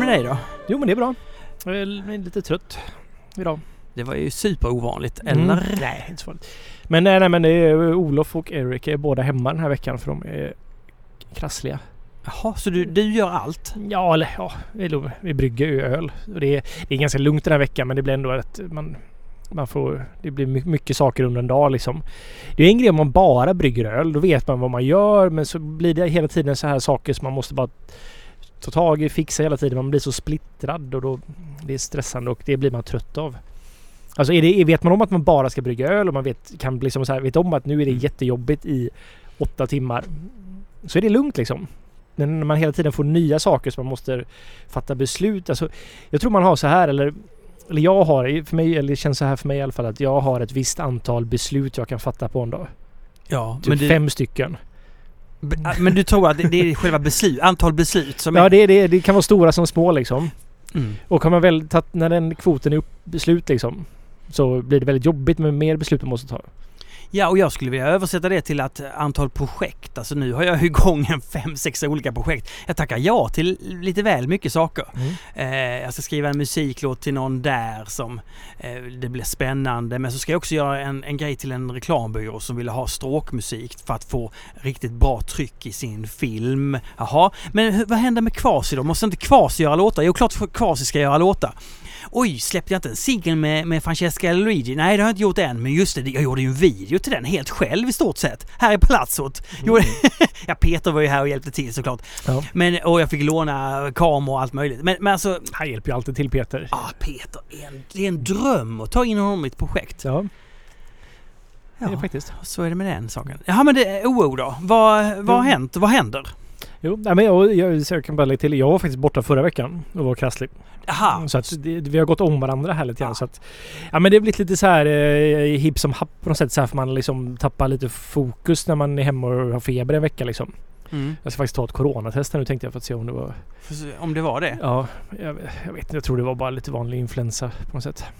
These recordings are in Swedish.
dig då? Jo, men det är bra. Jag är lite trött idag. Det var ju superovanligt, eller? Nej, inte så farligt. Men nej, men det är Olof och Erik är båda hemma den här veckan för de är krassliga. Jaha, så du gör allt? Ja, vi brygger ju öl. Och det är ganska lugnt den här veckan, men det blir ändå att man får, det blir mycket saker under en dag liksom. Det är en grej om man bara brygger öl, då vet man vad man gör, men så blir det hela tiden så här saker som man måste bara ta tag i, fixa hela tiden. Man blir så splittrad och då det är stressande och det blir man trött av. Alltså vet man om att man bara ska brygga öl och man kan liksom så här, vet om att nu är det jättejobbigt i 8 timmar, så är det lugnt liksom. Men när man hela tiden får nya saker som man måste fatta beslut. Alltså, jag tror man har så här, eller jag har, för mig, eller det känns så här för mig i alla fall, att jag har ett visst antal beslut jag kan fatta på en dag. Ja, typ 5 stycken. Men du tror att det är själva antal beslut som är... Ja, det kan vara stora som små liksom. Och har man väl tagit, när den kvoten är upp beslut liksom, så blir det väldigt jobbigt med mer beslut man måste ta. Ja, och jag skulle vilja översätta det till att antal projekt. Alltså nu har jag igång 5-6 olika projekt. Jag tackar ja till lite väl mycket saker. Jag ska skriva en musiklåt till någon där som det blir spännande. Men så ska jag också göra en grej till en reklambyrå som vill ha stråkmusik för att få riktigt bra tryck i sin film. Jaha, men vad händer med Kvasi då? Måste inte Kvasi göra låtar? Jo, klart Kvasi ska göra låtar. Oj, släppte jag inte en singel med Francesca Luigi? Nej, det har jag inte gjort än. Men just det, jag gjorde ju en video till den helt själv i stort sett. Här i Palazzot. Ja, Peter var ju här och hjälpte till såklart. Ja. Och jag fick låna kamera och allt möjligt. Men alltså... Han hjälper ju alltid till, Peter. Peter. Det är en dröm att ta in honom i ett projekt. Ja. Det är faktiskt. Så är det med den saken. Jaha, men det är OO då. Vad har hänt? Vad händer? Jo, men jag kan bara lägga till. Jag var faktiskt borta förra veckan och var krasslig. Aha. Så att vi har gått om varandra här lite grann. Så att, men det har blivit lite så här hipp som happ på något sätt. Så här, för man liksom tappar lite fokus när man är hemma och har feber en vecka liksom. Jag ska faktiskt ta ett coronatest nu, tänkte jag, för att se om det var... Om det var det? Ja, jag vet inte. Jag tror det var bara lite vanlig influensa på något sätt.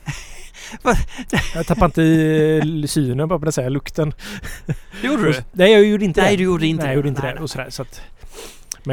Jag tappade inte i synen, bara på det säga, lukten. Gjorde du? Nej, jag gjorde inte det. Nej, du gjorde inte det. Nej, jag gjorde inte det. Och sådär, så att... Men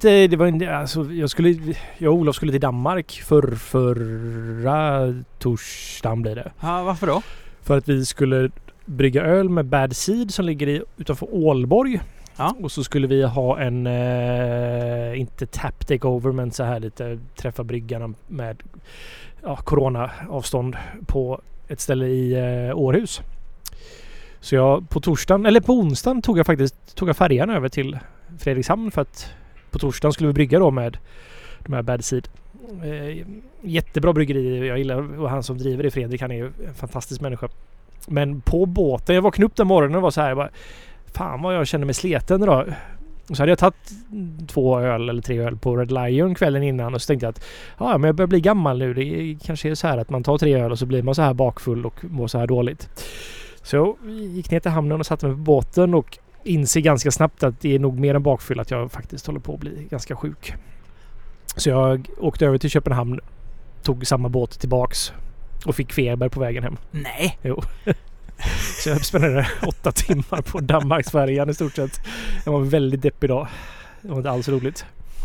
jag och Olof skulle till Danmark förra torsdagen blir det. Ja, varför då? För att vi skulle brygga öl med Bad Seed som ligger utanför Ålborg. Ja. Och så skulle vi ha en, inte tap takeover, men så här lite träffa bryggarna med corona-avstånd på ett ställe i Århus. Så jag på onsdagen tog jag färjan över till Fredrikshamn för att på torsdagen skulle vi brygga då med de här Bad Seed. Jättebra bryggeri, jag gillar, och han som driver det, Fredrik, han är ju en fantastisk människa. Men på båten, jag vaknade upp den morgonen och var så här, bara, fan vad jag kände mig sleten idag. Och så hade jag tagit 2 öl eller 3 öl på Red Lion kvällen innan och så tänkte jag att men jag börjar bli gammal nu. Det kanske är så här att man tar 3 öl och så blir man så här bakfull och mår så här dåligt. Så jag gick ner till hamnen och satte mig på båten och inser ganska snabbt att det är nog mer än bakfull att jag faktiskt håller på att bli ganska sjuk. Så jag åkte över till Köpenhamn, tog samma båt tillbaks och fick feber på vägen hem. Nej! Jo. Så jag spenderade 8 timmar på Danmarksfärjan i stort sett. Jag var väldigt deppig idag. Det var inte alls roligt.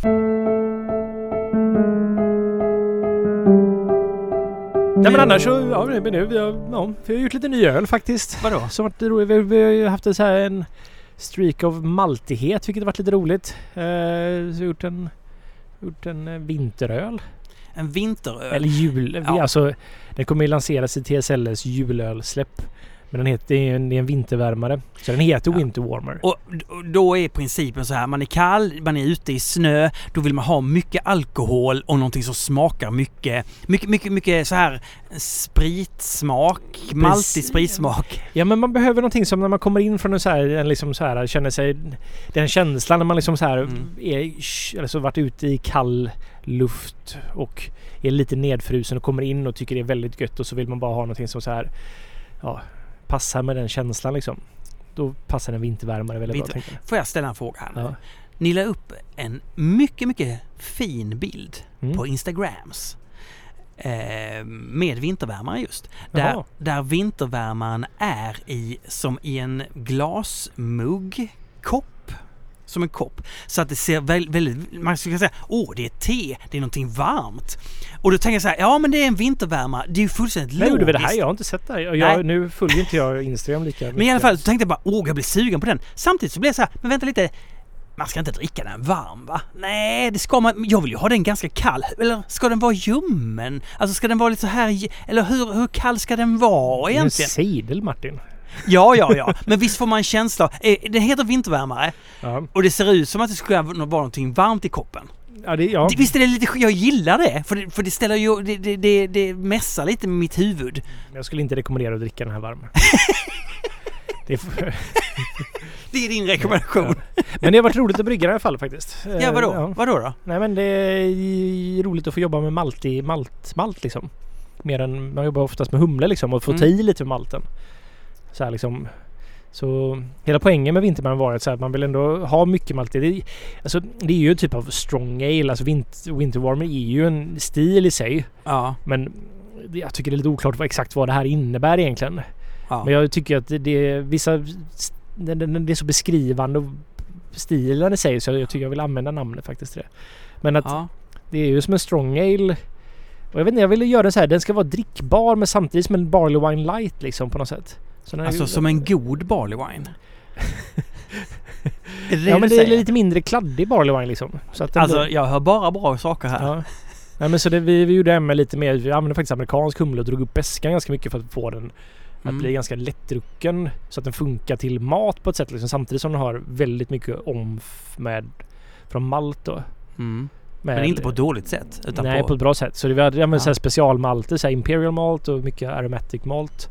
Nej, men annars så, vi har gjort lite ny öl faktiskt. Vadå? Som varit roligt. Vi har ju haft en streak of maltighet, vilket har varit lite roligt. Så vi har gjort en vinteröl. En vinteröl? Eller jul. Ja. Alltså, den kommer ju lanseras i TSLs julölsläpp. Men det är en vintervärmare. Så den heter Winter Warmer. Och då är principen så här. Man är kall, man är ute i snö. Då vill man ha mycket alkohol och någonting som smakar mycket så här spritsmak. Maltig spritsmak. Ja, men man behöver någonting som när man kommer in från känner sig... Den känslan när man liksom så här är varit ute i kall luft och är lite nedfrusen och kommer in och tycker det är väldigt gött, och så vill man bara ha någonting som så här... Ja, passar med den känslan liksom. Då passar en vintervärmare väldigt bra. Får jag ställa en fråga här nu? Ja. Ni la upp en mycket fin bild på Instagrams med vintervärmare just. Där vintervärmaren är som i en glasmugg-kopp. som en kopp. Så att det ser väldigt, man skulle säga, det är te, det är någonting varmt. Och då tänker jag så här, ja men det är en vintervärma, det är ju fullständigt logiskt. gjorde vi det här? Jag har inte sett det här. Nu följer inte jag Instagram lika mycket. Men i alla fall så tänkte jag bara, jag blir sugen på den. Samtidigt så blev jag så här, men vänta lite, man ska inte dricka den varm, va? Nej, det ska man. Jag vill ju ha den ganska kall. Eller ska den vara ljummen? Alltså ska den vara lite så här, eller hur kall ska den vara egentligen? En sejdel, Martin. Ja. Men visst får man en känsla. Den heter vintervärmare. Ja. Och det ser ut som att det skulle vara någonting varmt i koppen. Ja. Visst är det lite, jag gillar det. För det ställer ju, det mässar lite med mitt huvud. Jag skulle inte rekommendera att dricka den här varm. Det är din rekommendation. Ja. Men det har varit roligt att brygga i alla fall faktiskt. Ja, vadå då? Nej, men det är roligt att få jobba med malt liksom. Mer än, man jobbar oftast med humle liksom och få ta i lite med malten. Så här liksom. Så hela poängen med vinterman var att man vill ändå ha mycket malt. Det är ju en typ av strong ale. Alltså winterwarmer är ju en stil i sig. Ja. Men jag tycker det är lite oklart exakt vad det här innebär egentligen. Ja. Men jag tycker att det är så beskrivande och stilen i sig, så jag tycker jag vill använda namnet faktiskt det. Men att det är ju som en strong ale. Och jag vet inte, jag ville göra så här, den ska vara drickbar men samtidigt som en barley wine light liksom på något sätt. Alltså som en god barley wine. Ja, men det är lite mindre kladdig barley wine liksom. Så att jag hör bara bra saker här. Ja. Nej, men så vi gjorde med lite mer, vi använde faktiskt amerikansk humle och drog upp väskan ganska mycket för att få den att bli ganska lättdrucken så att den funkar till mat på ett sätt liksom, samtidigt som den har väldigt mycket omf från malt då. Men inte på ett dåligt sätt. Utan på ett bra sätt. Så vi hade så här specialmalter, så här imperial malt och mycket aromatic malt.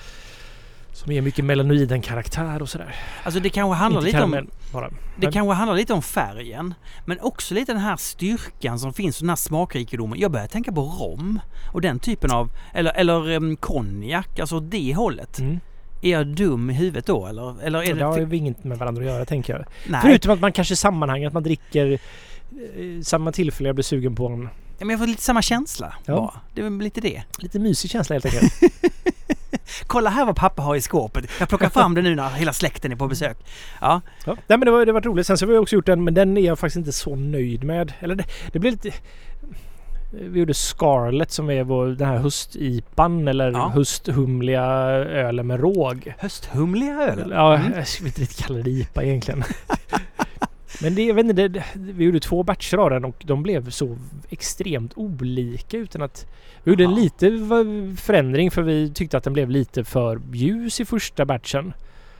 Som ger mycket melanoiden karaktär och sådär. Alltså det kanske handlar kanske handlar lite om färgen. Men också lite den här styrkan som finns, den här smakrikedomen. Jag börjar tänka på rom. Och den typen av, eller konjak, alltså det hållet. Är jag dum i huvudet då? Eller är det har ju inget med varandra att göra, tänker jag. Nej. Förutom att man kanske sammanhang, att man dricker samma tillfälle jag blir sugen på en. Ja, men jag får lite samma känsla. Ja. Det är väl lite det. Lite mysig känsla helt enkelt. Kolla här vad pappa har i skåpet. Jag plockar fram det nu när hela släkten är på besök. Ja. Nej, men det var roligt. Sen så har vi också gjort den, men den är jag faktiskt inte så nöjd med. Eller det blir lite. Vi gjorde Scarlet som är den här höstipan eller hösthumliga ölen med råg. Hösthumliga ölen? Ja, jag vet inte riktigt kalla det IPA egentligen. Men jag vet inte, vi gjorde 2 batcher av den och de blev så extremt olika utan att vi gjorde en lite förändring för vi tyckte att den blev lite för ljus i första batchen.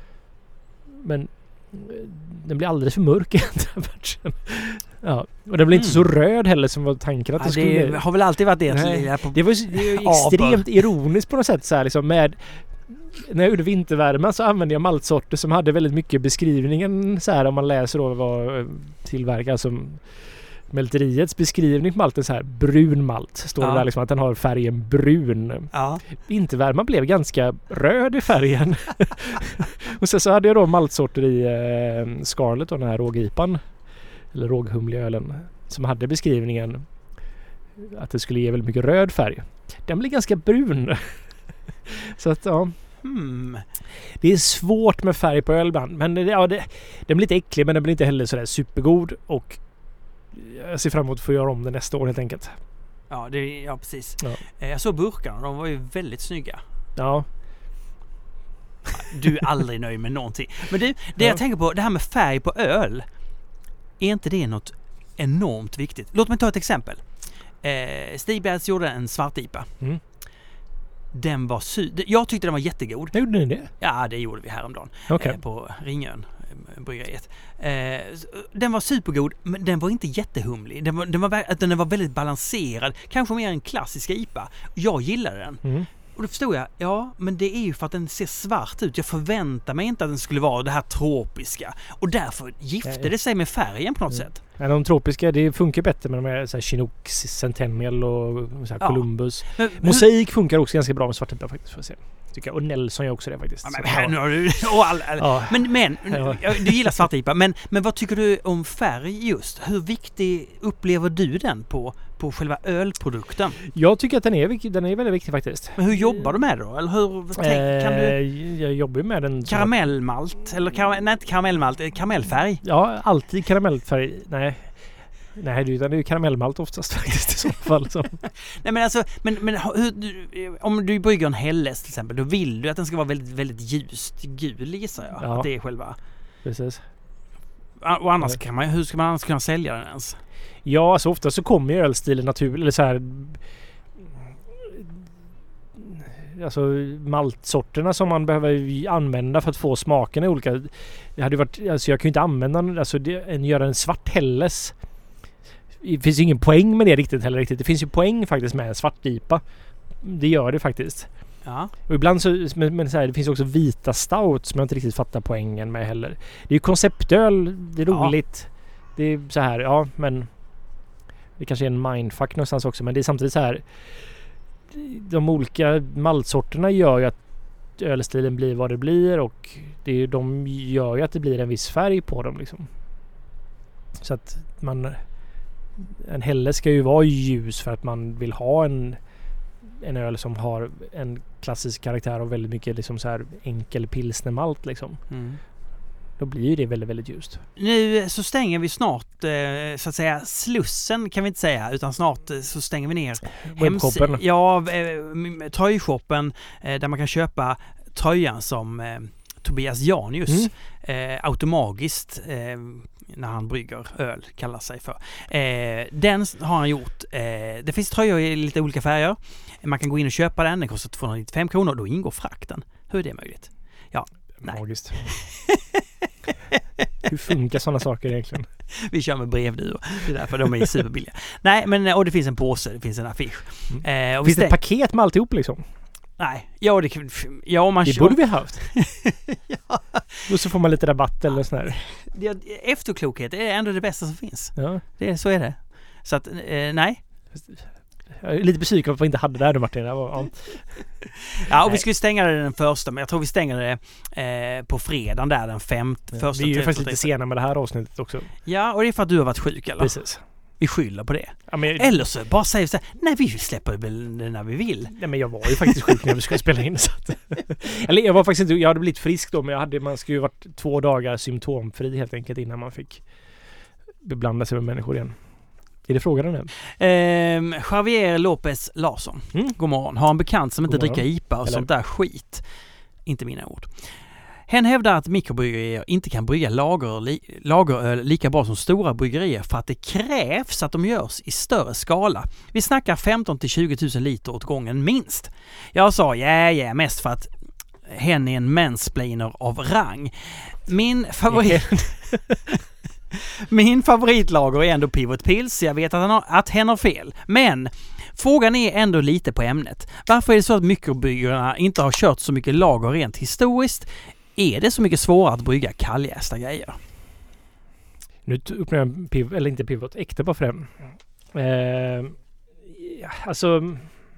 Men den blev alldeles för mörk i andra batchen. Ja, och den blev inte så röd heller som var tanken att det skulle bli. Har väl alltid varit det. Det var extremt ironiskt på något sätt så här, liksom, med när jag gjorde vintervärmen så använde jag maltsorter som hade väldigt mycket beskrivningen så här, om man läser då vad tillverkar som mälteriets beskrivning på malten så här, brun malt står det där liksom att den har färgen brun. Ja. Vintervärmen blev ganska röd i färgen. Och så hade jag då maltsorter i Scarlet och den här rågipan eller råghumliga ölen som hade beskrivningen att det skulle ge väldigt mycket röd färg. Den blev ganska brun. Så att det är svårt med färg på öl ibland. Men den blir lite äcklig men den blir inte heller sådär supergod och jag ser fram emot att få göra om det nästa år helt enkelt. Ja, precis. Ja. Jag såg burkarna, de var ju väldigt snygga. Ja. Du är aldrig nöjd med någonting. Men det jag tänker på, det här med färg på öl, är inte det något enormt viktigt? Låt mig ta ett exempel. Stigbjergs gjorde en svart IPA. Den var jag tyckte den var jättegod. Gjorde ni det? Ja, det gjorde vi häromdagen. På Ringön bryggeriet. Den var supergod, men den var inte jättehumlig. Den var väldigt balanserad. Kanske mer en klassisk IPA. Jag gillade den. Och då förstod jag, men det är ju för att den ser svart ut. Jag förväntar mig inte att den skulle vara det här tropiska. Och därför gifte det sig med färgen på något sätt. Ja, de tropiska, det funkar bättre med de här så här Chinook, Centennial och så här Columbus. Mosaik funkar också ganska bra med svart IPA faktiskt, får jag se. Tycker jag. Och Nelson gör också det faktiskt. Men du gillar svart IPA. Men vad tycker du om färg just? Hur viktig upplever du den på på själva ölprodukten? Jag tycker att den är väldigt viktig faktiskt. Men hur jobbar du med det då? Eller hur kan du... Jag jobbar ju med den... Karamellmalt? Eller nej, inte karamellmalt, karamellfärg? Ja, alltid karamellfärg. Nej, det är ju karamellmalt oftast faktiskt i så fall. Så. Nej men alltså, men om du brygger en Helles till exempel, då vill du att den ska vara väldigt, väldigt ljust gul, gissar jag. Ja. Att det är själva. Precis. Och annars hur ska man annars kunna sälja den ens? Ja, alltså ofta så kommer ju ölstilen naturligt, eller så här... Alltså maltsorterna som man behöver använda för att få smaken i olika... Det hade varit... Alltså jag kan ju inte använda... Alltså göra en svart Helles. Det finns ju ingen poäng med det riktigt. Det finns ju poäng faktiskt med en svart IPA. Det gör det faktiskt. Ja. Och ibland så... Men så här, det finns också vita stout som jag inte riktigt fattar poängen med heller. Det är ju konceptöl. Det är roligt. Ja. Det är så här, ja men... Det kanske är en mindfuck någonstans också. Men det är samtidigt så här... De olika maltsorterna gör ju att ölstilen blir vad det blir. Och de gör ju att det blir en viss färg på dem liksom. Så att man... En Helle ska ju vara ljus för att man vill ha en öl som har en klassisk karaktär och väldigt mycket liksom så här enkel pilsnermalt liksom. Mm. Då blir ju det väldigt, väldigt ljust. Nu så stänger vi snart så att säga Slussen kan vi inte säga, utan snart så stänger vi ner webbshoppen. Tröjshoppen där man kan köpa tröjan som Tobias Janius automagiskt när han brygger öl kallar sig för. Den har han gjort. Det finns tröjor i lite olika färger. Man kan gå in och köpa den kostar 295 kronor. Då ingår frakten. Hur är det möjligt? Ja, magiskt. Hur funkar sådana saker egentligen? Vi kör med brevduvor. Det är därför de är superbilliga. Nej, men och det finns en påse, det finns en affisch. Och finns det ett paket med alltihop liksom? Nej. Det borde vi ha haft. Ja. Och så får man lite rabatt eller sån här. Efterklokhet är ändå det bästa som finns. Ja. Så är det. Så att, nej. Jag är lite besviken på att vi inte hade det här Martin. Ja, och vi skulle stänga det den första, men jag tror vi stänger det på fredagen där den 5:e. Ja, vi är ju faktiskt lite sena med det här avsnittet också. Ja, och det är för att du har varit sjuk eller? Precis. Vi skyller på det. Ja, men eller så bara säger vi så här, nej vi släpper väl det när vi vill. Nej, men jag var ju faktiskt sjuk när vi skulle spela in. Så att, eller jag var faktiskt inte, jag hade blivit frisk då, men man skulle ju varit 2 dagar symptomfri helt enkelt innan man fick beblanda sig med människor igen. Är det frågan än? Javier Lopez Larsson. God morgon. Har en bekant som inte dricker IPA och sånt där skit. Inte mina ord. Hen hävdar att mikrobryggerier inte kan brygga lageröl lika bra som stora bryggerier för att det krävs att de görs i större skala. Vi snackar 15 till 20 000 liter åt gången minst. Jag sa mest för att hen är en mansplainer av rang. Min favoritlager är ändå Pivot Pils. Jag vet att hen har fel. Men frågan är ändå lite på ämnet. Varför är det så att mikrobryggarna inte har kört så mycket lager rent historiskt? Är det så mycket svårare att brygga kalljästa grejer? Nu öppnar jag äkta på främ. Alltså...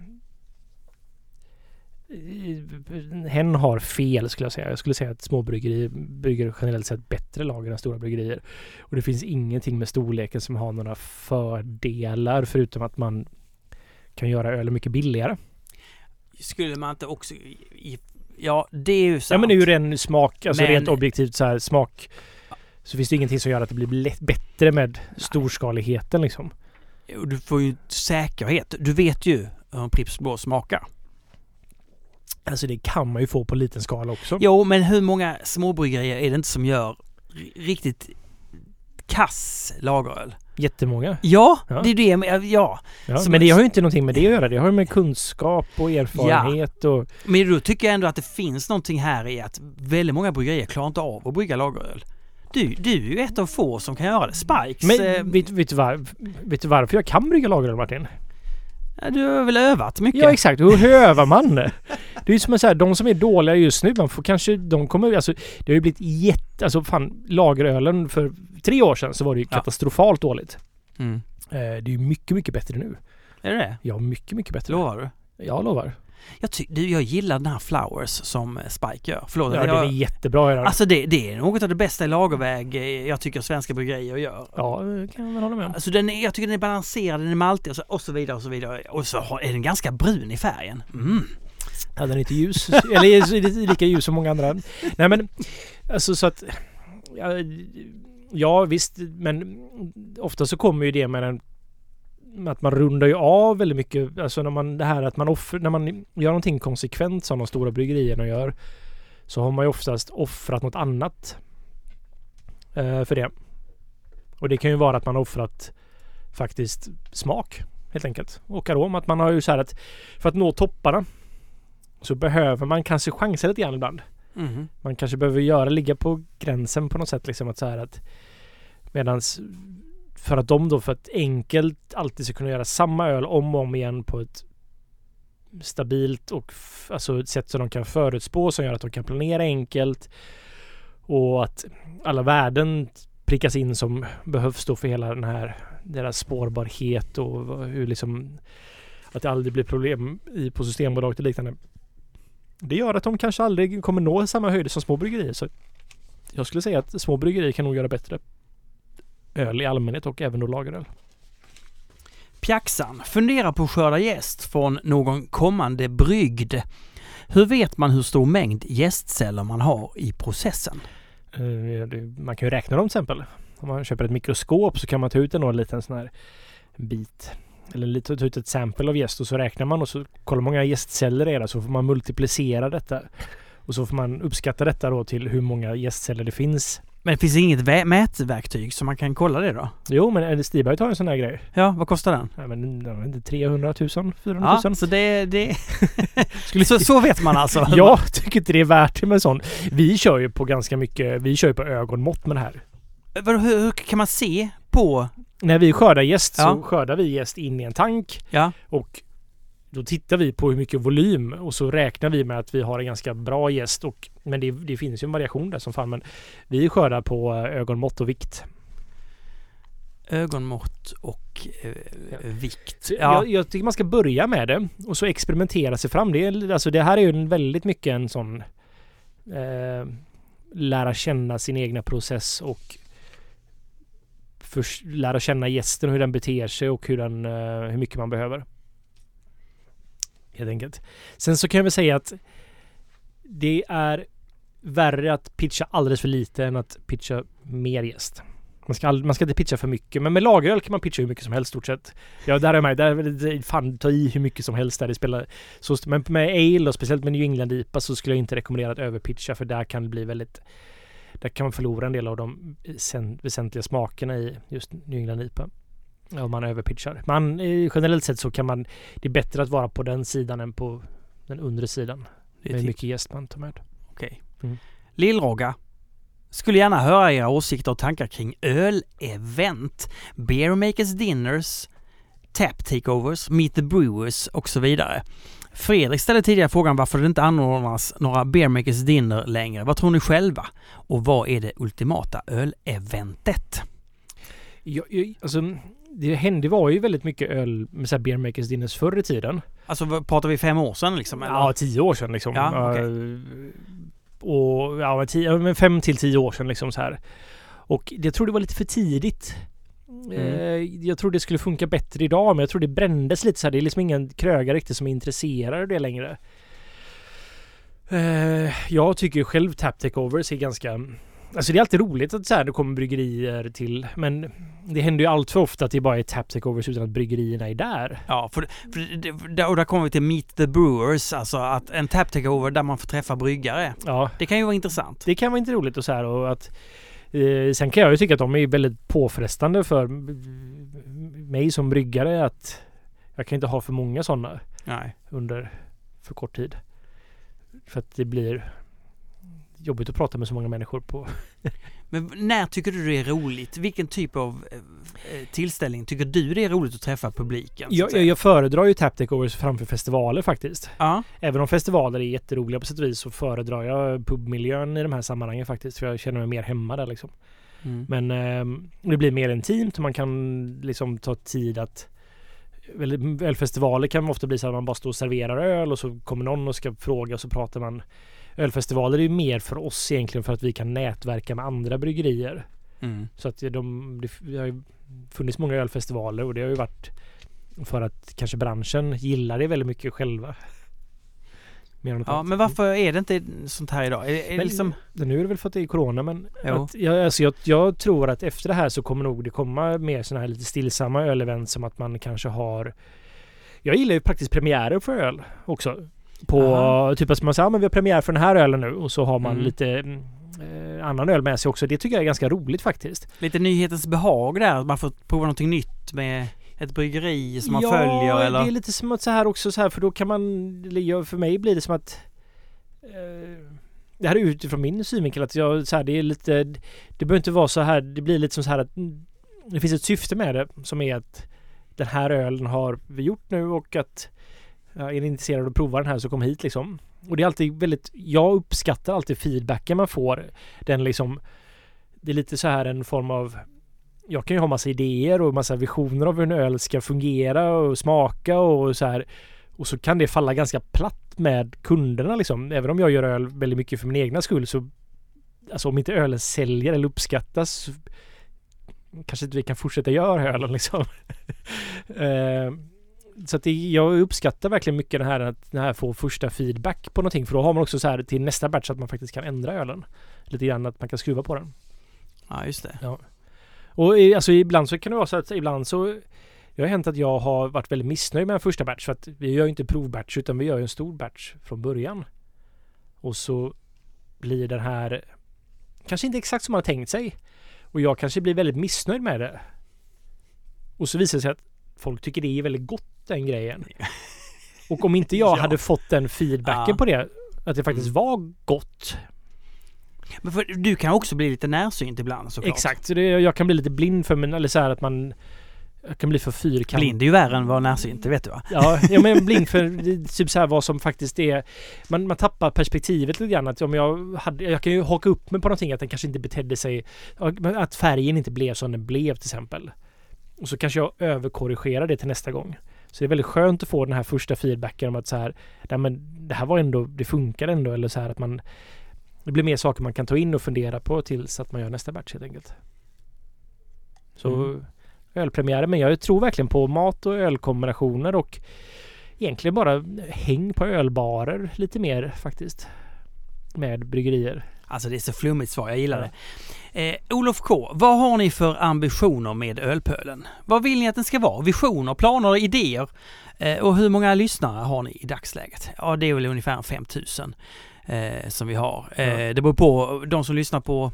Hen har fel skulle jag säga. Jag skulle säga att små bryggerier brygger generellt sett bättre lager än stora bryggerier. Och det finns ingenting med storleken som har några fördelar förutom att man kan göra öl mycket billigare. Skulle man inte också... Ja, det är ju sant. Ja, men det är ju ren smak, alltså rent objektivt så här smak. Så finns det ingenting som gör att det blir bättre med storskaligheten liksom. Du får ju säkerhet. Du vet ju hur Pripps Blå smakar. Alltså det kan man ju få på liten skala också. Jo, men hur många småbryggerier är det inte som gör riktigt kass lageröl? Jättemånga. Ja, det är det. Ja. Men det har ju inte någonting med det att göra. Det har ju med kunskap och erfarenhet. Och... Men då tycker jag ändå att det finns någonting här i att väldigt många bryggerier klarar inte av att brygga lageröl. Du är ju ett av få som kan göra det. Spikes. Men vet du varför jag kan brygga lageröl, Martin? Ja, du har väl övat mycket? Ja, exakt. Hur övar man? Det är ju som att säga, de som är dåliga just nu, man får kanske, de kommer, alltså det har ju blivit lagerölen för 3 år sedan så var det ju katastrofalt dåligt. Det är ju mycket, mycket bättre nu. Är det? Ja, mycket, mycket bättre. Lovar du? Jag lovar. Jag gillar den här Flowers som Spike gör. Förlåt. Ja, den är jättebra. Alltså det är något av det bästa i lagerväg jag tycker svenska bryggerier gör. Ja, det kan jag väl hålla med om. Alltså jag tycker den är balanserad, den är maltig och så vidare och så vidare. Och så är den ganska brun i färgen. Ja, den är inte ljus. Eller lika ljus som många andra. Nej, men alltså så att ja visst, men ofta så kommer ju det med att man rundar ju av väldigt mycket, alltså när man gör någonting konsekvent som de stora bryggerierna gör, så har man ju oftast offrat något annat för det. Och det kan ju vara att man har offrat faktiskt smak helt enkelt, och arom. Att man har ju så här att för att nå topparna så behöver man kanske chansa lite grann ibland. Man kanske behöver ligga på gränsen på något sätt, liksom att så här att medans för att de då för att enkelt alltid ska kunna göra samma öl om och om igen på ett stabilt och alltså ett sätt som de kan förutspå, som gör att de kan planera enkelt, och att alla värden prickas in som behövs då för hela den här deras spårbarhet och hur liksom att det aldrig blir problem på Systembolaget och liknande. Det gör att de kanske aldrig kommer nå samma höjd som små bryggerier, så jag skulle säga att små bryggerier kan nog göra bättre öl i allmänhet och även då lageröl. Pjaxan funderar på att skörda jäst från någon kommande brygd. Hur vet man hur stor mängd jästceller man har i processen? Man kan ju räkna dem till exempel. Om man köper ett mikroskop så kan man ta ut en liten sån här bit eller ta ut ett sample av jäst, och så räknar man och så kollar hur många jästceller det är, så får man multiplicera detta och så får man uppskatta detta då till hur många jästceller det finns. Men det finns inget mätverktyg så man kan kolla det då? Jo, men Stiberg tar en sån här grej. Ja, vad kostar den? Ja, men 300 000, 400 000. Ja, så det... så vet man alltså? Jag tycker inte det är värt det med sån. Vi kör ju på ganska mycket, vi kör ju på ögonmått med det här. Hur kan man se på? När vi skördar jäst så skördar vi jäst in i en tank. Ja. Och då tittar vi på hur mycket volym och så räknar vi med att vi har en ganska bra jäst. Men det finns ju en variation där som fan. Men vi skördar på ögonmått och vikt. Ögonmått och vikt. Ja. Jag tycker man ska börja med det och så experimentera sig fram. Det här är ju väldigt mycket en sån lära känna sin egna process och lära känna gästen, hur den beter sig och hur mycket man behöver. Helt enkelt. Sen så kan jag väl säga att det är värre att pitcha alldeles för lite än att pitcha mer gäst. Man ska inte pitcha för mycket, men med lageröl kan man pitcha hur mycket som helst stort sett. Ja, där är man där fan ta i hur mycket som helst där det spelar så, men med ale och speciellt med New England IPA så skulle jag inte rekommendera att överpitcha, för där kan det bli där kan man förlora en del av de väsentliga smakerna i just New England IPA om man överpitchar. Men generellt sett så det är bättre att vara på den sidan än på den undre sidan. Med mycket jäst man tar med. Okej. Lill-Rogga skulle gärna höra era åsikter och tankar kring öl-event, beer makers dinners, tap takeovers, meet the brewers och så vidare. Fredrik ställde tidigare frågan varför det inte anordnas några beer makers dinner längre. Vad tror ni själva? Och vad är det ultimata öl-eventet? Alltså, det var ju väldigt mycket öl med så här beer makers dinners förr i tiden. Alltså pratar vi 5 år sedan liksom? Eller? Ja, 10 år sedan liksom. Ja, okay. Och 5 till 10 år sedan liksom så här. Och jag tror det var lite för tidigt. Jag tror det skulle funka bättre idag, men jag tror det brändes lite så här. Det är liksom ingen krögare riktigt som är intresserad av det längre. Jag tycker själv tap takeovers är ganska... Alltså det är alltid roligt att så här, det kommer bryggerier till, men det händer ju allt för ofta att det bara är tap takeovers utan att bryggerierna är där. Ja, och där kommer vi till Meet the Brewers, alltså att en tap takeover där man får träffa bryggare. Ja. Det kan ju vara intressant. Det kan vara inte roligt och så här, och att sen kan jag ju tycka att de är väldigt påfrestande för mig som bryggare, att jag kan inte ha för många sådana under för kort tid. För att det blir jobbigt att prata med så många människor på. Men när tycker du det är roligt? Vilken typ av tillställning tycker du det är roligt att träffa publiken? Jag föredrar ju tap takeovers framför festivaler faktiskt. Ja. Även om festivaler är jätteroliga på sätt och vis, så föredrar jag pubmiljön i de här sammanhangen faktiskt, för jag känner mig mer hemma där liksom. Men det blir mer intimt och man kan liksom ta tid att ölfestivaler kan ofta bli så att man bara står och serverar öl och så kommer någon och ska fråga och så pratar man. Ölfestivaler är ju mer för oss egentligen för att vi kan nätverka med andra bryggerier. Så att det har ju funnits många ölfestivaler och det har ju varit för att kanske branschen gillar det väldigt mycket själva. Ja, men varför är det inte sånt här idag? Är det liksom... Nu är det väl för att det är corona, men jag tror att efter det här så kommer nog det komma mer såna här lite stillsamma ölevent som att man kanske har... Jag gillar ju faktiskt premiärer för öl också. På typ att man säger, men vi har premiär för den här ölen nu och så har man lite annan öl med sig också. Det tycker jag är ganska roligt faktiskt. Lite nyhetens behag där, att man får prova någonting nytt med ett bryggeri som man följer, eller? Ja, det är lite som att så här också så här, för då kan man, för mig blir det som att det här är utifrån min synvinkel att jag så här, det är lite, det behöver inte vara så här, det blir lite som så här att det finns ett syfte med det som är att den här ölen har vi gjort nu och att är ni intresserade av att prova den här så kom hit liksom. Och det är alltid väldigt, jag uppskattar alltid feedbacken man får. Den liksom, det är lite så här en form av, jag kan ju ha massa idéer och massa visioner av hur en öl ska fungera och smaka och så här. Och så kan det falla ganska platt med kunderna liksom. Även om jag gör öl väldigt mycket för min egna skull så, alltså om inte ölen säljer eller uppskattas kanske inte vi kan fortsätta göra ölen liksom. Så att jag uppskattar verkligen mycket det här att få första feedback på någonting, för då har man också så här till nästa batch att man faktiskt kan ändra ölen lite grann, att man kan skruva på den. Ja, just det. Ja. Och alltså ibland så kan det vara så att ibland så det har hänt att jag har varit väldigt missnöjd med en första batch, för att vi gör ju inte provbatch utan vi gör en stor batch från början. Och så blir den här kanske inte exakt som man har tänkt sig. Och jag kanske blir väldigt missnöjd med det. Och så visar det sig att folk tycker det är väldigt gott, den grejen. Och om inte jag hade fått den feedbacken på det, att det faktiskt var gott. Men för, du kan också bli lite närsynt ibland såklart. Exakt, så jag kan bli lite blind för mig, eller så här att jag kan bli för fyrkant. Blind är ju värre än vad närsynt, det vet du va? Ja, men blind för typ så här vad som faktiskt är, man tappar perspektivet lite grann, att om jag kan ju haka upp mig på någonting, att den kanske inte betedde sig, att färgen inte blev som den blev till exempel. Och så kanske jag överkorrigerar det till nästa gång. Så det är väldigt skönt att få den här första feedbacken om att så här, nej men det här var ändå, det funkar ändå, eller så här att det blir mer saker man kan ta in och fundera på tills att man gör nästa batch helt enkelt. Så ölpremiärer, men jag tror verkligen på mat och ölkombinationer och egentligen bara häng på ölbarer lite mer faktiskt med bryggerier. Alltså det är så flummigt svar, jag gillar det. Olof K, vad har ni för ambitioner med Ölpölen? Vad vill ni att den ska vara? Visioner, planer och idéer? Och hur många lyssnare har ni i dagsläget? Ja, det är väl ungefär 5000 som vi har. Det beror på, de som lyssnar på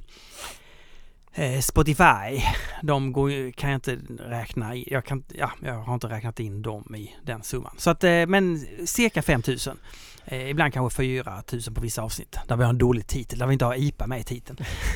Spotify, de kan jag inte räkna i, jag har inte räknat in dem i den summan. Så att, men cirka 5000. Ibland kanske 4000 på vissa avsnitt. Där vi har en dålig titel, där vi inte har IPA med i titeln.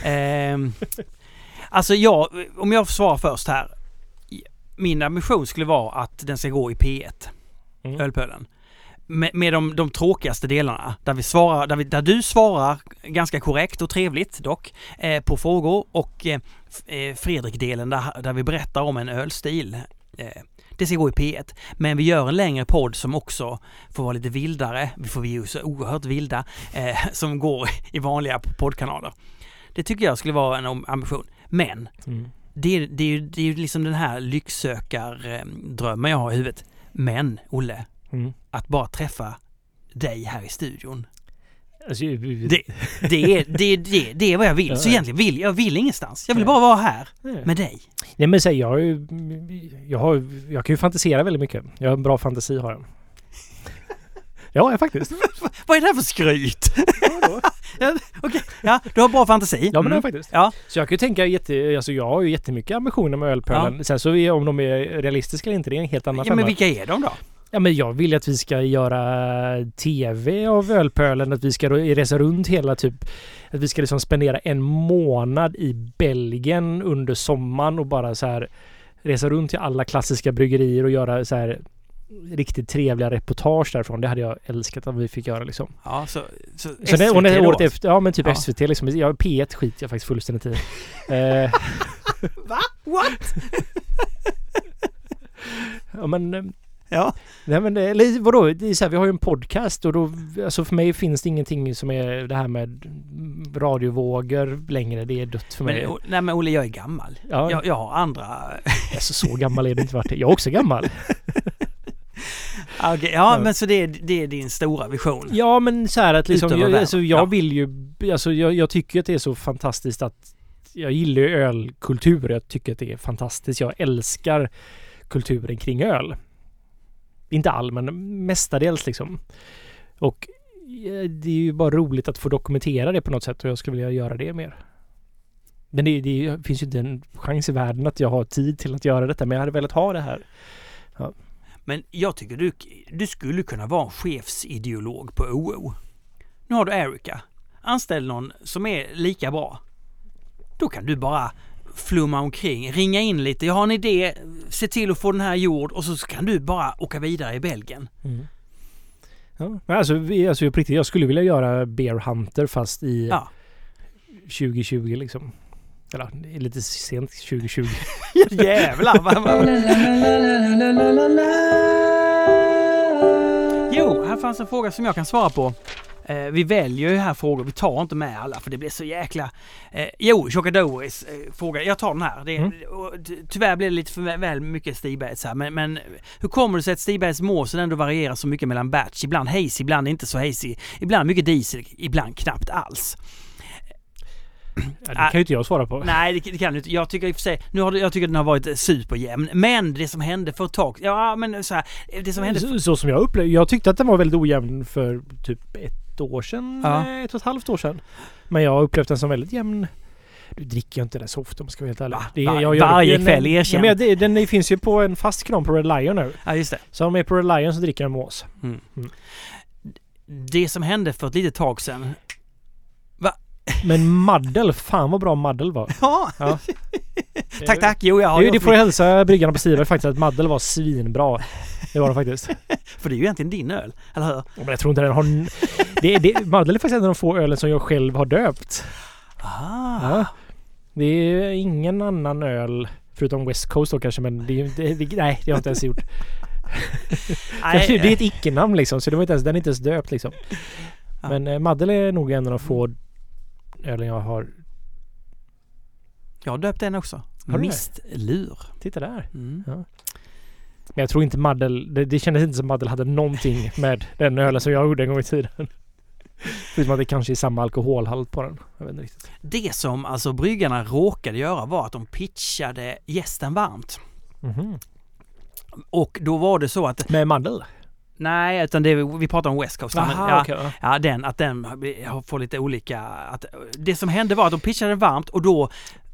Alltså om jag får svara först här. Min ambition skulle vara att den ska gå i P1. Ölpölen. Med de tråkigaste delarna där du svarar ganska korrekt och trevligt dock på frågor, och Fredrik-delen där vi berättar om en ölstil. Det ska gå i P1, men vi gör en längre podd som också får vara lite vildare. Vi får ju så oerhört vilda som går i vanliga poddkanaler. Det tycker jag skulle vara en ambition. Men det är ju liksom den här lycksökardrömmen jag har i huvudet. Men Olle, att bara träffa dig här i studion. Alltså, det är vad jag vill. Så egentligen jag vill ingenstans. Jag vill bara vara här med dig. Nej, men säg, jag kan ju fantisera väldigt mycket. Jag har en bra fantasi, har jag. Ja, faktiskt. Vad är det här för skryt? Okej, ja, du har bra fantasi. Ja, men det är faktiskt. Ja. Så jag kan ju tänka jag har ju jättemycket ambitioner med Ölpölen. Ja. Sen så om de är realistiska eller inte, det är en helt annan femma. Men vilka är de då? Ja, men jag vill att vi ska göra tv av Ölpölen, att vi ska resa runt hela att vi ska liksom spendera en månad i Belgien under sommaren och bara så här resa runt till alla klassiska bryggerier och göra så här riktigt trevliga reportage därifrån. Det hade jag älskat att vi fick göra liksom. Ja, så SVT året efter, ja men typ SVT liksom. P1 skit jag faktiskt fullständigt i. Va? What? Ja, men... Ja. Nej, men eller vadå? Det är så här, vi har ju en podcast och då, alltså för mig finns det ingenting som är det här med radiovågor längre. Det är dött för mig. Nej men Olle, jag är gammal. Ja. Jag har andra... Alltså, så gammal är det inte varit. Jag är också gammal. Okay, ja, men så det är din stora vision. Ja, men så här att liksom, jag vill ju, alltså jag tycker att det är så fantastiskt att jag gillar ju ölkultur. Jag tycker att det är fantastiskt. Jag älskar kulturen kring öl. Inte all, men mestadels liksom. Och det är ju bara roligt att få dokumentera det på något sätt och jag skulle vilja göra det mer. Men det finns ju inte en chans i världen att jag har tid till att göra detta, men jag hade velat ha det här. Ja. Men jag tycker du skulle kunna vara en chefsideolog på OO. Nu har du Erica. Anställ någon som är lika bra. Då kan du bara flumma omkring, ringa in lite. Jag har en idé, se till att få den här gjord och så kan du bara åka vidare i Belgien. Mm. Ja, men alltså på riktigt, jag skulle vilja göra Bear Hunter fast i 2020 liksom. Eller lite sent 2020. Jävlar! Jo, här fanns en fråga som jag kan svara på. Vi väljer ju här frågor, vi tar inte med alla för det blir så jäkla... Chokadoris fråga, jag tar den här. Tyvärr blir det lite för väl mycket Stigbergs här, men hur kommer det sig att Stigbergs måsen ändå varierar så mycket mellan batch? Ibland hazy, ibland inte så hazy, ibland mycket diesel, ibland knappt alls. Ja, det kan ju inte jag svara på. Nej, det kan du inte. Jag tycker i och för sig, jag tycker att den har varit superjämn. Men det som hände för ett tag... Ja, men så här... Det som hände... Så som jag upplevde... Jag tyckte att den var väldigt ojämn för typ 1 år sedan. 1,5 år sedan. Men jag har upplevt den som väldigt jämn. Du dricker ju inte det så ofta om man ska vara helt ärlig. Varje kväll erkänn. Ja, men den finns ju på en fast kran på Red Lion nu. Ja, just det. Så om jag är på Red Lion så dricker jag en mås. Mm. Det som hände för ett litet tag sedan... Men Maddel, fan vad bra Maddel var. Ja. Tack. Jo, jag har det får jag hälsa bryggarna på Stiver faktiskt att Maddel var svinbra. Det var det faktiskt. För det är ju egentligen din öl, eller hur? Men jag tror inte den har... Maddel är faktiskt en av de få ölen som jag själv har döpt. Ja. Det är ingen annan öl förutom West Coast då kanske, men nej, det har jag inte ens gjort. Det är ett icke-namn liksom, så den är inte ens döpt liksom. Men Maddel är nog en av de få ölen jag har. Jag har döpt den också. Mistlur. Titta där. Ja. Men jag tror inte Maddel, det kändes inte som Maddel hade någonting med den ölen som jag gjorde en gång i tiden. Förutom att det kanske är samma alkoholhalt på den. Jag vet inte riktigt. Det som alltså bryggarna råkade göra var att de pitchade jästen varmt. Mm-hmm. Och då var det så att... Med Maddel? Nej, utan vi pratar om West Coast. Aha, okay. Ja, den får lite olika... det som hände var att de pitchade den varmt och då...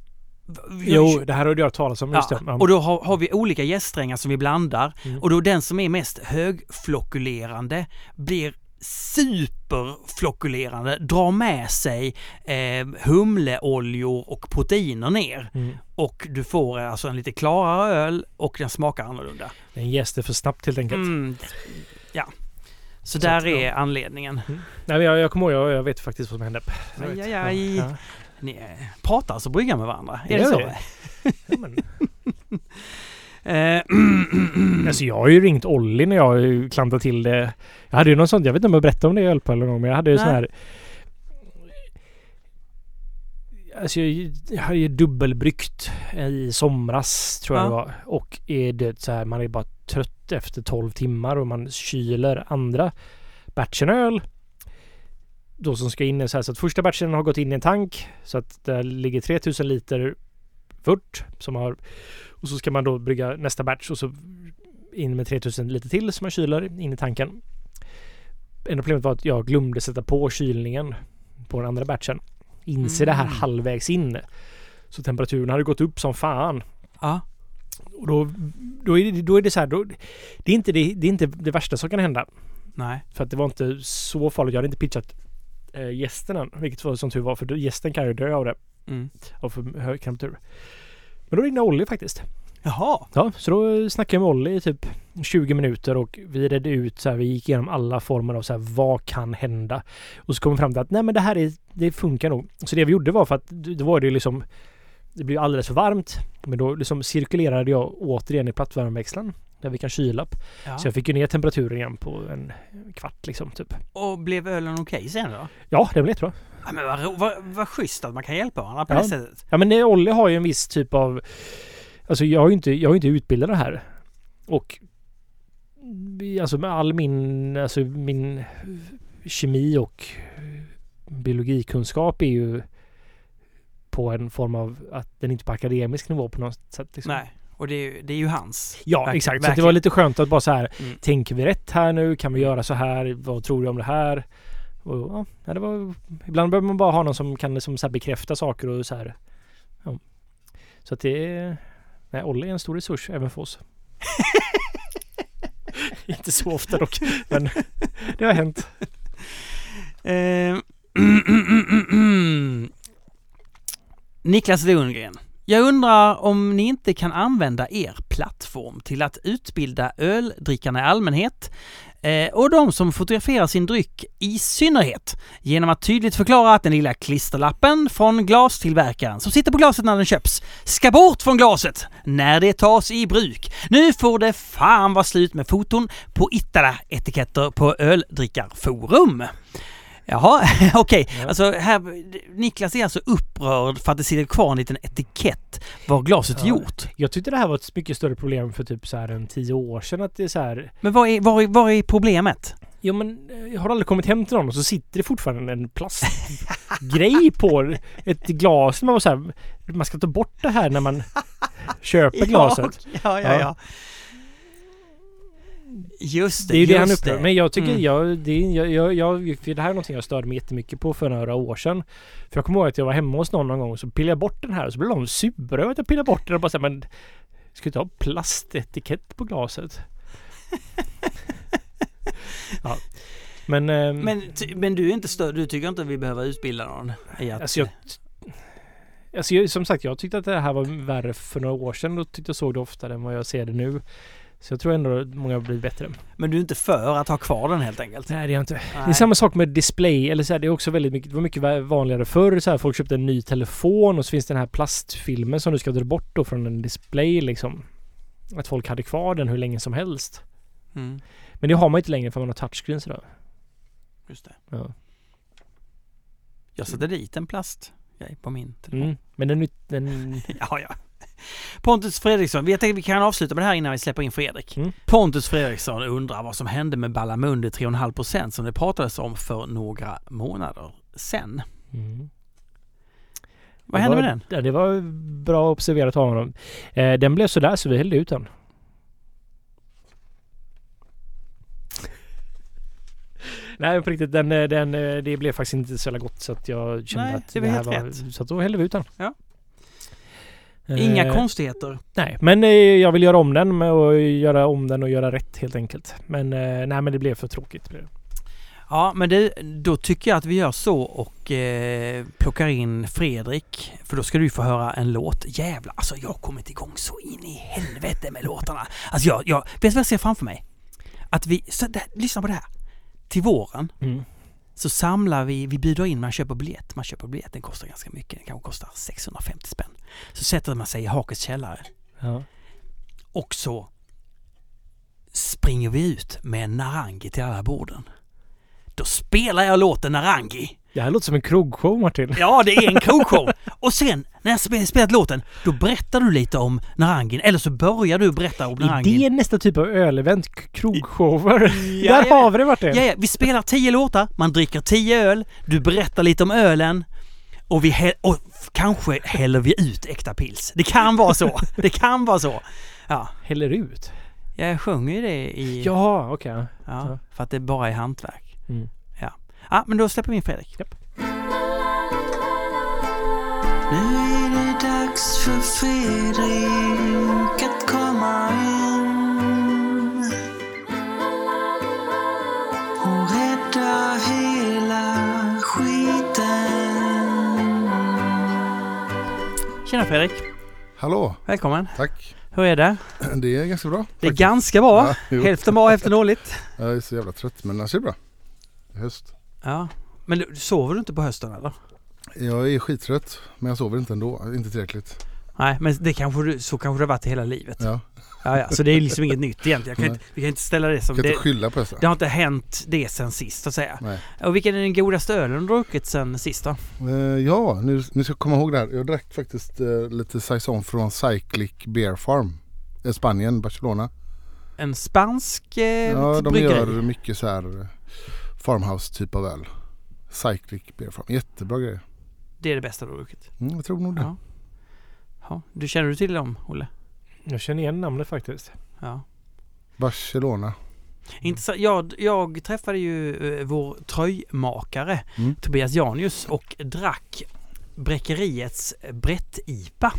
Jo, det här har du hört talas om. Just det. Och då har vi olika jäststrängar som vi blandar. Och då den som är mest högflokulerande blir superflokulerande, drar med sig humleoljor och proteiner ner. Och du får alltså en lite klarare öl och den smakar annorlunda. Den jäster för snabbt helt enkelt. Ja. Så där är anledningen. Nej, jag kommer ihåg, jag vet faktiskt vad som hände. Ni pratar alltså bryggar med varandra. Det är det så? Ja, men. Alltså jag har ju ringt Olli när jag klantade till det. Jag hade ju något sånt, jag vet inte om jag berättade om det i ölpöl någon gång, men jag hade ju sån här... Alltså jag hade ju dubbelbryggt i somras tror jag det var. Och är det så här, man är bara trött efter 12 timmar och man kyler andra batchen öl. Då som ska in så här, så att första batchen har gått in i en tank så att där ligger 3000 liter vört som har, och så ska man då brygga nästa batch och så in med 3000 liter till som man kyler in i tanken. Enda problemet var att jag glömde sätta på kylningen på den andra batchen. Inser det här halvvägs in. Så temperaturen hade gått upp som fan. Ja. Och då är det så här, det är inte det värsta som kan hända. Nej. För att det var inte så farligt. Jag hade inte pitchat gästen än, vilket var som tur var, för gästen kan ju dö av det. Av för hög temperatur. Men då ringde Olli faktiskt. Jaha. Ja, så då snackade jag med Olli i typ 20 minuter och vi redde ut så här, vi gick igenom alla former av så här, vad kan hända? Och så kom vi fram till att nej men det funkar nog. Så det vi gjorde var för att det var det liksom, det blev alldeles för varmt, men då liksom cirkulerade jag återigen i plattvärmeväxlaren där vi kan kyla upp. Ja. Så jag fick ju ner temperaturen igen på en kvart liksom typ. Och blev ölen okej sen då? Ja, det blev jättebra. Ja, men vad schysst att man kan hjälpa varandra på det sättet. Ja, men Olli har ju en viss typ av... Alltså jag har ju inte utbildat det här. Och alltså med all min kemi och biologikunskap är ju på en form av att den inte är på akademisk nivå på något sätt. Liksom. Nej, och det är ju hans. Ja, exakt. Så det var lite skönt att bara så här, tänker vi rätt här nu? Kan vi göra så här? Vad tror du om det här? Och, ja, det var, ibland behöver man bara ha någon som kan liksom så här bekräfta saker och så här. Ja. Så att det är... Nej, Olli är en stor resurs även för oss. Inte så ofta dock, men det har hänt. Niklas Lundgren. Jag undrar om ni inte kan använda er plattform till att utbilda öldrickarna i allmänhet och de som fotograferar sin dryck i synnerhet genom att tydligt förklara att den lilla klisterlappen från glastillverkaren som sitter på glaset när den köps ska bort från glaset när det tas i bruk. Nu får det fan vara slut med foton på Ittala-etiketter på öldrickarforum. Jaha, okej. Ja. Alltså Niklas är alltså upprörd för att det sitter kvar en liten etikett vad glaset gjort. Jag tyckte det här var ett mycket större problem för typ så här en 10 år sedan att det är så här. Men vad är problemet? Ja, men jag har aldrig kommit hem till någon och så sitter det fortfarande en plastgrej på ett glas. Man var så här, man ska ta bort det här när man köper glaset. Ja. Just det. Det är ju det han upprör. Men jag tycker för det här är någonting jag störde mig jättemycket på för några år sedan. För jag kommer ihåg att jag var hemma hos någon gång och så pillade jag bort den här och så blev de sura över att jag pillade bort den och bara så här, men ska inte ha plastetikett på glaset? Ja. Men du är inte störd. Du tycker inte att vi behöver utbilda någon i att... som sagt, jag tyckte att det här var värre för några år sedan och tyckte jag såg det oftare än vad jag ser det nu. Så jag tror ändå att många har blivit bättre. Men du är inte för att ha kvar den helt enkelt? Nej, det är jag inte. Nej. Det är samma sak med display. Eller så här, det är också det var mycket vanligare förr. Så här, folk köpte en ny telefon och så finns den här plastfilmen som du ska dra bort då från en display. Liksom. Att folk hade kvar den hur länge som helst. Mm. Men det har man inte längre för man har touchscreen sådär. Just det. Ja. Jag sätter dit en plastgrej på min telefon. Men den... ja. Pontus Fredriksson, vi tänkte vi kan avsluta med det här innan vi släpper in Fredrik. Pontus Fredriksson undrar vad som hände med Ballamundi 3,5% som det pratades om för några månader sedan. Vad hände med den? Ja, det var bra observerat av honom. Den blev sådär så vi hällde ut den. Nej, på riktigt, det blev faktiskt inte så gott så att jag kände att det var helt rätt. Så att då hällde vi ut den. Ja. Inga konstigheter. Nej, men jag vill göra om den och göra rätt helt enkelt. Men men det blev för tråkigt. Ja, men då tycker jag att vi gör så och plockar in Fredrik. För då ska du få höra en låt. Jävlar, alltså jag har kommit igång så in i helvete med låtarna. Alltså jag vet vad jag ser framför mig? Att lyssna på det här. Till våren så samlar vi bjuder in, man köper biljett. Den kostar ganska mycket. Den kanske kostar 650 spänn. Så sätter man sig i Hakets källare. Ja. Och så springer vi ut med en Narangi till alla borden. Då spelar jag låten Narangi. Det här låter som en krogshow, Martin. Ja, det är en krogshow. Och sen, när jag spelat låten, då berättar du lite om Narangin. Eller så börjar du berätta om Narangin. Det är nästa typ av ölevent, krogshower. Där har vi det, Martin. Ja, vi spelar 10 låtar, man dricker 10 öl, du berättar lite om ölen. Och kanske häller vi ut äkta pils. Det kan vara så. Ja. Häller ut? Jag sjunger ju det i... Ja, okej. Okay. Ja, för att det bara är hantverk. Ja, men då släpper vi in Fredrik. Japp. Nu är det dags för Fredrik att komma in och rädda hela skiten. Tjena Fredrik. Hallå. Välkommen. Tack. Hur är det? Det är ganska bra. Det är ganska bra. Ja, hälften bra, hälften dåligt. Jag är så jävla trött, men det är bra. Höst. Ja, men sover du inte på hösten eller? Jag är skittrött, men jag sover inte ändå. Inte tillräckligt. Nej, men det så kanske det har varit hela livet. Ja. Ja, så det är liksom inget nytt egentligen. Vi kan inte ställa det som... Kan inte skylla på det. Det har inte hänt det sen sist, så att säga. Nej. Och vilken är den godaste ölen du har druckit sen sist då? Ja, nu ska jag komma ihåg det här. Jag drack faktiskt lite saison från Cyclic Beer Farm. Spanien, Barcelona. En spansk Ja, de bryggeri. gör mycket så här farmhouse typ av öl. Cyclic Beer Farm. Jättebra grej. Det är det bästa du har druckit. Jag tror nog det. Ja. Ja. Känner du till dem, Olle? Jag känner igen namnet faktiskt. Ja. Barcelona. Intressant. Jag träffade ju vår tröjmakare Tobias Janius och drack Bräckeriets Brett-IPA.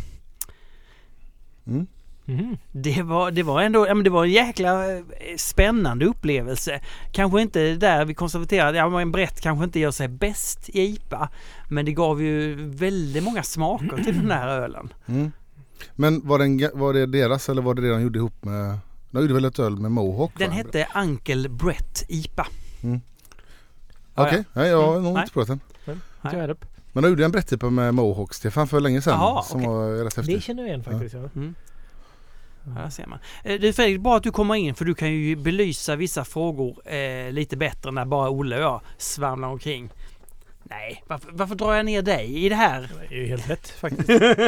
Det var ändå det var en jäkla spännande upplevelse. Kanske inte där vi konstaterade en Brett kanske inte gör sig bäst i IPA, men det gav ju väldigt många smaker till den här ölen. Men var det deras eller var det de gjorde ihop med... De gjorde väl ett öl med Mohawk? Den hette Uncle Brett IPA. Okej, jag har nog inte provat den. Nej. Men de gjorde en Brett-IPA med Mohawk, Stefan, för länge sedan. Aha, som var rätt häftigt. Det känner jag igen faktiskt. Ja. Ja, där ser man. Det är Fredrik, bra att du kommer in, för du kan ju belysa vissa frågor lite bättre när bara Olle och jag svamlar omkring. Nej, varför drar jag ner dig i det här? Det är ju helt rätt faktiskt.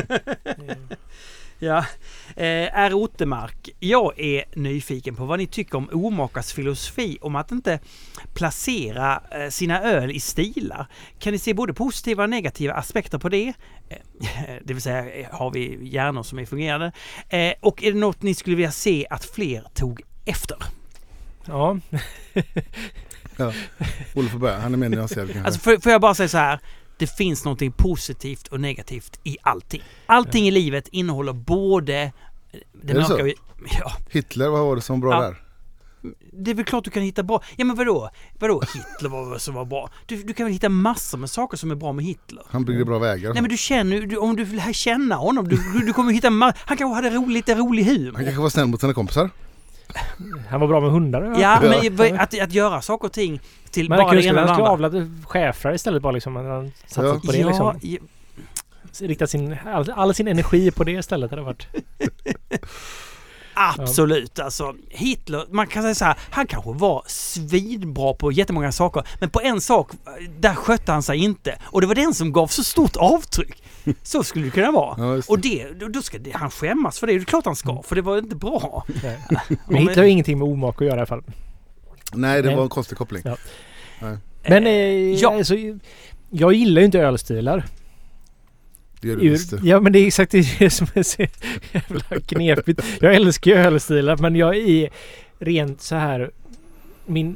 Ja, R. Ottermark, jag är nyfiken på vad ni tycker om Omakas filosofi om att inte placera sina öl i stilar. Kan ni se både positiva och negativa aspekter på det? Det vill säga, har vi hjärnor som är fungerande? Och är det något ni skulle vilja se att fler tog efter? Ja. Olle får börja, han är mer nyanserad kanske. Alltså får jag bara säga så här. Det finns någonting positivt och negativt i allting. Allting i livet innehåller både... Det mörka, ja. Hitler, vad var det som var bra där? Det är väl klart du kan hitta bra... Ja, men vadå Hitler var som var bra? Du kan väl hitta massor med saker som är bra med Hitler. Han byggde bra vägar. Nej, men du känner... Om du vill känna honom, du kommer hitta... Han kanske hade lite rolig humor. Han kanske var snäll mot sina kompisar. Han var bra med hundar. Ja, men att göra saker och ting till men bara det ena eller andra. andra. Han skulle avla schäfrar istället bara liksom. Han satsat på det liksom. Rikta all sin energi på det istället hade varit. Absolut, alltså Hitler, man kan säga så här, han kanske var svinbra på jättemånga saker, men på en sak, där skötte han sig inte, och det var den som gav så stort avtryck. Så skulle det kunna vara. Ja, och då ska han skämmas för det, det är klart han ska, för det var inte bra. Men Hitler har ingenting med omak att göra i alla fall. Nej, det var en konstig koppling. Ja. Men alltså, jag gillar ju inte ölstilar. Ja, men det är exakt det som är så jävla knepigt. Jag älskar ju ölstilar, men jag är rent så här min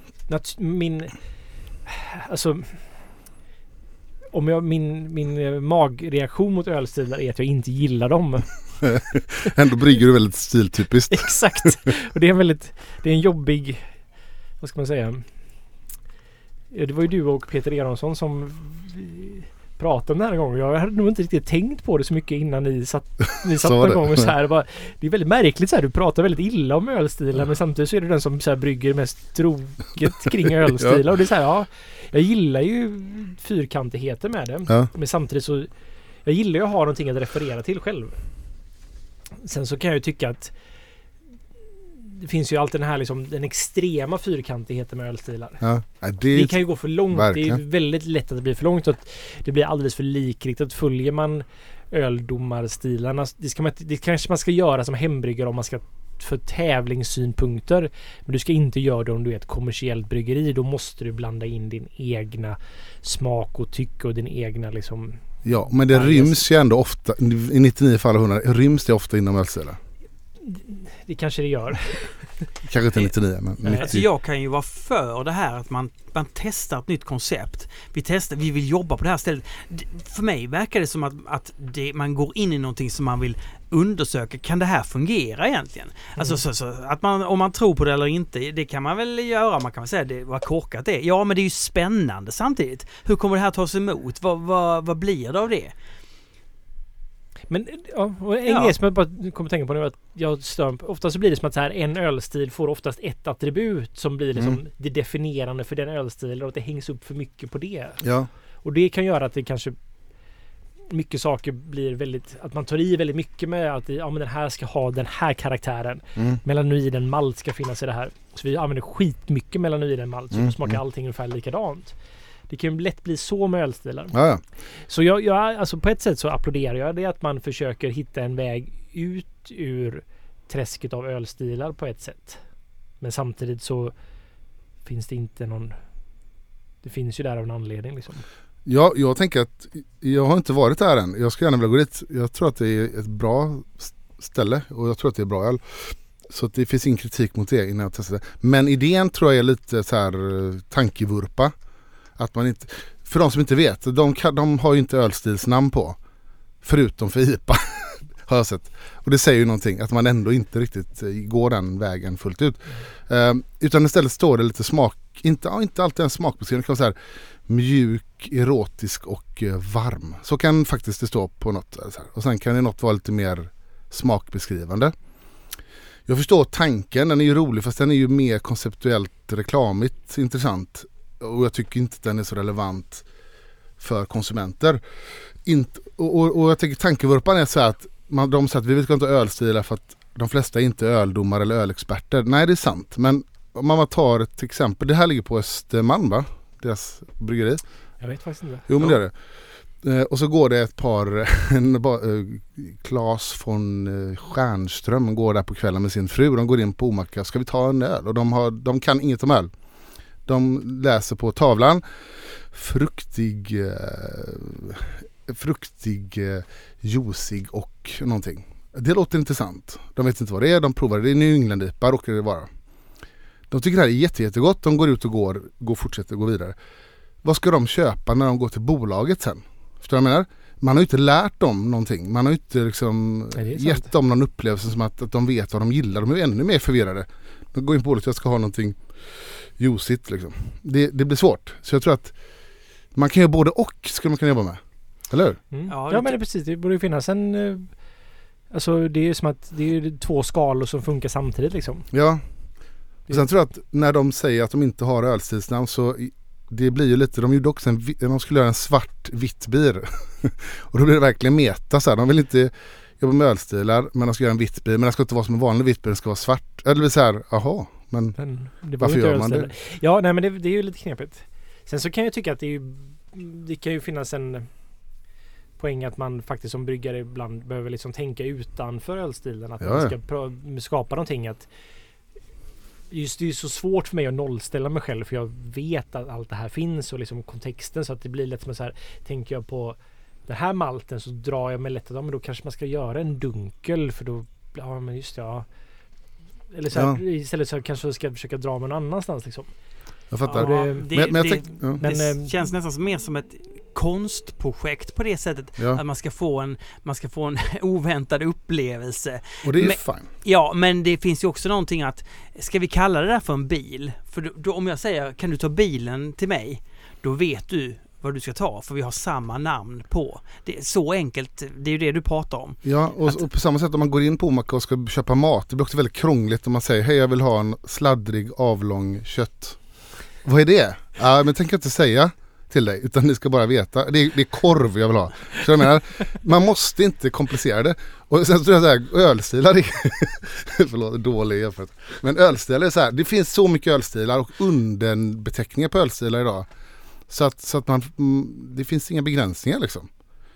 alltså om jag min magreaktion mot ölstilar är att jag inte gillar dem. Ändå brygger du väldigt stiltypiskt. Exakt. Och det är en jobbig, vad ska man säga? Det var ju du och Peter Eronsson som pratade om den här gången. Jag hade nog inte riktigt tänkt på det så mycket innan ni satt någon gång och så här. Det är väldigt märkligt så här. Du pratar väldigt illa om ölstilar, men samtidigt så är det den som så här brygger mest troget kring ölstilar. Och det är så här, jag gillar ju fyrkantigheter med det. Ja. Men samtidigt så jag gillar ju att ha någonting att referera till själv. Sen så kan jag ju tycka att det finns ju alltid den här liksom, den extrema fyrkantigheten med ölstilar. Ja, det kan ju gå för långt. Verkligen. Det är väldigt lätt att det blir för långt. Att det blir alldeles för likriktat. Följer man öldomarstilarna, det kanske man ska göra som hembryggare om man ska för tävlingssynpunkter. Men du ska inte göra det om du är ett kommersiellt bryggeri. Då måste du blanda in din egna smak och tycke och din egna liksom... Ja, men det ryms ju ändå ofta, i 99 fall av 100, ryms det ofta inom ölstilar. Det kanske det gör. Kanske inte 99, men 90. Alltså jag kan ju vara för det här att man testar ett nytt koncept. Vi vill jobba på det här stället. För mig verkar det som att man går in i någonting som man vill undersöka. Kan det här fungera egentligen? Alltså så att om man tror på det eller inte, det kan man väl göra. Man kan väl säga det, vad korkat det är. Ja, men det är ju spännande samtidigt. Hur kommer det här tas emot? Vad blir det av det? Men och en grej som jag bara kommer att tänka på nu är att jag ofta så blir det som att så här, en ölstil får oftast ett attribut som blir liksom det definierande för den ölstilen och att det hängs upp för mycket på det. Ja. Och det kan göra att det kanske mycket saker blir väldigt, att man tar i väldigt mycket med att men den här ska ha den här karaktären. Melanoiden malt ska finnas i det här. Så vi använder skitmycket melanoiden malt så smakar allting ungefär likadant. Det kan ju lätt bli så med ölstilar. Ja. Så jag alltså på ett sätt så applåderar jag det att man försöker hitta en väg ut ur träsket av ölstilar på ett sätt. Men samtidigt så finns det inte någon, det finns ju där av en anledning liksom. Ja, jag tänker att jag har inte varit där än. Jag ska gärna vilja gå dit. Jag tror att det är ett bra ställe och jag tror att det är bra öl. Så att det finns ingen kritik mot det innan jag testar det. Men idén tror jag är lite så här tankevurpa. Att man inte, för de som inte vet, de har ju inte ölstilsnamn på. Förutom för IPA har jag sett. Och det säger ju någonting, att man ändå inte riktigt går den vägen fullt ut. Utan istället står det lite smak, inte alltid en smakbeskrivning, kan man säga mjuk, erotisk och varm. Så kan faktiskt det stå på något. Så här. Och sen kan det något vara lite mer smakbeskrivande. Jag förstår tanken, den är ju rolig fast den är ju mer konceptuellt reklamigt intressant. Och jag tycker inte att den är så relevant för konsumenter. Och jag tänker tankevurpan är så här att de säger att vi ska inte ha ölstilar för att de flesta är inte öldomare eller ölexperter. Nej, det är sant. Men om man tar ett exempel. Det här ligger på Östermalm, va? Deras bryggeri. Jag vet faktiskt inte. Jo, men det är det. Och så går det ett par Claes från Stjärnström går där på kvällen med sin fru. De går in på Omacka. Ska vi ta en öl? Och de kan inget om öl. De läser på tavlan fruktig, juicig och någonting. Det låter intressant. De vet inte vad det är. De provar det. Det är New England-IPA råkar det vara. De tycker det här är jättegott. De går ut och fortsätter gå vidare. Vad ska de köpa när de går till bolaget sen? Förstår du vad jag menar? Man har ju inte lärt dem någonting. Man har ju inte liksom gett dem någon upplevelse som att de vet vad de gillar. De är ännu mer förvirrade. De går in på bolaget och jag ska ha någonting juicigt liksom. Det blir svårt. Så jag tror att man kan göra både och skulle man kunna jobba med. Eller hur? Ja, men det är precis. Det borde ju finnas en... Alltså det är som att det är 2 skalor som funkar samtidigt liksom. Ja. Sen tror jag att när de säger att de inte har ölstilsnamn så det blir ju lite, de gjorde också de skulle göra en svart-vitt bir. Och då blir det verkligen meta så här. De vill inte jobba med ölstilar men de ska göra en vitt bir. Men det ska inte vara som en vanlig vitt bir, det ska vara svart. Eller det blir så här, aha. Men varför gör man det? Ja, nej men det är ju lite knepigt. Sen så kan jag tycka att det kan ju finnas en poäng att man faktiskt som bryggare ibland behöver liksom tänka utanför ölstilen. Att man ska skapa någonting att just det är så svårt för mig att nollställa mig själv för jag vet att allt det här finns och liksom kontexten så att det blir lätt som så här, tänker jag på den här malten så drar jag mig lätt att men då kanske man ska göra en dunkel för då, ja men just ja. Eller så här, istället så kanske jag ska försöka dra mig någon annanstans liksom. Jag fattar. Ja, det känns nästan mer som ett konstprojekt på det sättet att man ska få en oväntad upplevelse. Och det är fine. Ja, men det finns ju också någonting att ska vi kalla det där för en bil? För då, om jag säger kan du ta bilen till mig? Då vet du vad du ska ta för vi har samma namn på. Det är så enkelt, det är ju det du pratar om. Ja, och på samma sätt om man går in på Omacka och ska köpa mat, det blir också väldigt krångligt om man säger hej jag vill ha en sladdrig avlång kött. Vad är det? Ja, men tänker jag inte säga till dig utan ni ska bara veta. Det är korv jag vill ha. Så jag menar, man måste inte komplicera det. Och sen tror jag så här, ölstilar förlåt, dålig jämfört. Men ölstilar är så här, det finns så mycket ölstilar och underbeteckningar på ölstilar idag. Så att man, det finns inga begränsningar liksom.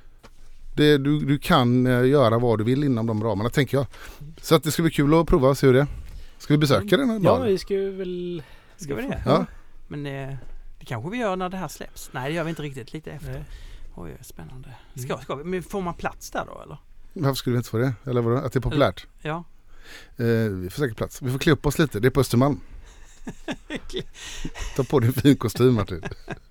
Du kan göra vad du vill inom de ramarna tänker jag. Så att det ska bli kul att prova och se hur det är. Ska vi besöka den? Ja, vi ska väl... Ska vi det? Ja. Men det kanske vi gör när det här släpps. Nej, det gör vi inte riktigt. Lite efter. Nej. Oj, spännande. Ska vi? Men får man plats där då, eller? Varför skulle vi inte få det? Eller vadå? Att det är populärt? Ja. Vi får säkert plats. Vi får klä upp oss lite. Det är på Östermalm. Ta på din fin kostym, Martin.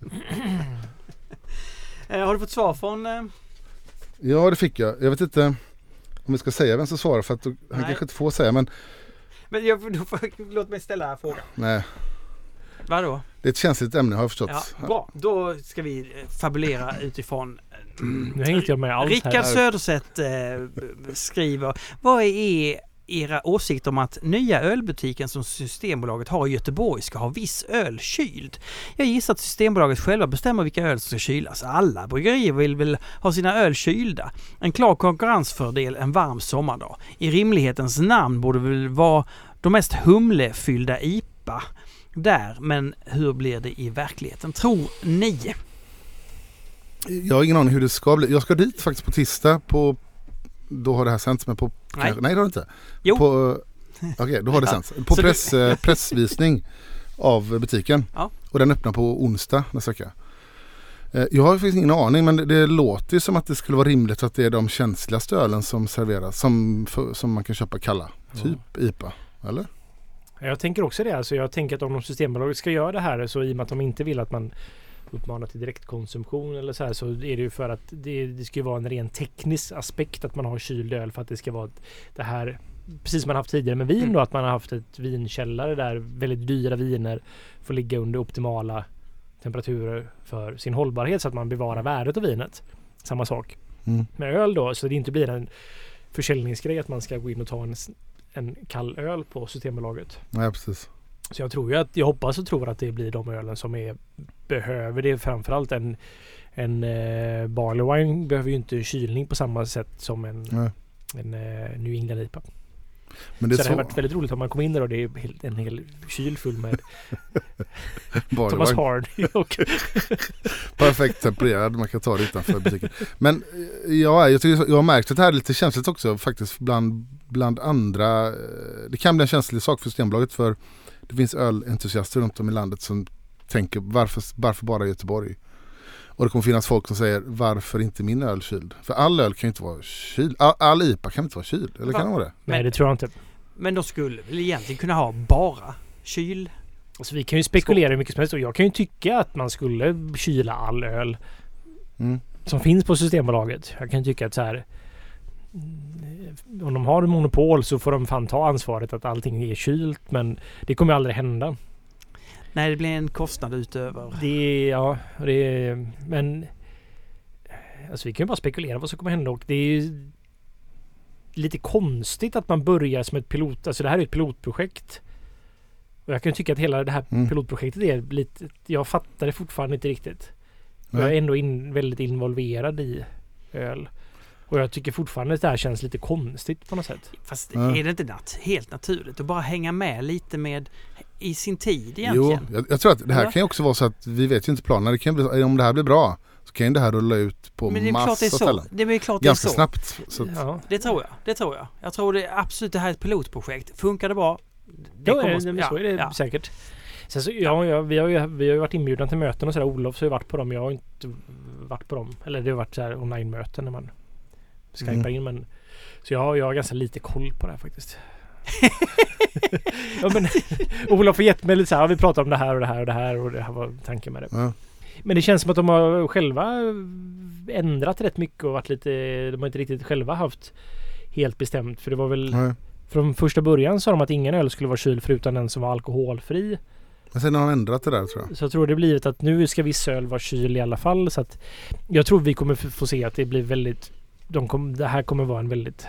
Har du fått svar från... Ja, det fick jag. Jag vet inte om vi ska säga vem som svarar för att han kanske inte får säga, men låt mig ställa här frågan. Nej. Vadå? Det är ett känsligt ämne har jag förstått. Ja, bra. Då ska vi fabulera utifrån... Nu hänger inte jag med alls Rickard Söderstedt skriver, vad är era åsikter om att nya ölbutiken som Systembolaget har i Göteborg ska ha viss öl kyld. Jag gissar att Systembolaget själva bestämmer vilka öl som ska kylas. Alla bryggerier vill väl ha sina öl kylda. En klar konkurrensfördel en varm sommardag. I rimlighetens namn borde väl vara de mest humlefyllda IPA där, men hur blir det i verkligheten? Tror ni? Jag har ingen aning hur det ska bli. Jag ska dit faktiskt på tisdag då har det här sänts, men på... Nej, nej det har det inte. Jo. Okej, då har det sänts. På pressvisning av butiken. Ja. Och den öppnar på onsdag nästa vecka. Jag har faktiskt ingen aning, men det låter ju som att det skulle vara rimligt att det är de känsligaste ölen som serveras. Som man kan köpa kalla. Typ IPA, eller? Jag tänker också det. Alltså jag tänker att om de Systembolaget ska göra det här, så i och med att de inte vill att man uppmanar till direktkonsumtion eller så här, så är det ju för att det ska ju vara en ren teknisk aspekt att man har kyld öl, för att det ska vara det här, precis som man haft tidigare med vin då, att man har haft ett vinkällare där väldigt dyra viner får ligga under optimala temperaturer för sin hållbarhet, så att man bevarar värdet av vinet. Samma sak med öl då, så det inte blir en försäljningsgrej att man ska gå in och ta en kall öl på Systembolaget. Ja, precis. Så jag hoppas och tror att det blir de ölen som behöver det. Framförallt en barley wine behöver ju inte kylning på samma sätt som en New England IPA. Men det har varit väldigt roligt om man kommer in där och det är en hel kyl full med Thomas Hardy. Perfekt tempererad, man kan ta det utanför butiken. Men jag har märkt att det här är lite känsligt också faktiskt bland andra. Det kan bli en känslig sak för Systembolaget, för det finns ölentusiaster runt om i landet som tänker varför bara Göteborg? Och det kommer finnas folk som säger varför inte min öl kyld? För all öl kan ju inte vara kyld. All IPA kan inte vara kyld. Eller kan det vara det? Nej, det tror jag inte. Men de skulle väl egentligen kunna ha bara kyl? Alltså vi kan ju spekulera hur mycket som helst, och jag kan ju tycka att man skulle kyla all öl som finns på Systembolaget. Jag kan tycka att så här, om de har monopol så får de fan ta ansvaret att allting är kylt, men det kommer aldrig hända. Nej, det blir en kostnad utöver. Men alltså vi kan ju bara spekulera vad som kommer hända, och det är ju lite konstigt att man börjar som ett pilot, alltså det här är ett pilotprojekt. Och jag kan tycka att hela det här pilotprojektet är lite, jag fattar det fortfarande inte riktigt. Jag är ändå väldigt involverad i öl. Och jag tycker fortfarande att det här känns lite konstigt på något sätt. Fast är det inte helt naturligt att bara hänga med lite i sin tid egentligen? Jo, jag tror att det här kan ju också vara så att vi vet ju inte planerna. Det kan bli, om det här blir bra så kan ju det här rulla ut på massa ställen. Det är klart ganska det är så. Snabbt. Så ja. Det tror jag. Jag tror det absolut, det här är ett pilotprojekt. Funkar det bra? Så är det säkert. Sen så, vi har ju varit inbjudna till möten och sådär. Olof har ju varit på dem. Jag har inte varit på dem. Eller det har varit så här online-möten när man skypar in. Men, så jag har ganska lite koll på det här faktiskt. Men Olof har gett mig lite så här, vi pratar om det här och det här och det här, och det här var tanken med det. Ja. Men det känns som att de har själva ändrat rätt mycket och varit lite, de har inte riktigt själva haft helt bestämt, för det var väl från första början sa de att ingen öl skulle vara kyld förutom den som var alkoholfri. Men sen har de ändrat det där, tror jag. Så jag tror det blivit att nu ska viss öl vara kyld i alla fall, så att jag tror vi kommer få se att det blir väldigt, det här kommer vara en väldigt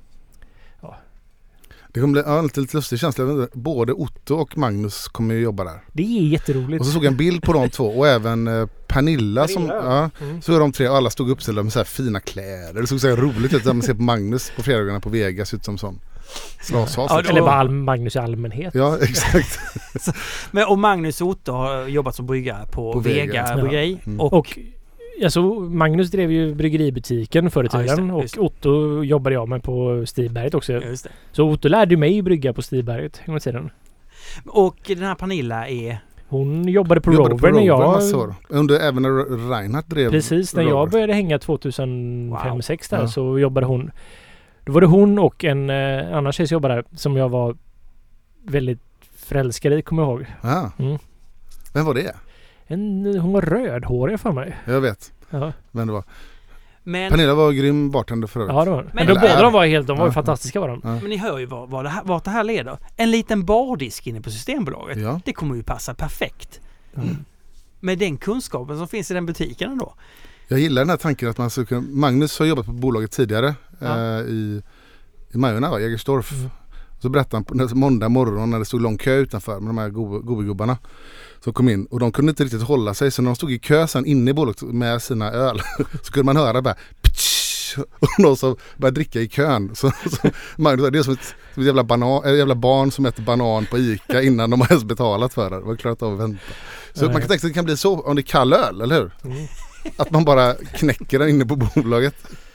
det kommer bli lite lustig känsla. Både Otto och Magnus kommer ju jobba där. Det är jätteroligt. Och så såg jag en bild på de två och även Pernilla som så är de tre och alla stod uppställda med så här fina kläder. Det såg så här roligt ut att man ser på Magnus på fredagarna på Vegas ut som sån. Eller bara Magnus i allmänhet. Ja, exakt. Och Magnus och Otto har jobbat som bryggare på Vega bryggeri. Och alltså, Magnus drev ju bryggeributiken förr i tiden och Otto jobbade jag med på Stigberget också. Just det. Så Otto lärde mig brygga på Stigberget en gång i tiden. Och den här Pernilla hon jobbade på Rover när jag... Även när Reinhardt drev. Precis, när jag började hänga 2005-2006 där så jobbade hon. Då var det hon och en annan tjej som jobbade där som jag var väldigt förälskad i, kommer jag ihåg. Vem var det? Hon var rödhårig för mig. Jag vet. Ja. Vem det var. Pernilla var grym bartender för övrigt. Ja, det var. Men båda de var ju fantastiska var de. Ja. Men ni hör ju vart det här leder. En liten bardisk inne på Systembolaget. Ja. Det kommer ju passa perfekt. Med den kunskapen som finns i den butiken ändå. Jag gillar den här tanken att man skulle kunna... Magnus har jobbat på bolaget tidigare i Majorna, Jägersdorf. Så berättade han på måndag morgon när det stod lång kö utanför med de här gubbarna som kom in. Och de kunde inte riktigt hålla sig, så när de stod i kö sen inne i bolaget med sina öl så kunde man höra bara och någon som började dricka i kön. Så det är som ett jävla barn som äter banan på Ica innan de har ens betalat för det. Det var klart av att vänta. Så man kan tänka sig att det kan bli så om det är kall öl, eller hur? Mm. Att man bara knäcker den inne på bolaget.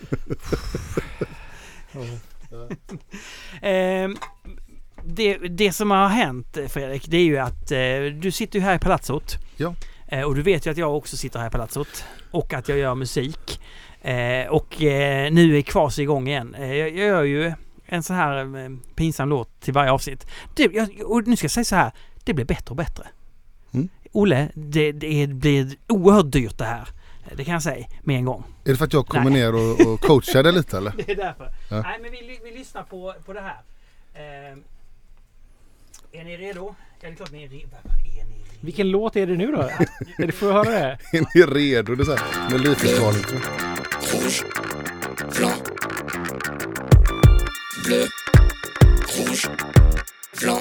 Det som har hänt, Fredrik, det är ju att du sitter ju här i Palazzot. Ja. Och du vet ju att jag också sitter här i Palazzot. Och att jag gör musik. Och nu är Kvas igång igen. Jag gör ju en så här pinsam låt till varje avsnitt. Och nu ska jag säga så här. Det blir bättre och bättre. Mm. Olle, det blir oerhört dyrt det här. Det kan jag säga med en gång. Är det för att jag kommer ner och coachar det lite, eller? Det är därför. Ja. Nej, men vi lyssnar på det här. Är ni redo? Ja, det är klart ni är redo. Vilken låt är det nu då? Det får jag höra det. Är ni redo? Det är så här Melodifestivalen. Rouge, blanc, bleu, rouge, blanc.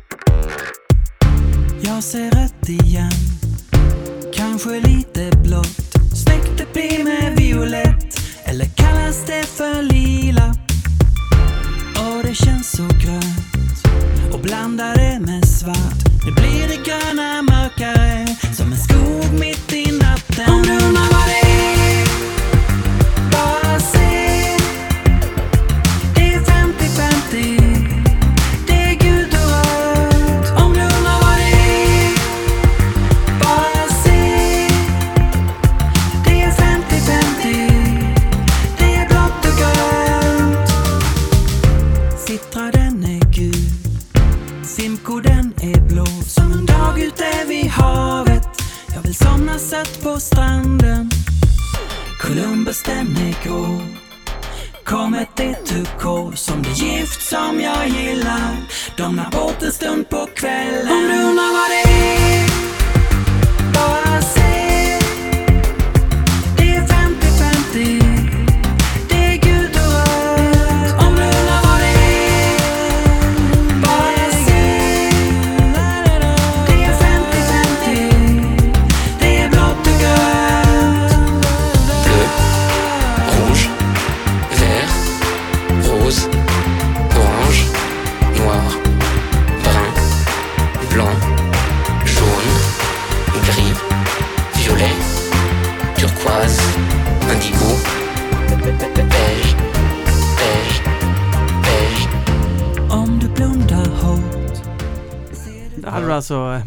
Jag ser rött igen, kanske lite blått. Snyggt det blir med violett, eller kallas det för lila. Och det känns så grönt, och blandar det med svart. Nu blir det gröna mörkare, som en skog mitt i natten. Om du undrar vad det är, bara se. Det är 50-50, det är gult och rött. Om du undrar vad det är, bara se. Det är 50-50, det är blått och grönt. Citra den är gul, Simco den är blå. Som en dag ute vid havet, jag vill somna sött på stranden. Columbus den är grå, Comet är turkos. Som det gift som jag gillar, domnar bort en stund på kvällen. Om du undrar vad det är, bara se. Det är 50-50, det är gult och rött. Om du undrar vad det är, bara se. Det är 50-50, det är blått och grönt. Bleu, rouge, vert, rose, orange, noir, brun, blanc, jaune, gris, violet, turquoise, indigo, beige, beige, beige. Om du blundar hårt. Då hade du alltså...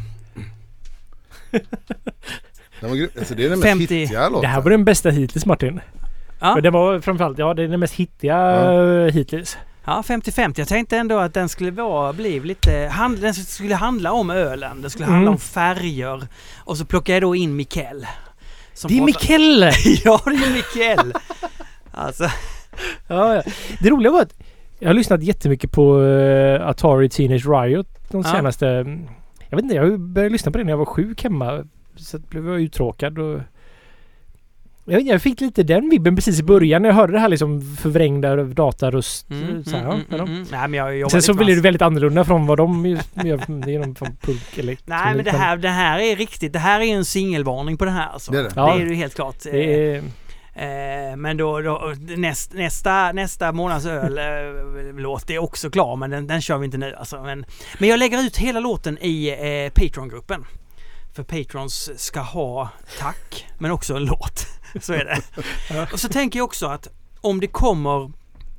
Alltså det är den mest 50. hittiga låten. Det här var den bästa hittills, Martin. Ja. Men det var framförallt, det är den mest hittiga hittills. Ja, 50-50. Jag tänkte ändå att den skulle bli lite... Den skulle handla om ölen. Den skulle handla om färger. Och så plockade jag då in Mikael. Det är Mikael! Ja, det är Mikael. Alltså... Ja. Det roliga var att jag har lyssnat jättemycket på Atari Teenage Riot de senaste... Jag vet inte, jag började lyssna på det när jag var sjuk hemma. Så blev jag uttråkad och... Jag fick lite den vibben precis i början när jag hörde det här liksom förvrängda dataröst. Nej, men jag sen så blir det väldigt annorlunda från vad de gör. Det är någon från punk eller... Nej, men det här är riktigt. Det här är en singelvarning på det här. Alltså. Det är det. Det är ju helt klart. Det är... Men då nästa månads öl-låt är också klar, men den kör vi inte nu. Alltså. Men jag lägger ut hela låten i Patreon-gruppen. För Patrons ska ha tack, men också en låt. Så är det. Och så tänker jag också att om det kommer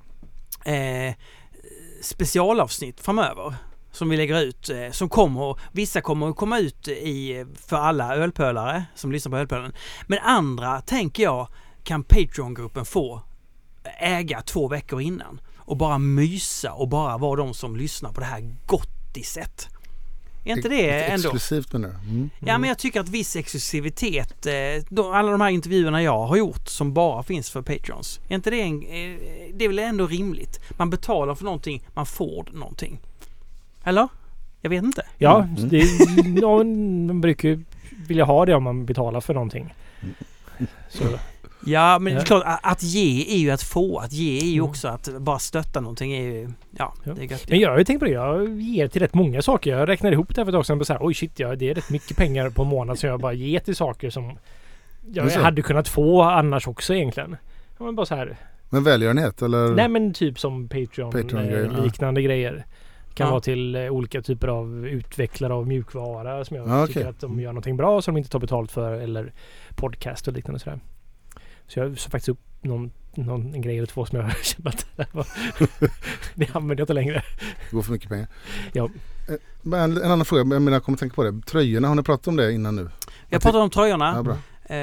specialavsnitt framöver som vi lägger ut, vissa kommer att komma ut för alla ölpölare som lyssnar på ölpölen. Men andra, tänker jag, kan Patreon-gruppen få äga 2 veckor innan och bara mysa och bara vara de som lyssnar på det här gottiset. Är inte det ändå? Exklusivt menar du? Ja, men jag tycker att viss exklusivitet, alla de här intervjuerna jag har gjort som bara finns för Patrons, är inte det det är väl ändå rimligt? Man betalar för någonting, man får någonting. Eller? Jag vet inte. Ja, de brukar ju vilja ha det om man betalar för någonting. Så. Ja, men det är klart, att ge är ju att få. Att ge är ju också att bara stötta någonting är ju, det är gött. Men jag har ju tänkt på det, jag ger till rätt många saker. Jag räknade ihop det här för ett tag sedan och så här, oj shit, det är rätt mycket pengar på månad som jag bara ger till saker som jag hade kunnat få annars också egentligen. Ja, men bara så här. Men välgörenhet eller? Nej, men typ som Patreon liknande grejer. Kan vara till olika typer av utvecklare av mjukvara som jag tycker att de gör någonting bra som de inte tar betalt för, eller podcast och liknande sådär. Så jag så faktiskt upp en grej eller två som jag kände att det använder jag inte längre. Det går för mycket pengar. Ja. Men en annan fråga, jag kommer tänka på det. Tröjorna, har ni pratat om det innan nu? Jag pratade om tröjorna. Ja, bra.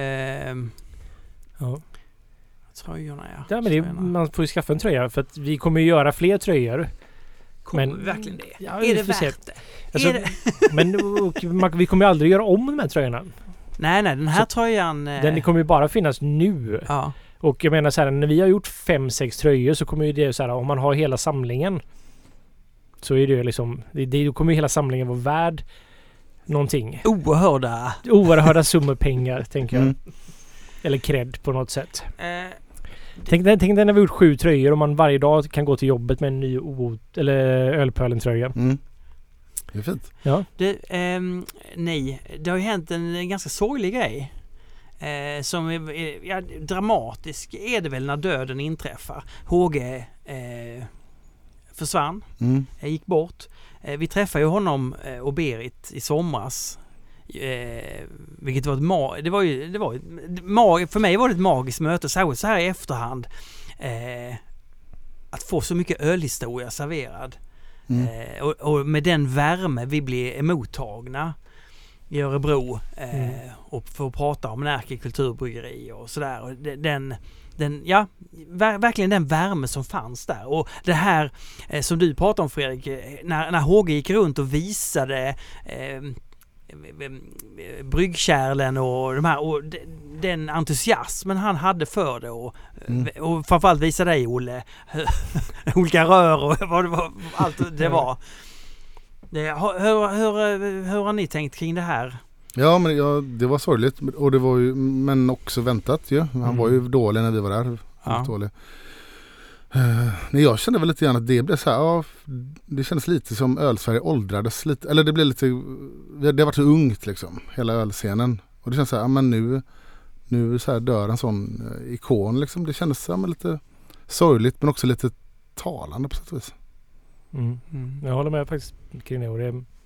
Tröjorna, ja. Men man får ju skaffa en tröja för att vi kommer ju göra fler tröjor. Men verkligen det? Ja, är det värt det? Alltså, men vi kommer ju aldrig göra om de här tröjorna. Nej, den här tröjan... Den kommer ju bara finnas nu. Ja. Och jag menar så här, när vi har gjort 5-6 tröjor så kommer ju det så här, om man har hela samlingen så är det liksom, då kommer ju hela samlingen vara värd någonting. Oerhörda summor pengar, tänker jag. Eller cred på något sätt. Tänk när vi har gjort 7 tröjor och man varje dag kan gå till jobbet med en ny ölpölen-tröja. Det är fint. Ja. Nej, det har ju hänt en ganska sorglig grej. Som är dramatisk är det väl när döden inträffar. HG försvann. Gick bort. Vi träffade ju honom och Berit i somras. Vilket var för mig var det ett magiskt möte, särskilt så här i efterhand, att få så mycket ölhistoria serverad och med den värme vi blir emottagna i Örebro och få prata om Närke kulturbryggeri och sådär, och verkligen den värme som fanns där. Och det här som du pratade om, Fredrik, när HG gick runt och visade bryggkärlen och de här, och den entusiasmen han hade för det, och framförallt visa dig, Olle, olika rör och vad det var, allt det var. Hur har ni tänkt kring det här? Ja, men det var sorgligt, och det var ju, men också väntat ju. Han var ju dålig när vi var där. Dålig. Jag kände väl lite grann att det blev så här, det kändes lite som Ölsverige åldrades lite, eller det blev lite, det har varit så ungt liksom, hela ölscenen, och det känns så här, men nu så här dör en sån ikon liksom. Det kändes så här, lite sorgligt men också lite talande på sätt och vis. Jag håller med faktiskt kring det, och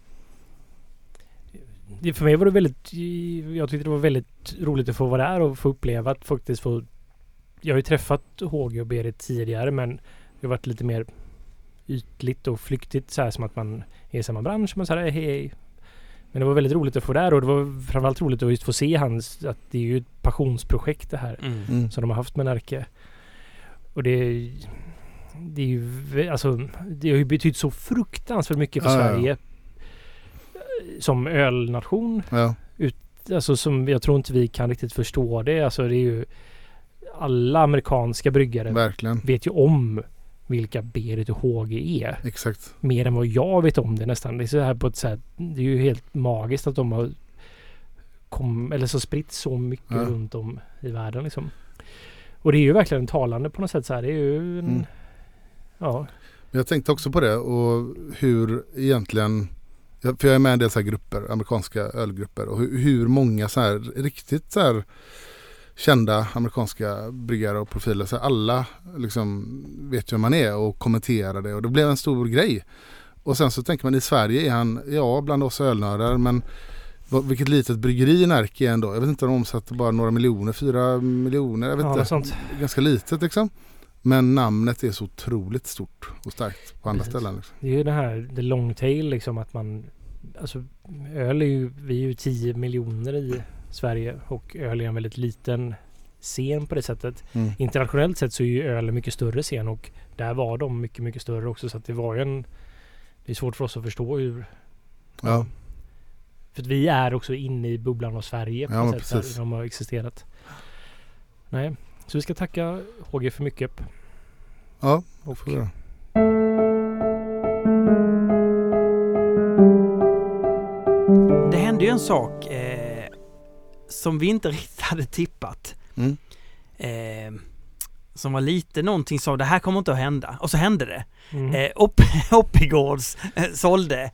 det för mig var det väldigt, jag tyckte det var väldigt roligt att få vara där och få uppleva att faktiskt få. Jag har ju träffat HG och Berit tidigare, men det har varit lite mer ytligt och flyktigt, så här som att man är i samma bransch, man säger hej. Men det var väldigt roligt att få där, och det var framförallt roligt att just få se att det är ju ett passionsprojekt det här som de har haft med Närke. Och det är ju, alltså, det har ju betytt så fruktansvärt mycket för Sverige som ölnation. Alltså, som jag tror inte vi kan riktigt förstå det. Alltså, det är ju alla amerikanska bryggare verkligen vet ju om vilka Berit och HG är. Exakt. Mer än vad jag vet om det nästan. Det är så här på ett sätt, det är ju helt magiskt att de har så spritt så mycket runt om i världen liksom. Och det är ju verkligen talande på något sätt så här. Det är ju Men jag tänkte också på det, och hur egentligen, för jag är med i en del så här grupper, amerikanska ölgrupper, och hur många så här riktigt så här kända amerikanska bryggare och profiler, så alla liksom vet ju vem man är och kommenterar det, och det blev en stor grej. Och sen så tänker man, i Sverige är han bland oss ölnördar, men vilket litet bryggeri Närke är ändå. Jag vet inte om de omsatte bara några miljoner, 4 miljoner, jag vet inte. Sånt. Ganska litet liksom. Men namnet är så otroligt stort och starkt på andra ställen liksom. Det är ju det här, the long tail liksom, att man, alltså öl är ju, vi är ju 10 miljoner i Sverige, och öl är en väldigt liten scen på det sättet. Internationellt sett så är ju öl en mycket större scen, och där var de mycket, mycket större också, så att det var ju det är svårt för oss att förstå hur för att vi är också inne i bubblan av Sverige på något sätt, där de har existerat. Nej, så vi ska tacka HG för mycket. Ja, och det hände ju en sak som vi inte riktigt hade tippat. som var lite någonting som det här kommer inte att hända. Och så hände det. Mm. Oppigårds sålde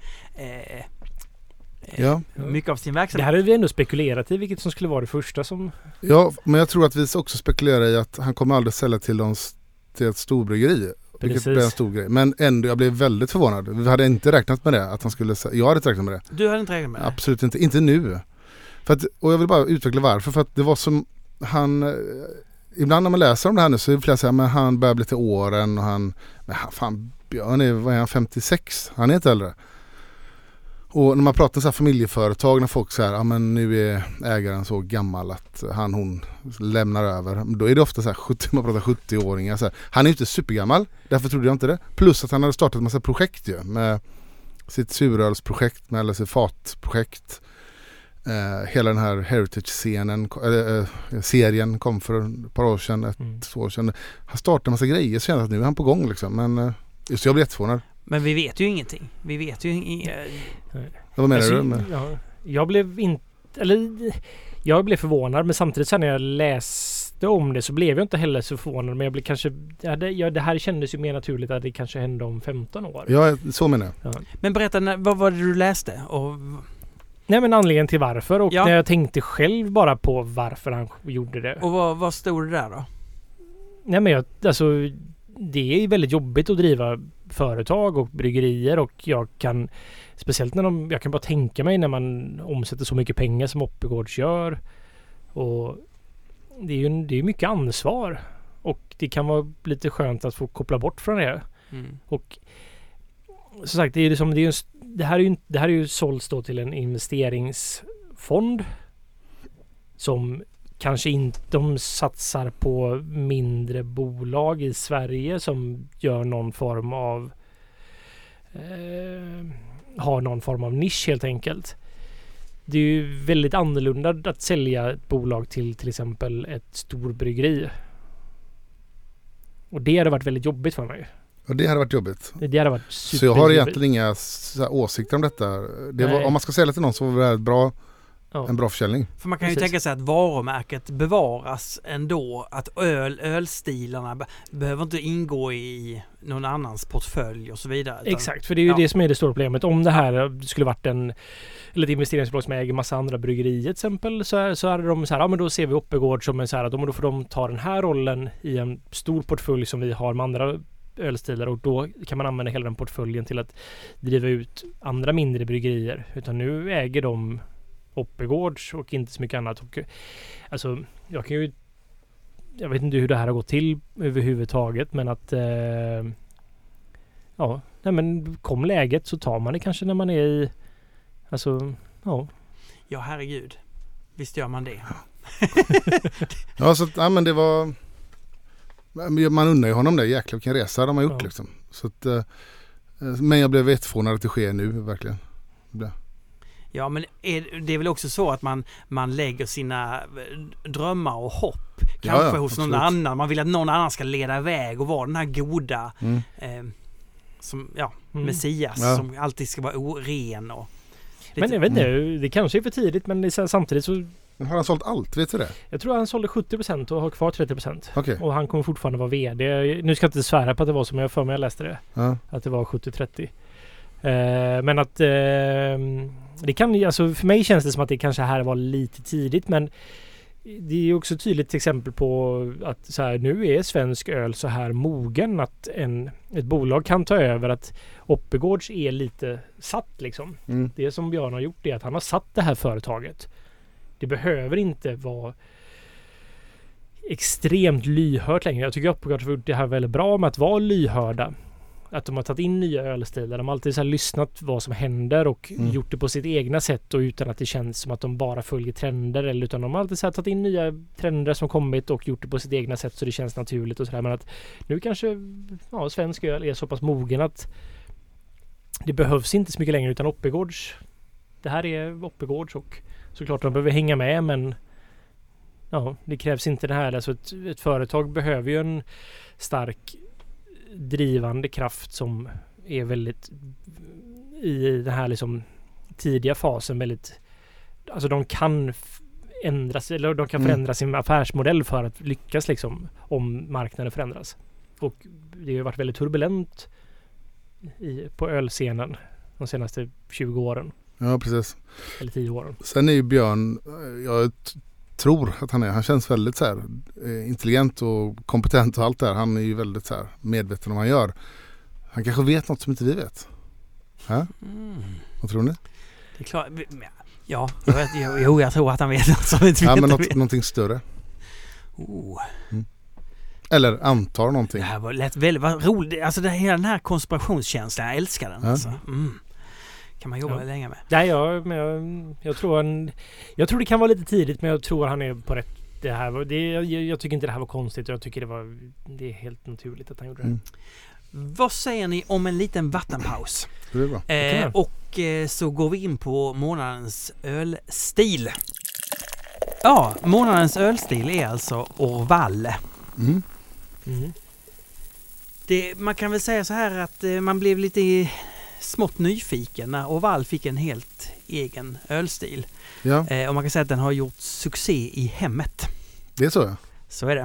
Ja. mycket av sin Det verksamhet. här är vi ändå spekulerat i vilket som skulle vara det första som... Ja, men jag tror att vi också spekulerar i att han kommer aldrig sälja till ett storbryggeri. Vilket Precis. blir en stor grej. Men ändå, jag blev väldigt förvånad. Vi hade inte räknat med det. Att han skulle, jag hade inte räknat med det. Du hade inte räknat med det? Absolut inte. Inte nu. För att, och jag vill bara utveckla varför. För att det var som han... Ibland när man läser om det här nu så är det flera säger att han börjar bli till åren och han... Men fan, Björn är, vad är han, 56? Han är inte äldre. Och när man pratar om så här familjeföretag, när folk säger ja men nu är ägaren så gammal att hon lämnar över. Då är det ofta så här 70, man pratar 70-åringar. Så här. Han är ju inte supergammal, därför trodde jag inte det. Plus att han hade startat en massa projekt ju, med sitt surölsprojekt, med alla sitt fatprojekt. Hela den här Heritage-scenen, serien kom för ett par år sedan, 2 år sedan. Han startade en massa grejer, så kände jag att nu är han på gång liksom. Men just jag blev jätteförvånad. Men vi vet ju ingenting. Vi vet ju Vad menar Alltså, du med? ja, jag blev förvånad, men samtidigt sen när jag läste om det så blev jag inte heller så förvånad, men jag blev kanske... det här kändes ju mer naturligt att det kanske hände om 15 år. Ja, så menar jag. Ja. Men berätta, vad var det du läste? Nej, men anledningen till varför, och Ja. när jag tänkte själv bara på varför han gjorde det. Och vad stod det där då? Nej, men det är väldigt jobbigt att driva företag och bryggerier, och jag kan speciellt jag kan bara tänka mig när man omsätter så mycket pengar som Oppigårds gör, och det är ju mycket ansvar, och det kan vara lite skönt att få koppla bort från det. Och som sagt, det här är ju sålts då till en investeringsfond som kanske inte de satsar på mindre bolag i Sverige som gör någon form av har någon form av nisch helt enkelt. Det är ju väldigt annorlunda att sälja ett bolag till exempel ett storbryggeri. Och det hade varit väldigt jobbigt för mig. Och det hade varit jobbigt. Det hade varit Så jag har egentligen inga så här åsikter om detta. Om man ska sälja till någon så var det en bra försäljning. För man kan Precis. ju tänka sig att varumärket bevaras ändå. Att ölstilarna behöver inte ingå i någon annans portfölj och så vidare. Exakt, för det är ju det som är det stora problemet. Om det här skulle varit ett investeringsbolag som äger massa andra bryggerier till exempel, så hade de så här, ja men då ser vi Oppigård som en så här, att då får de ta den här rollen i en stor portfölj som vi har med andra ölstilar, och då kan man använda hela den portföljen till att driva ut andra mindre bryggerier. Utan nu äger de Oppigårds och inte så mycket annat. Och, alltså, jag vet inte hur det här har gått till överhuvudtaget, men att men kom läget så tar man det kanske när man är i, alltså, ja. Ja, herregud. Visst gör man det. Ja, så ja, men det var... Man undrar ju honom det. Jäklar vilken resa de har gjort liksom. Så att, men jag blev jätteförvånad att det sker nu, verkligen. Ja, men det är väl också så att man lägger sina drömmar och hopp kanske hos någon annan. Man vill att någon annan ska leda iväg och vara den här goda Messias som alltid ska vara oren. Och men jag vet inte, det kanske är för tidigt, men det är samtidigt så... Men har han sålt allt? Vet du det? Jag tror han sålde 70% och har kvar 30%. Okay. Och han kommer fortfarande vara vd. Nu ska jag inte svära på att det var som jag för mig jag läste det. Att det var 70-30. Men att det kan, alltså för mig känns det som att det kanske här var lite tidigt, men det är också tydligt exempel på att så här, nu är svensk öl så här mogen att ett bolag kan ta över, att Oppigårds är lite satt liksom. Det som Björn har gjort är att han har satt det här företaget. Det behöver inte vara extremt lyhört längre. Jag tycker Oppigårds har gjort det här väldigt bra med att vara lyhörda. Att de har tagit in nya ölstilar. De har alltid så här lyssnat vad som händer och gjort det på sitt egna sätt, och utan att det känns som att de bara följer trender, eller utan de har alltid så här tagit in nya trender som kommit och gjort det på sitt egna sätt så det känns naturligt och sådär. Men att nu kanske svensk öl är så pass mogen att det behövs inte så mycket längre, utan Oppigårds, det här är Oppigårds, och såklart de behöver hänga med, men det krävs inte det här. Alltså ett företag behöver ju en stark drivande kraft som är väldigt i den här liksom tidiga fasen väldigt, alltså de kan ändras, eller de kan förändra sin affärsmodell för att lyckas liksom om marknaden förändras. Och det har ju varit väldigt turbulent på ölscenen de senaste 20 åren. Ja, precis. Eller 10 åren. Sen är ju Björn, jag tror att han känns väldigt så här intelligent och kompetent och allt där. Han är ju väldigt så här medveten om vad han gör. Han kanske vet något som inte vi vet. Vad tror ni? Det är klart. Ja, jag tror att han vet något som inte Ja, vet. men någonting större. Eller antar någonting. Det här var väldigt roligt. Alltså hela den här konspirationskänslan, jag älskar den. Alltså. Kan man jobba länge med. Nej, jag tror det kan vara lite tidigt, men jag tror han är på rätt. Jag tycker inte det här var konstigt. Jag tycker det är helt naturligt att han gjorde det. Vad säger ni om en liten vattenpaus? Det är bra. Och så går vi in på månadens ölstil. Ja, månadens ölstil är alltså Orval. Man kan väl säga så här att man blev lite smått nyfiken när Orval fick en helt egen ölstil. Ja. Och man kan säga att den har gjort succé i hemmet. Det är så, ja. Så är det.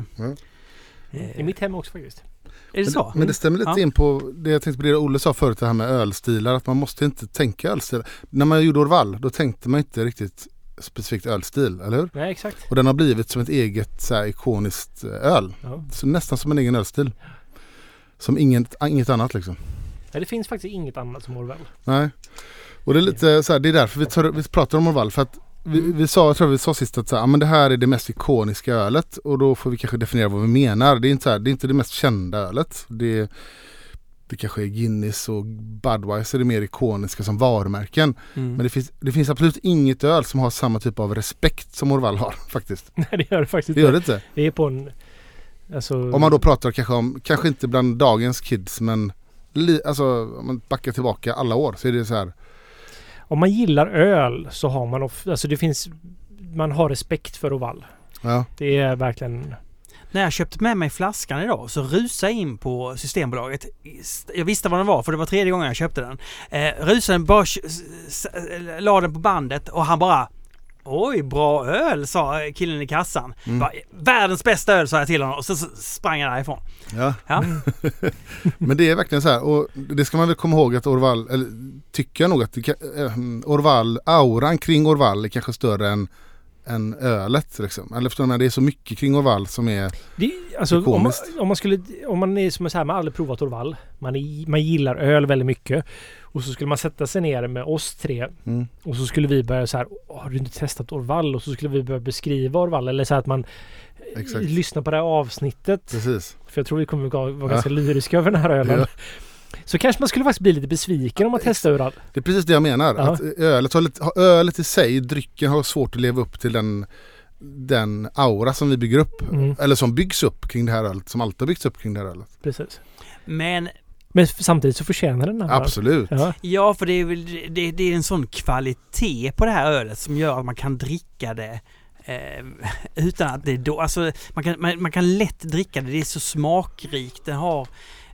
I mitt hem också faktiskt. Är det så? Men det stämmer lite in på det jag tänkte på det Olle sa förut, det här med ölstilar, att man måste inte tänka ölstil. När man gjorde Orval, då tänkte man inte riktigt specifikt ölstil, eller hur? Nej, exakt. Och den har blivit som ett eget så här ikoniskt öl. Ja. Så nästan som en egen ölstil. Som inget annat liksom. Nej, det finns faktiskt inget annat som Orval. Nej. Och det är lite så här, det är därför vi pratar om Orval, för att vi sa sist att så här, men det här är det mest ikoniska ölet, och då får vi kanske definiera vad vi menar. Det är inte så här, det är inte det mest kända ölet. Det kanske är Guinness och Budweiser är mer ikoniska som varumärken. Men det finns absolut inget öl som har samma typ av respekt som Orval har faktiskt. Nej, det gör det faktiskt det gör det inte. Det är på en... Alltså... Om man då pratar kanske inte bland dagens kids, men om man backar tillbaka alla år så är det så här. Om man gillar öl så har man man har respekt för Orval. Ja. Det är verkligen... När jag köpte med mig flaskan idag så rusade jag in på Systembolaget. Jag visste vad den var, för det var 3:e gången jag köpte den. Rusade bara la den på bandet och han bara: oj, bra öl, sa killen i kassan. Världens bästa öl, sa jag till honom, och så sprang jag därifrån. Ja. Men det är verkligen så här, och det ska man väl komma ihåg att Orval, eller tycker jag nog att Orval, auran kring Orval är kanske större än ölet liksom. Eller förstår man, det är så mycket kring Orval som är ikoniskt. Om man är som så här, man har aldrig provat Orval. Man gillar öl väldigt mycket. Och så skulle man sätta sig ner med oss 3. Och så skulle vi börja så här: har du inte testat Orval? Och så skulle vi börja beskriva Orval. Eller så här att man lyssnar på det här avsnittet. Precis. För jag tror vi kommer vara ganska lyriska över den här ölen. Ja. Så kanske man skulle faktiskt bli lite besviken om man testar Orval. Det är precis det jag menar. Att ölet i sig, drycken har svårt att leva upp till den aura som vi bygger upp. Eller som byggs upp kring det här ölet. Som alltid har byggts upp kring det här ölet. Precis. Men samtidigt så förtjänar den här. Absolut. Ja, för det är en sån kvalitet på det här ölet som gör att man kan dricka det utan att det då, alltså man kan lätt dricka det. Det är så smakrikt. Den har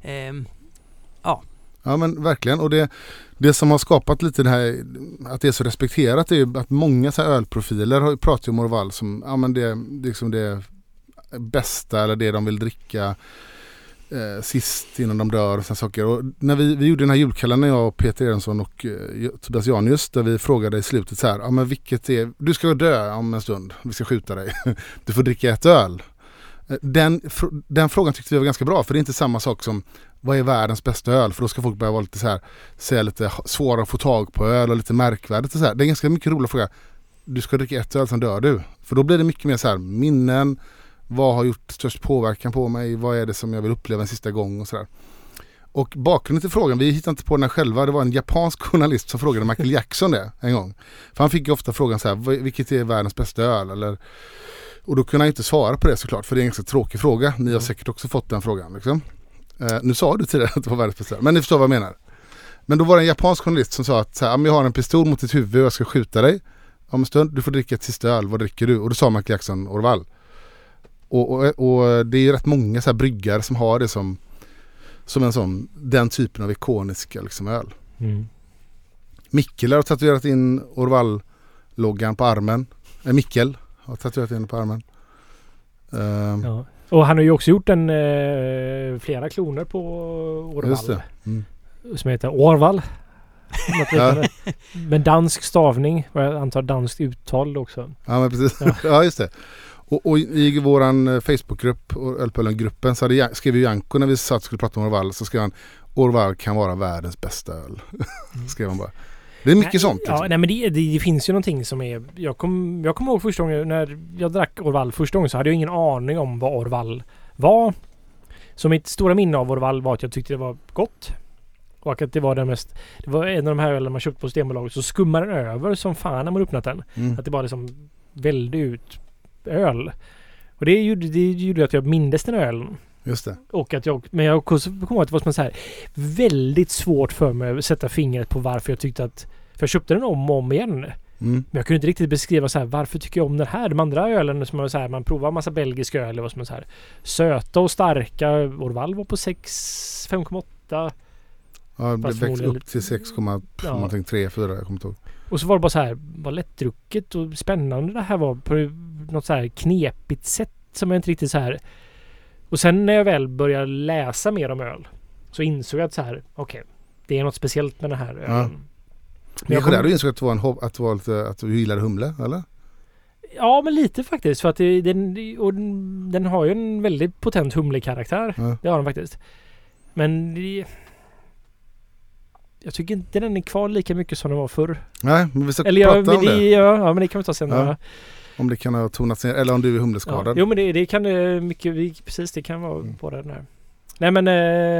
Ja, men verkligen. Och det som har skapat lite det här, att det är så respekterat, är ju att många så här ölprofiler pratar om Orval som det liksom det bästa, eller det de vill dricka sist innan de dör och såna saker. Och när vi gjorde den här julkalendern, jag och Peter Erensson och Tobias Janius, där vi frågade i slutet så här: men vilket är, du ska dö om en stund, vi ska skjuta dig, du får dricka ett öl. Den frågan tyckte vi var ganska bra, för det är inte samma sak som vad är världens bästa öl, för då ska folk börja vara lite så här, säga lite svårare att få tag på öl och lite märkvärdigt och så här. Det är ganska mycket rolig fråga. Du ska dricka ett öl, sen dör du. För då blir det mycket mer så här minnen, vad har gjort störst påverkan på mig, vad är det som jag vill uppleva en sista gång och så där. Och bakgrunden till frågan, vi hittade inte på den här själva, det var en japansk journalist som frågade Michael Jackson det en gång. För han fick ju ofta frågan så här: vilket är världens bästa öl, eller... Och då kunde jag inte svara på det såklart, för det är en ganska tråkig fråga. Ni har säkert också fått den frågan liksom. Nu sa du tidigare att det var världens bästa öl, men ni förstår vad jag menar. Men då var det en japansk journalist som sa att så här, om jag har en pistol mot ditt huvud och jag ska skjuta dig om en stund, du får dricka ett sista öl, vad dricker du? Och då sa Michael Jackson Orval. Och det är ju rätt många så här bryggare som har det som en sån, den typen av ikoniska liksom öl. Mikkel har tatuerat in Orval-loggan på armen. Mikkel har tatuerat in på armen. Ja. Och han har ju också gjort flera kloner på Orval. Just det. Som heter Orval. Med dansk stavning. Och jag antar danskt uttal också. Ja, men precis. Ja. Ja, just det. Och i våran Facebookgrupp, Ölpölen-gruppen, så skrev ju Janko när vi satt och skulle prata om Orval, så skrev han Orval kan vara världens bästa öl. Skrev han bara. Det är mycket sånt. Liksom. Ja, nej, men det finns ju någonting som är... Jag kommer ihåg första gången när jag drack Orval första gången, så hade jag ingen aning om vad Orval var. Så mitt stora minne av Orval var att jag tyckte det var gott. Och att det var det var en av de här ölen man köpte på Systembolaget, så skummar den över som fan när man öppnat den. Att det bara liksom välde ut öl. Och det gjorde att jag mindes den ölen. Just det. Och att jag kommer ihåg att det var så här väldigt svårt för mig att sätta fingret på varför jag tyckte att... För jag köpte den om och om igen. Men jag kunde inte riktigt beskriva så här, varför tycker jag om den här. De andra ölen som så här, man provar en massa belgisk öl och som så här söta och starka. Orval var på 5,8. Ja, det växte upp till 6,3-4, jag kommer inte ihåg. Och så var det bara så här, var lättdrucket och spännande det här var på något så här knepigt sätt som jag inte riktigt så här. Och sen när jag väl började läsa mer om öl, så insåg jag att så här, okej, det är något speciellt med den här ölen. Ja. Men där du insåg att det var att du gillade humle, eller? Ja, men lite faktiskt, för att den har ju en väldigt potent humle-karaktär. Ja. Det har den faktiskt. Men jag tycker inte den är kvar lika mycket som den var förr. Nej, men vi ska prata om det. Ja, men det kan vi ta sen. Ja. Om det kan ha tonats ner, eller om du är humleskadad. Ja. Jo, men det kan mycket, precis, det kan vara på den här. Nej, men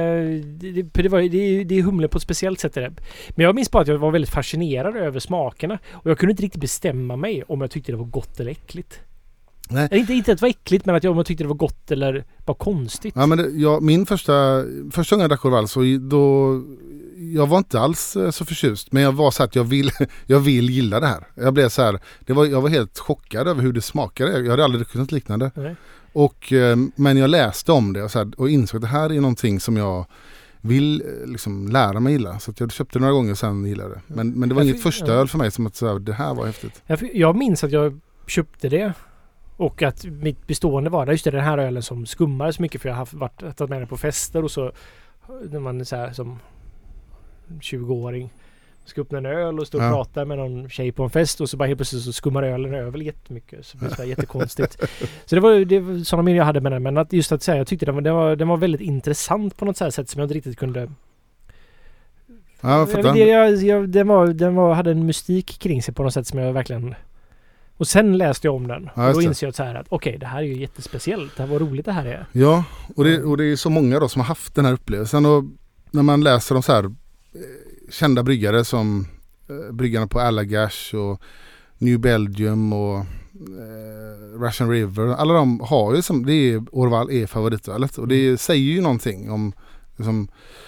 det är humle på ett speciellt sätt. Men jag minns bara att jag var väldigt fascinerad över smakerna. Och jag kunde inte riktigt bestämma mig om jag tyckte det var gott eller äckligt. Nej. Inte att det var äckligt, men att om jag tyckte det var gott eller bara konstigt. Ja, men min första gången jag drack Orval, så då... Jag var inte alls så förtjust, men jag var så att jag vill gilla det här. Jag blev så här, jag var helt chockad över hur det smakade. Jag hade aldrig druckit något liknande. Nej. Men jag läste om det och insåg att det här är någonting som jag vill liksom lära mig gilla. Så att jag köpte några gånger och sen gillade det. Men det var inget första öl för mig som att det här var häftigt. Jag minns att jag köpte det och att mitt bestående var just den här ölen som skummar så mycket, för jag har tagit med den på fester, och så när man är så här som 20-åring ska öppna en öl och stå och prata med någon tjej på en fest, och så bara helt plötsligt så skummar ölen över jättemycket, så det blir så jättekonstigt. Så det var sådana minnen jag hade med den, men att just att säga, jag tyckte den var väldigt intressant på något sätt som jag inte riktigt kunde. Ja, den hade en mystik kring sig på något sätt som jag verkligen. Och sen läste jag om den. Och då insåg jag så här att okej, det här är ju jättespeciellt. Det här var roligt det här är. Ja, och det är så många då som har haft den här upplevelsen, och när man läser om så här kända bryggare som bryggarna på Allagash och New Belgium och Russian River, alla de har ju som, det är Orval är favoritölet, och det säger ju någonting om liksom,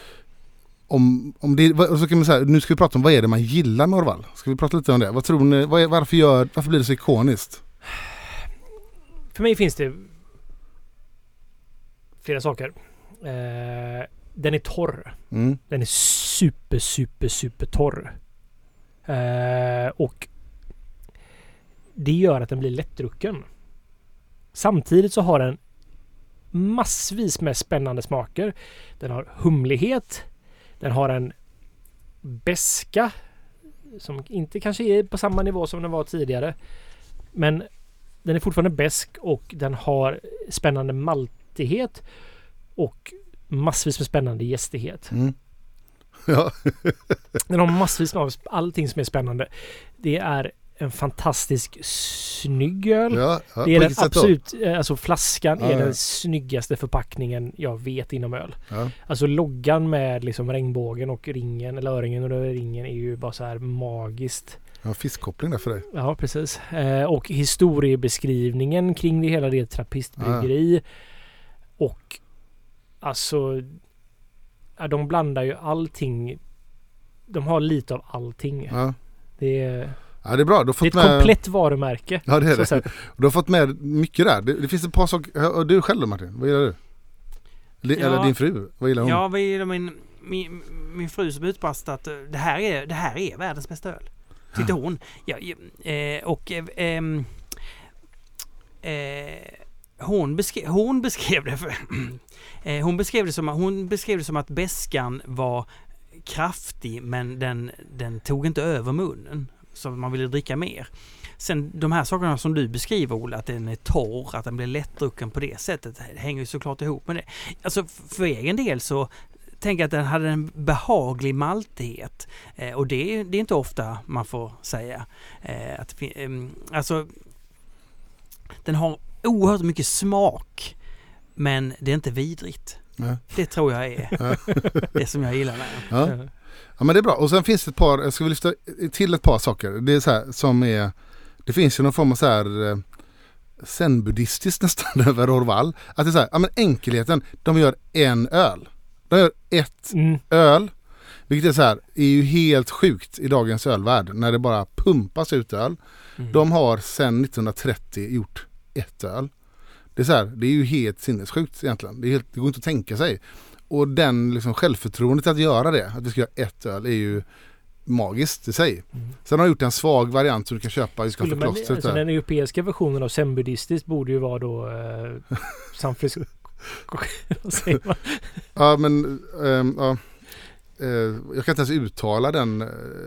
om det, och så kan man säga, nu ska vi prata om vad är det man gillar med Orval. Ska vi prata lite om det? Vad tror ni, varför blir det så ikoniskt? För mig finns det flera saker. Den är torr. Den är super torr. Och det gör att den blir lättdrucken. Samtidigt så har den massvis med spännande smaker. Den har humlighet. Den har en beska som inte kanske är på samma nivå som den var tidigare. Men den är fortfarande besk, och den har spännande maltighet och massvis med spännande gästighet. Ja. Den har massvis av allting som är spännande. Det är en fantastisk snygg öl. Ja, det är den absolut, alltså flaskan är den snyggaste förpackningen jag vet inom öl. Ja. Alltså loggan med liksom regnbågen och ringen, eller öringen och ringen, är ju bara så här magiskt. Ja, fiskkoppling där för dig. Ja, precis. Och historiebeskrivningen kring det hela, det är ett trappistbryggeri. Och alltså de blandar ju allting. De har lite av allting. Ja. Det är bra. Det är ett komplett varumärke. Ja, det är det. Du har fått med mycket där. Det finns ett par saker. Du själv då, Martin? Vad gillar du? Eller din fru? Vad gillar hon? Ja, vad gillar min fru som utbrast att det här är världens bästa öl. Tyckte hon. Ja, hon beskrev det som att beskan var kraftig, men den tog inte över munnen, så man ville dricka mer. Sen de här sakerna som du beskriver, Ola, att den är torr, att den blir lättdrucken på det sättet, det hänger ju såklart ihop med det. Alltså för egen del så tänker jag att den hade en behaglig maltighet, och det är inte ofta man får säga. Alltså den har oerhört mycket smak, men det är inte vidrigt. Ja. Det tror jag är det som jag gillar med den. Ja. Ja, men det är bra. Och sen finns det ett par, jag ska lyfta till ett par saker. Det är så här som är, det finns ju någon form av så här zen-buddhistiskt nästan över Orval. Att det är så här, ja men enkelheten, de gör en öl. De gör ett öl. Vilket är så här, är ju helt sjukt i dagens ölvärld när det bara pumpas ut öl. De har sedan 1930 gjort ett öl. Det är så här, det är ju helt sinnessjukt egentligen. Det går inte att tänka sig. Och den liksom självförtroendet att göra det, att vi ska göra ett öl, är ju magiskt i sig. Sen har de gjort en svag variant som du kan köpa i Skaffeklostret. Alltså den europeiska versionen av zen-buddhistiskt borde ju vara då San Francisco. Vad säger man? Ja, men jag kan inte ens uttala den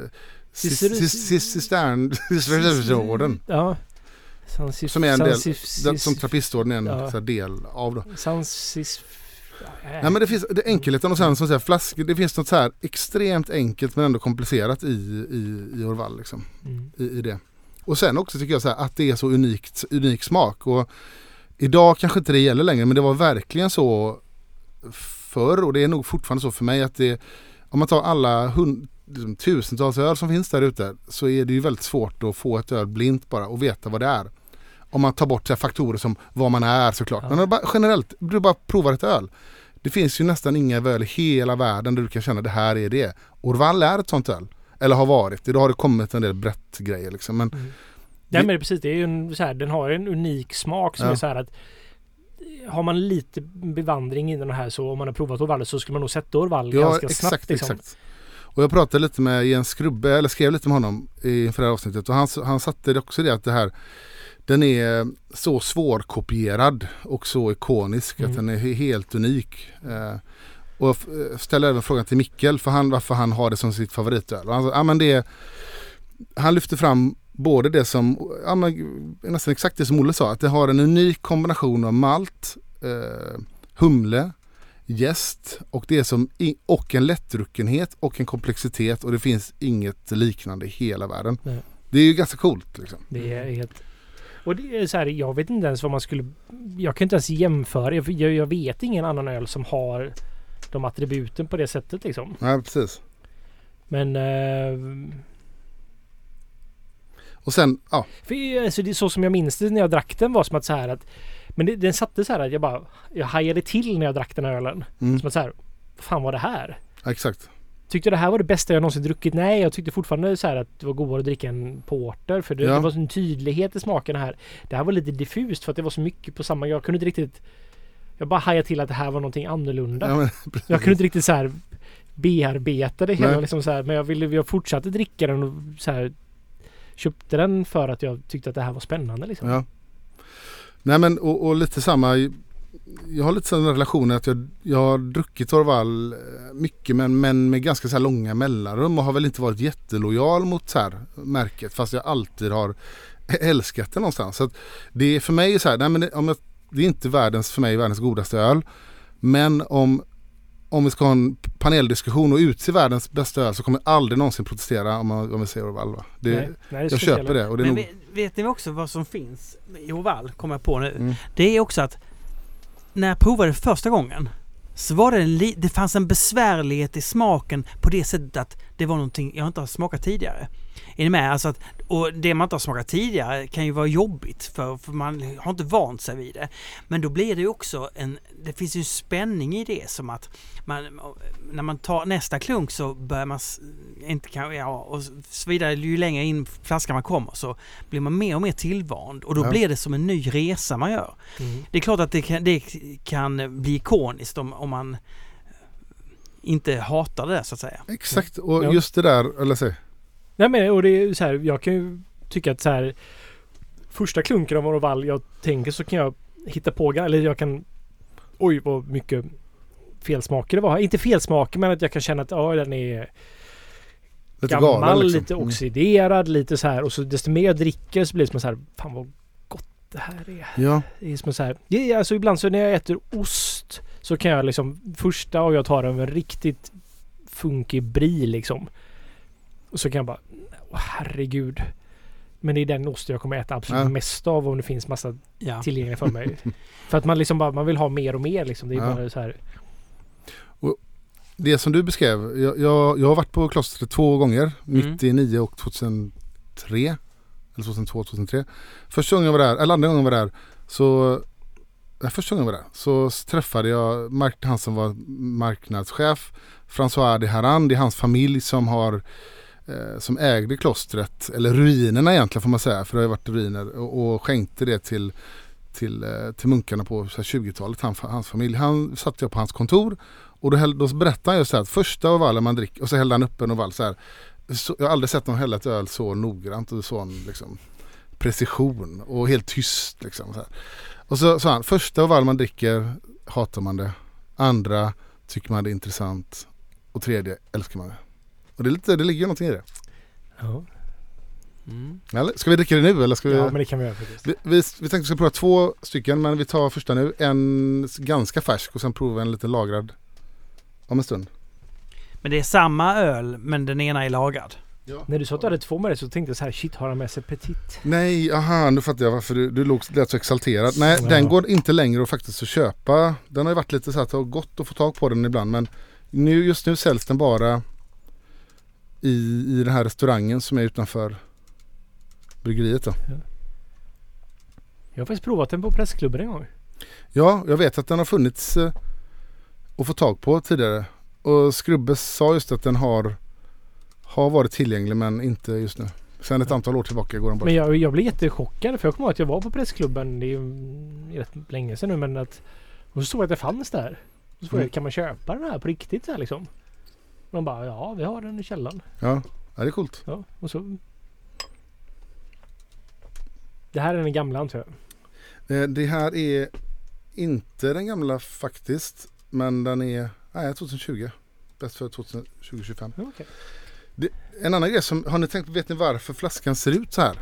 Cistercienserorden. Ja. Som är en del, som trappistorden är en så del av då. Nej, men det finns det enkelheten och sen som säger flaskor, det finns något så här extremt enkelt men ändå komplicerat i Orval liksom. I det. Och sen också tycker jag så här att det är så unik smak, och idag kanske inte det gäller längre, men det var verkligen så förr, och det är nog fortfarande så för mig, att det, om man tar alla tusentals öl som finns där ute, så är det ju väldigt svårt att få ett öl blint bara och veta vad det är. Om man tar bort så här faktorer som vad man är såklart. Ja. Men generellt, du bara provar ett öl. Det finns ju nästan inga öl i hela världen där du kan känna det här är det. Orval är ett sånt öl. Eller har varit. Idag har det kommit en del brett grejer liksom. Men ja, men precis, det är ju så här, den har en unik smak som är så här att har man lite bevandring inom det här, så om man har provat Orval så skulle man nog sätta Orval ganska snabbt. Liksom. Exakt. Och jag pratade lite med Jens Skrubbe, eller skrev lite med honom inför det här avsnittet, och han satte det också det att det här, den är så svårkopierad och så ikonisk att den är helt unik. Och jag ställer även frågan till Mikkel varför han har det som sitt favoritöl. Han lyfter fram både det som, nästan exakt det som Olle sa, att det har en unik kombination av malt, humle, jäst och det som och en lättdruckenhet och en komplexitet, och det finns inget liknande i hela världen. Nej. Det är ju ganska coolt liksom. Det är helt. Och det är så här, jag vet inte ens vad man skulle, jag kan inte ens jämföra, jag vet ingen annan öl som har de attributen på det sättet liksom. Nej, precis. Men och sen, för, alltså, det är så som jag minns det när jag drack den, var som att så här att, men den satte så här att jag hajade till när jag drack den här ölen. Som att så här, fan var det här? Ja, exakt. Tyckte det här var det bästa jag någonsin druckit? Nej, jag tyckte fortfarande så här att det var godare att dricka en porter, för det var en tydlighet i smaken här. Det här var lite diffust för att det var så mycket på samma. Jag kunde inte riktigt, jag bara hajade till att det här var någonting annorlunda. Ja, jag kunde inte riktigt så här bearbeta det hela liksom så här, men jag fortsatte dricka den och så här köpte den för att jag tyckte att det här var spännande liksom. Ja. Nej, men och lite samma, jag har lite sådana relationer att jag har druckit Orval mycket, men med ganska så här långa mellanrum, och har väl inte varit jättelojal mot så här märket, fast jag alltid har älskat det någonstans. Så att det är för mig så här, nej, men det är inte världens godaste öl, men om vi ska ha en paneldiskussion och utse världens bästa öl, så kommer jag aldrig någonsin protestera om vi säger Orval. Nej, jag köper det. Och det är men vet ni också vad som finns i Orval, kommer jag på nu? Det är också att när jag provade första gången så var det fanns en besvärlighet i smaken på det sättet att det var någonting jag inte har smakat tidigare. Är ni med? Alltså och det man inte har smakat tidigare kan ju vara jobbigt för man har inte vant sig vid det. Men då blir det ju också det finns ju spänning i det, som att när man tar nästa klunk så börjar man och så vidare, ju längre in flaskan man kommer så blir man mer och mer tillvand, och då blir det som en ny resa man gör. Det är klart att det kan bli ikoniskt om man inte hatar det där, så att säga. Exakt, och just det där, eller säg. Nej, men och det är så här, jag kan ju tycka att så här, första klunken av Orval jag tänker så kan jag hitta på, eller jag kan, oj vad mycket felsmaker det var. Inte felsmaker, men att jag kan känna att den är Lite gammal, galen, liksom. lite oxiderad, lite så här. Och så desto mer jag dricker så blir det som så här, fan vad gott det här är. Ja. Det är som så här, alltså ibland så när jag äter ost så kan jag liksom första och jag tar en riktigt funkig brie liksom. Och så kan jag bara, herregud. Men det är den ost jag kommer äta absolut mest av om det finns massa tillgängliga för mig. För att man liksom bara, man vill ha mer och mer liksom. Det är bara så här. Och det som du beskrev, jag har varit på klostret 2 gånger, 99 och 2003. Eller 2002, 2003. Första gången jag var där, eller andra gången jag var där, första gången jag var där så träffade jag han som var marknadschef, François de Haran. Det är hans familj som ägde klostret, eller ruinerna egentligen får man säga, för det har ju varit ruiner, och skänkte det till munkarna på 20-talet, hans familj. Han satt jag på hans kontor och då berättade han just så här att första ovalen man dricker, och så hällde han upp en oval så här. Jag har aldrig sett någon hälla ett öl så noggrant och sån liksom precision och helt tyst liksom så här. Och så sa han, första oval man dricker hatar man det, andra tycker man det är intressant och tredje älskar man det. Och det ligger ju någonting i det. Ja. Eller, ska vi dricka det nu eller ska vi? Ja, men det kan vi göra faktiskt. Vi tänkte att vi ska prova 2 stycken, men vi tar första nu. En ganska färsk och sen provar en lite lagrad om en stund. Men det är samma öl, men den ena är lagrad. Ja. När du sa att du hade 2 med dig så tänkte jag så här, shit, har han med sig petit? Nej, aha, nu fattar jag varför du lät så exalterad. Nej, den går inte längre att faktiskt köpa. Den har ju varit lite så att det har gått att få tag på den ibland, men just nu säljs den bara i den här restaurangen som är utanför bryggeriet då. Ja. Jag har faktiskt provat den på pressklubben en gång. Ja, jag vet att den har funnits att få tag på tidigare. Och Skrubbe sa just att den har varit tillgänglig, men inte just nu. Sen ett antal år tillbaka går den bort. Men jag blev jättechockad, för jag kommer ihåg att jag var på pressklubben, det är ju rätt länge sedan nu, men och så såg jag att det fanns där. Och så frågade jag, kan man köpa den här på riktigt så här liksom? Och de bara, ja, vi har den i källaren. Ja, det är coolt. Ja, och så. Det här är den gamla, antar jag. Det här är inte den gamla faktiskt, men den är 2020. Bäst för 2025. Okay. En annan grej har ni tänkt, vet ni varför flaskan ser ut så här?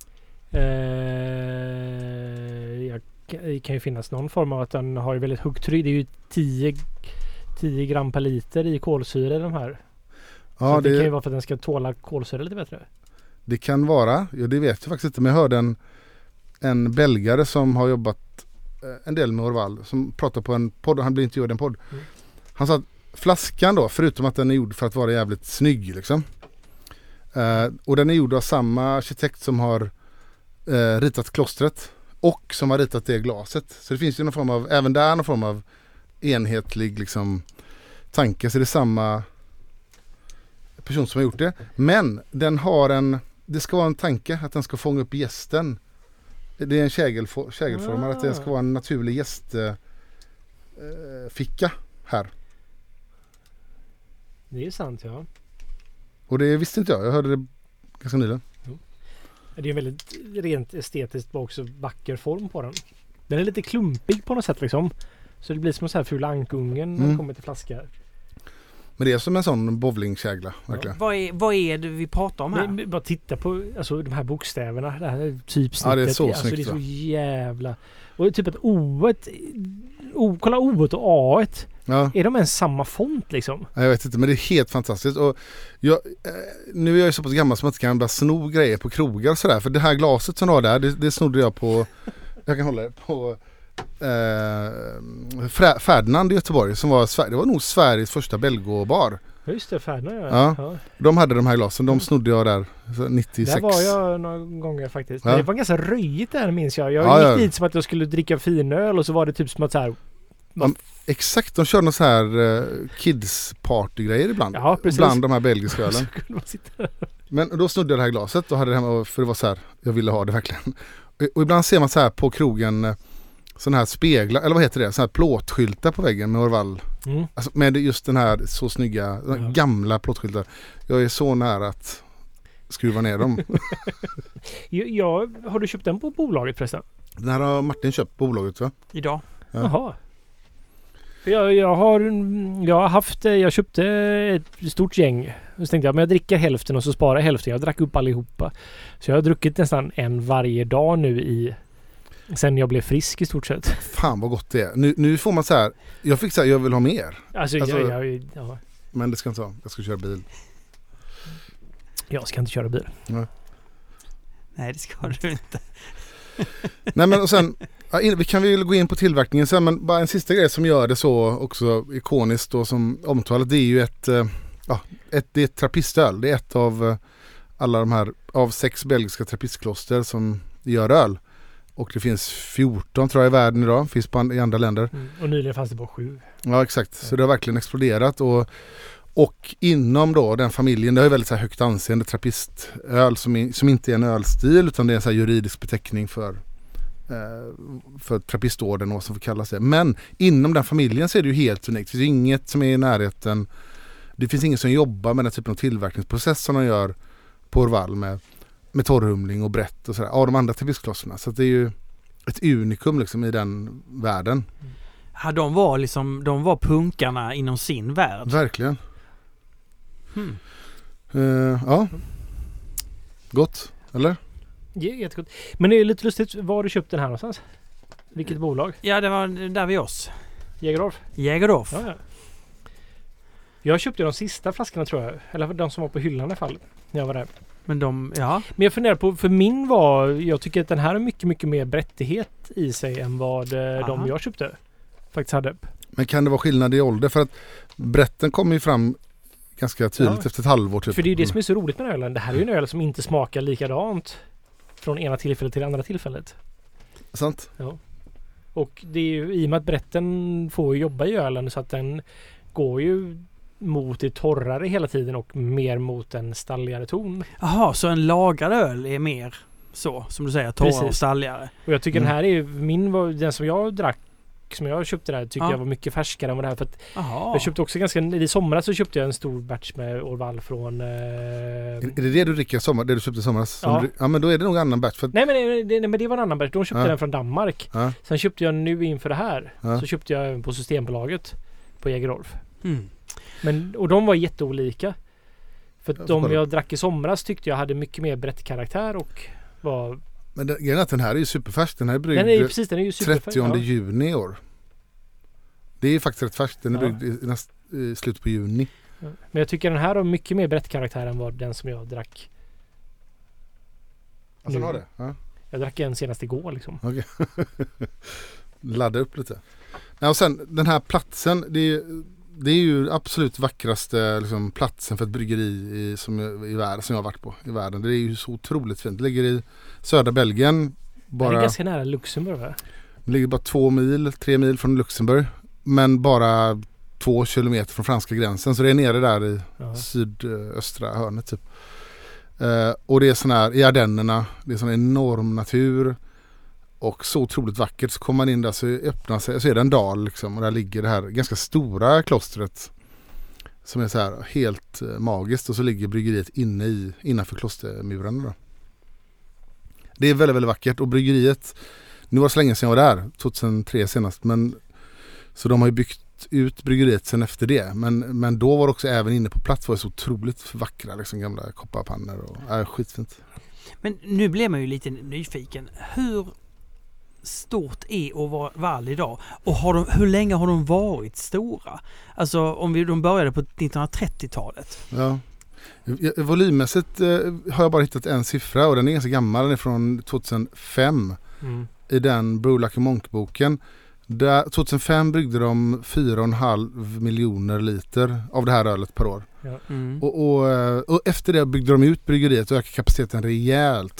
Det kan ju finnas någon form av att den har ju väldigt högt tryck. Det är ju 10 gram per liter i kolsyra i de här. Ja, så det kan ju vara för att den ska tåla kolsyra lite bättre. Det kan vara, det vet jag faktiskt inte, men jag hörde en belgare som har jobbat en del med Orval som pratar på en podd, han blir intervjuad i en podd. Han sa att flaskan då, förutom att den är gjord för att vara jävligt snygg liksom, och den är gjord av samma arkitekt som har ritat klostret och som har ritat det glaset. Så det finns ju någon form av, även där någon form av enhetlig liksom tanke, så det är samma person som har gjort det. Men den har det ska vara en tanke att den ska fånga upp gästen. Det är en kägelformad, att det ska vara en naturlig gästficka här. Det är sant, ja. Och det visste inte jag hörde det ganska nyligen. Det är en väldigt rent estetiskt och också vacker form på den. Den är lite klumpig på något sätt liksom. Så det blir som en sån här fula ankungen när det kommer till flaskor. Men det är som en sån bowlingkägla, verkligen. Ja. Vad är det vi pratar om här? Men bara titta på de här bokstäverna, det här typsnittet. Ja, det är så alltså, snyggt. Det är så jävla... Och typ ett kolla O-et och A-et. Ja. Är de ens samma font liksom? Jag vet inte, men det är helt fantastiskt. Och nu är jag ju så pass gammal som att jag inte kan bara sno grejer på krogar och sådär. För det här glaset som du har där, det snodde jag på... Jag kan hålla det på... Ferdinand i Göteborg, som var det var nog Sveriges första belgobar. Just det, Ferdinand. Ja. De hade de här glasen, de snodde jag där 96. Där var jag några gånger faktiskt. Ja. Men det var ganska röjigt där, minns jag. Jag gick dit som att jag skulle dricka finöl och så var det typ som att så här... Exakt, de kör någon så här kids partygrejer ibland. Ja, precis. Bland de här belgiska ölen. Men då snodde jag det här glaset och hade det hemma, för det var så här, jag ville ha det verkligen. Och ibland ser man så här på krogen sån här speglar, eller vad heter det? Sån här plåtskyltar på väggen med Orval. Alltså med just den här så snygga gamla plåtskyltar. Jag är så nära att skruva ner dem. Har du köpt den på bolaget förresten? Den här har Martin köpt på bolaget, va? Idag. Ja. Jaha. Jag köpte ett stort gäng. Så tänkte jag, men jag dricker hälften och så sparar jag hälften. Jag drack upp allihopa. Så jag har druckit nästan en varje dag nu sen jag blev frisk i stort sett. Fan vad gott det är. Nu får man så här. Jag fick så här, jag vill ha mer. Alltså Ja. Men det ska inte vara. Jag ska köra bil. Jag ska inte köra bil. Nej, det ska du inte. Nej, men och sen vi kan väl gå in på tillverkningen sen, men bara en sista grej som gör det så också ikoniskt och som omtalat, det är ju det är ett trappistöl. Det är ett av alla de här av 6 belgiska trappistkloster som gör öl. Och det finns 14 tror jag i världen idag. Finns i andra länder. Och nyligen fanns det bara 7. Ja, exakt. Så det har verkligen exploderat. Och inom då den familjen, det är väldigt så här högt anseende trappistöl som inte är en ölstil, utan det är en så här juridisk beteckning för trappistorden, vad som får kallas det. Men inom den familjen så är det ju helt unikt. Det finns inget som är i närheten. Det finns ingen som jobbar med den typen av tillverkningsprocess som de gör på Orval med torrhumling och brett och sådär. Av de andra trappistklosterna. Så att det är ju ett unikum liksom i den världen. Ja, de var punkarna inom sin värld. Verkligen. Ja. Gott, eller? Jättegott. Men det är lite lustigt, var har du köpt den här någonstans? Vilket bolag? Ja, det var där vid oss. Jägerdorf. Ja. Jag köpte de sista flaskorna tror jag. Eller de som var på hyllan i alla fall. När jag var där. Men jag funderar på, för jag tycker att den här har mycket, mycket mer brättighet i sig än vad de jag köpte faktiskt hade. Men kan det vara skillnad i ålder? För att brätten kommer ju fram ganska tydligt efter ett halvår typ. För det är ju det som är så roligt med ölen. Det här är ju en öl som inte smakar likadant från ena tillfället till andra tillfället. Sant? Ja. Och det är ju i och med att brätten får jobba i ölen så att den går ju mot det torrare hela tiden och mer mot en stalligare ton. Jaha, så en lagrad öl är mer så, som du säger, torrare och stalligare. Och jag tycker den här är den som jag drack, som jag köpte där, tycker jag var mycket färskare än vad det här. För att jag köpte också i somras så köpte jag en stor batch med Orval från... Är det du dricker det du köpte i somras? Ja, men då är det nog annan batch. För att... Nej, men det var en annan batch. De köpte den från Danmark. Ja. Sen köpte jag nu inför det här. Så köpte jag även på Systembolaget på Jägerdorf. Och de var jätteolika. För att de jag drack i somras tyckte jag hade mycket mer brett karaktär och var... Men grejen är att den här är ju superfärsk. Den här är bryggd den är ju 30 juni i år. Det är faktiskt rätt färsk. Den är bryggd i slutet på juni. Ja. Men jag tycker den här har mycket mer brett karaktär än vad den som jag drack. Alltså har det? Ja. Jag drack en senast igår liksom. Okej. Ladda upp lite. Ja, och sen den här platsen, det är ju absolut vackraste liksom, platsen för ett bryggeri i världen som jag har varit på i världen. Det är ju så otroligt fint. Det ligger i södra Belgien. Det är ganska nära Luxemburg, va? Det ligger bara 3 mil från Luxemburg. Men bara 2 kilometer från franska gränsen. Så det är nere där i sydöstra hörnet typ. Och det är sån här i Ardennerna. Det är sån enorm natur. Och så otroligt vackert. Så kommer man in där så öppnar sig. Så är det en dal liksom. Och där ligger det här ganska stora klostret. Som är så här helt magiskt. Och så ligger bryggeriet innanför klostermurarna då. Det är väldigt, väldigt vackert. Och bryggeriet, nu var det så länge sedan jag var där. 2003 senast. Så de har ju byggt ut bryggeriet sen efter det. Men då var det också även inne på plats var det så otroligt vackra liksom, gamla kopparpannor. Och, skitfint. Men nu blir man ju lite nyfiken. Hur stort är Orval idag? Och hur länge har de varit stora? Alltså om de började på 1930-talet. Ja. Volymmässigt har jag bara hittat en siffra och den är ganska gammal. Den är från 2005 i den Brew Like a Monk-boken. 2005 bryggde de 4,5 miljoner liter av det här ölet per år. Ja. Och efter det byggde de ut bryggeriet och ökade kapaciteten rejält.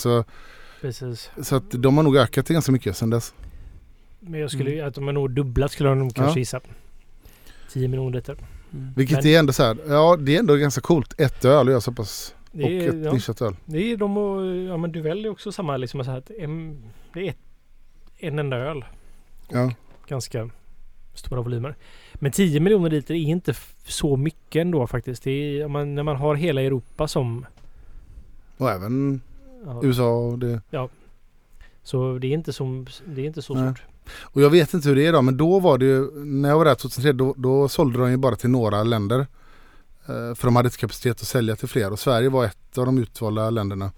Så att de har nog ökat det ganska mycket sedan dess. Men jag skulle att de har nog dubblat skulle de nog kanske gissa. 10 miljoner liter. Vilket är ändå så här, det är ändå ganska coolt. Ett öl och jag så pass och ett nischat öl. Det är de och men Duvel är också samma liksom så här att det är en enda öl. Ja. Ganska stora volymer. Men 10 miljoner liter är inte så mycket ändå faktiskt. Det är, när man har hela Europa som Och även Ja. USA och det. Så det är inte så Nej. svårt. Och jag vet inte hur det är idag, men då var det ju, när jag var där 2003, då sålde de ju bara till några länder. För de hade inte kapacitet att sälja till fler. Och Sverige var ett av de utvalda länderna.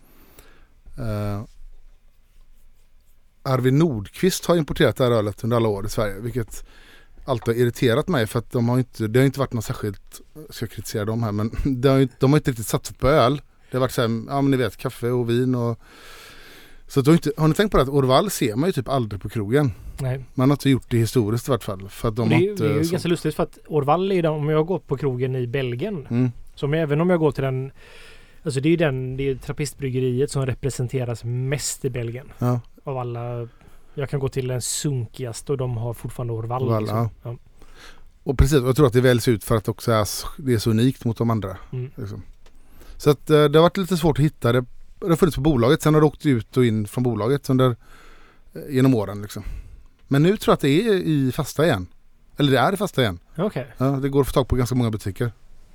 Arvid Nordqvist har importerat det här ölet under alla år i Sverige, vilket alltid har irriterat mig, för att det har inte varit något särskilt, ska jag kritisera dem här, men de har inte riktigt satsat på öl. Det har varit så här, ja men ni vet, kaffe och vin och så har ni tänkt på det att Orval ser man ju typ aldrig på krogen. Nej. Man har inte gjort det historiskt i vart fall. För att Det är ju ganska lustigt, för att Orval är om jag går på krogen i Belgien, som även om jag går till den, alltså det är trappistbryggeriet som representeras mest i Belgien. Ja. Av alla, jag kan gå till den sunkigaste och de har fortfarande Orval. Liksom. Ja. Och precis, jag tror att det väljs ut för att också det är så unikt mot de andra. Liksom. Så att det har varit lite svårt att hitta det. Det har funnits på bolaget, sen har det åkt ut och in från bolaget genom åren liksom. Men nu tror jag att det är i fasta igen. Eller det är i fasta igen. Okej. Ja, det går att få tag på ganska många butiker.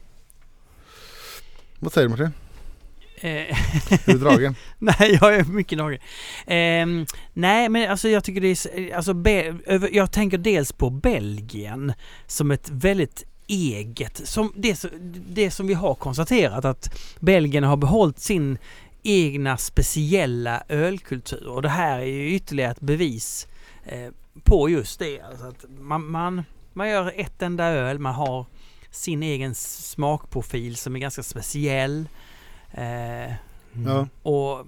Vad säger du, Martin? Är du dragen? Nej, jag är mycket dragen. Nej, men alltså jag tycker det är... Alltså, jag tänker dels på Belgien som ett väldigt eget... Det som vi har konstaterat, att Belgien har behållit sin egna speciella ölkultur. Och det här är ju ytterligare ett bevis på just det. Alltså att man gör ett enda öl, man har sin egen smakprofil som är ganska speciell. Ja. Och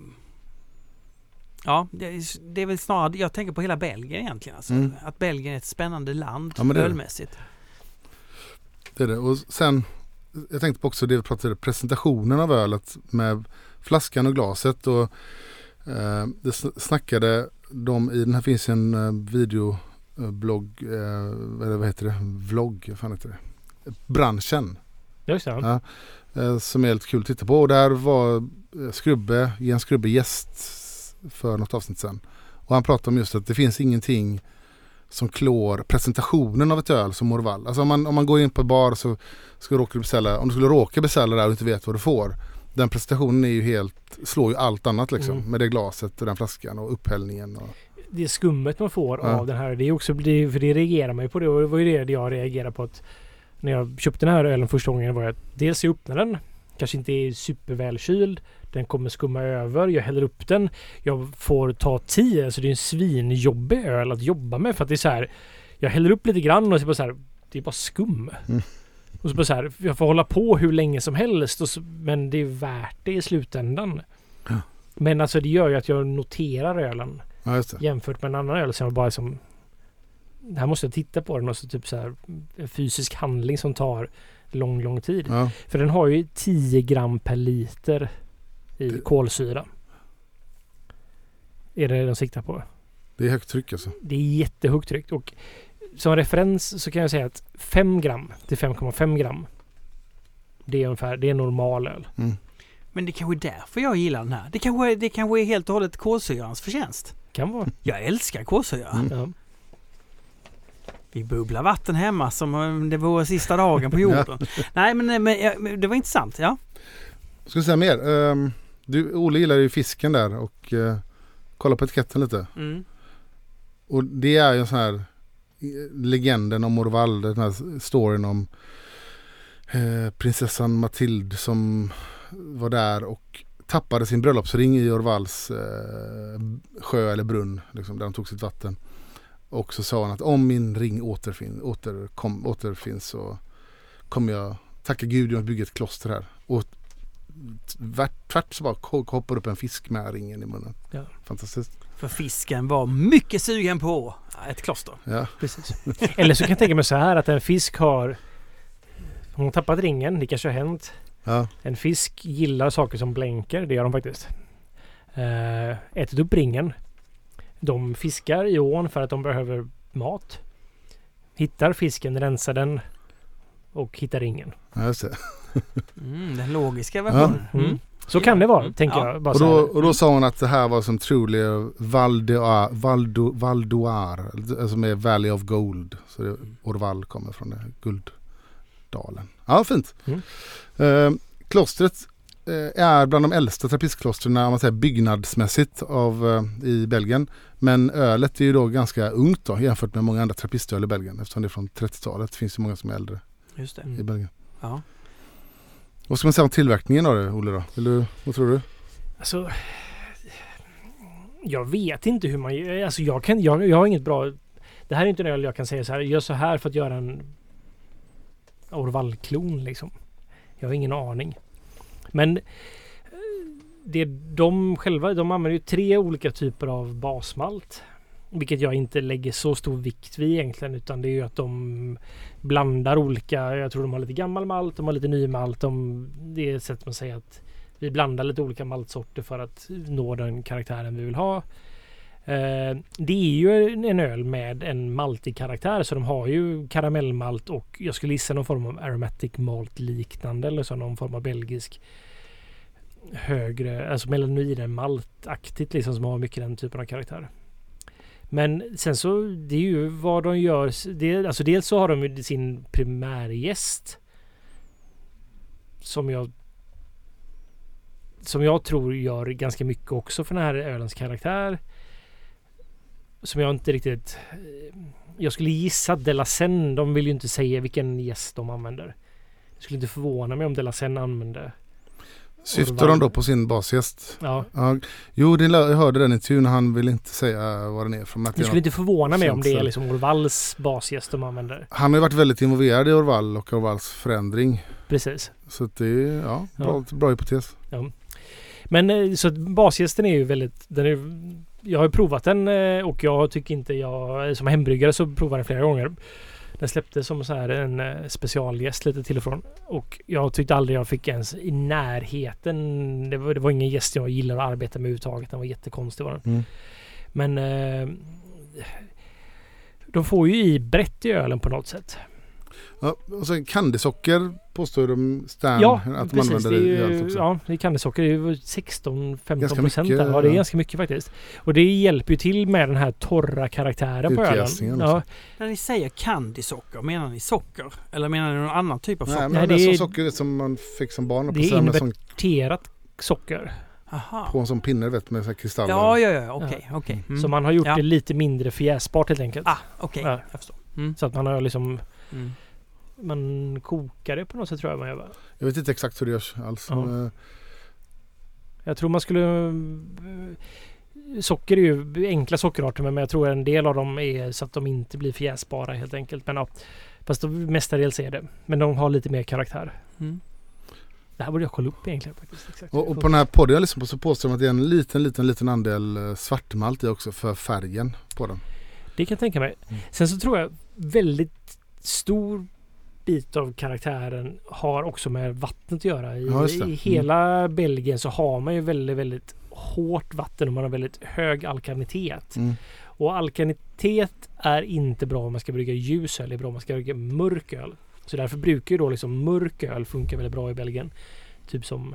ja, det är väl snarare, jag tänker på hela Belgien egentligen. Alltså, att Belgien är ett spännande land ölmässigt. Det är det. Och sen, jag tänkte på också det vi pratade om, presentationen av ölet med flaskan och glaset. Och det snackade de i, den här finns en videoblogg, eller vad heter det? Vlogg, vad fan heter det? Branschen. Just det. Ja, som är helt kul att titta på. Och där var Jens Skrubbe gäst för något avsnitt sen. Och han pratade om just att det finns ingenting som klår presentationen av ett öl som Orval. Alltså om man går in på bar så ska du beställa, om du skulle råka beställa där och inte vet vad du får. Den presentationen är ju slår ju allt annat liksom. Med det glaset och den flaskan och upphällningen. Och det skummet man får av den här, det är också, för det reagerar man ju på det. Och det var ju det jag reagerade på, att när jag köpte den här ölen första gången var att dels jag öppnar den, kanske inte är supervälkyld, den kommer skumma över, jag häller upp den, jag får ta 10, så det är en svinjobbig öl att jobba med, för att det är så här, jag häller upp lite grann och så här, det är bara skum. Och så här, jag får hålla på hur länge som helst, men det är värt det i slutändan. Ja. Men alltså det gör ju att jag noterar ölen jämfört med en annan öl som jag bara som, här måste jag titta på den, och så typ så här en fysisk handling som tar lång tid. Ja. För den har ju 10 gram per liter i kolsyra. Är det de siktar på? Det är högt tryck alltså. Det är jättehögt tryck, och som referens så kan jag säga att 5 gram till 5,5 gram, det är ungefär, det är normal öl. Men det kanske är därför jag gillar den här. Det kanske är helt och hållet kolsyrans förtjänst. Kan vara. Jag älskar kolsyra. Ja. Vi bubblar vatten hemma som om det var sista dagen på jorden. Nej, men det var intressant, ja. Ska jag säga mer? Olle gillar ju fisken där och kolla på etiketten lite. Och det är ju en sån här legenden om Orval, den här storyn om prinsessan Mathilde som var där och tappade sin bröllopsring i Orvals sjö eller brunn liksom, där de tog sitt vatten. Och så sa han att om min ring återfinns så kommer jag tacka Gud och bygga ett kloster här. Och tvärt så bara hoppar upp en fisk med ringen i munnen. Ja. Fantastiskt. För fisken var mycket sugen på ett kloster. Ja. Precis. Eller så kan jag tänka mig så här, att en fisk hon har tappat ringen, det kanske har hänt. Ja. En fisk gillar saker som blänker, det gör de faktiskt. Ätit upp ringen. De fiskar i ån för att de behöver mat. Hittar fisken, rensar den och hittar ringen. Ja, just det. Den logiska versionen. Ja. Så kan det vara, tänker jag. Bara och då sa hon att det här var som truly Valdoir, som är Valley of Gold. Så det, Orval kommer från det, gulddalen. Ja, fint. Klostret är bland de äldsta trappistklostren om man säger byggnadsmässigt i Belgien. Men ölet är ju då ganska ungt då, jämfört med många andra trappistöl i Belgien, eftersom det är från 30-talet. Det finns ju många som är äldre. Just det. I Belgien. Ja. Vad ska man säga om tillverkningen då, Olle? Vad tror du? Alltså, jag vet inte hur man gör. Alltså jag har inget bra... Det här är inte en öl jag kan säga så här. Gör så här för att göra en Orval-klon liksom. Jag har ingen aning. Men de använder ju 3 olika typer av basmalt. Vilket jag inte lägger så stor vikt vid egentligen, utan det är ju att de blandar olika. Jag tror de har lite gammal malt, de har lite ny malt. Det är ett sätt man säger att vi blandar lite olika maltsorter för att nå den karaktären vi vill ha. Det är ju en öl med en maltig karaktär, så de har ju karamellmalt och jag skulle gissa någon form av aromatic malt liknande, eller så någon form av belgisk högre, alltså melanoidenmaltaktigt liksom, som har mycket den typen av karaktär. Men sen så, det är ju vad de gör, alltså dels så har de ju sin primärgäst som jag tror gör ganska mycket också för den här ölens karaktär. Som jag inte riktigt... Jag skulle gissa att De La Seine, de vill ju inte säga vilken gäst de använder. Jag skulle inte förvåna mig om De La Seine använde. Syftar de då på sin basgäst? Ja. Jo, jag hörde den intervjun, han vill inte säga vad den är från. Jag skulle inte förvåna mig om det är liksom Orvals basgäst de använder. Han har ju varit väldigt involverad i Orval och Orvals förändring. Precis. Så att det är bra hypotes. Ja. Men så basgästen är ju väldigt... jag har provat den och jag tycker inte som hembryggare så provar den flera gånger. Den släppte som så här en specialgäst lite till och från. Och jag tyckte aldrig jag fick ens i närheten. Det var ingen gäst jag gillar att arbeta med överhuvudtaget. Den var jättekonstig var den. Men de får ju i brett i ölen på något sätt. Ja, och så candysocker påstår de att de precis, använder det i allt också. Ja, det är candysocker. Det är 16-15% där. Ja, det är ganska mycket faktiskt. Och det hjälper ju till med den här torra karaktären på ölen. Ja. När ni säger candysocker, menar ni socker? Eller menar ni någon annan typ av socker? Nej, men det är socker som man fick som barn. Det är inverterat socker. Aha. På en sån pinne med så här kristaller. Ja, okej. Så man har gjort det lite mindre fjäsbart helt enkelt. Okej. Ja. Jag förstår. Så att man har liksom... Man kokar det på något sätt tror jag man gör. Jag vet inte exakt hur det görs alls. Ja. Jag tror man skulle... Socker är ju enkla sockerarter, men jag tror en del av dem är så att de inte blir fjäsbara helt enkelt. Men ja, fast de mestadels är det. Men de har lite mer karaktär. Det här borde jag kolla upp egentligen faktiskt. Exakt. Och på den här podden jag lyssnar på så påstår de att det är en liten andel svartmalt i också för färgen på den. Det kan jag tänka mig. Sen så tror jag väldigt stor bit av karaktären har också med vattnet att göra. I hela Belgien så har man ju väldigt, väldigt hårt vatten och man har väldigt hög alkalinitet. Och alkalinitet är inte bra om man ska brygga ljus öl, det är bra om man ska brygga mörk öl. Så därför brukar ju då liksom mörk öl funka väldigt bra i Belgien. Typ som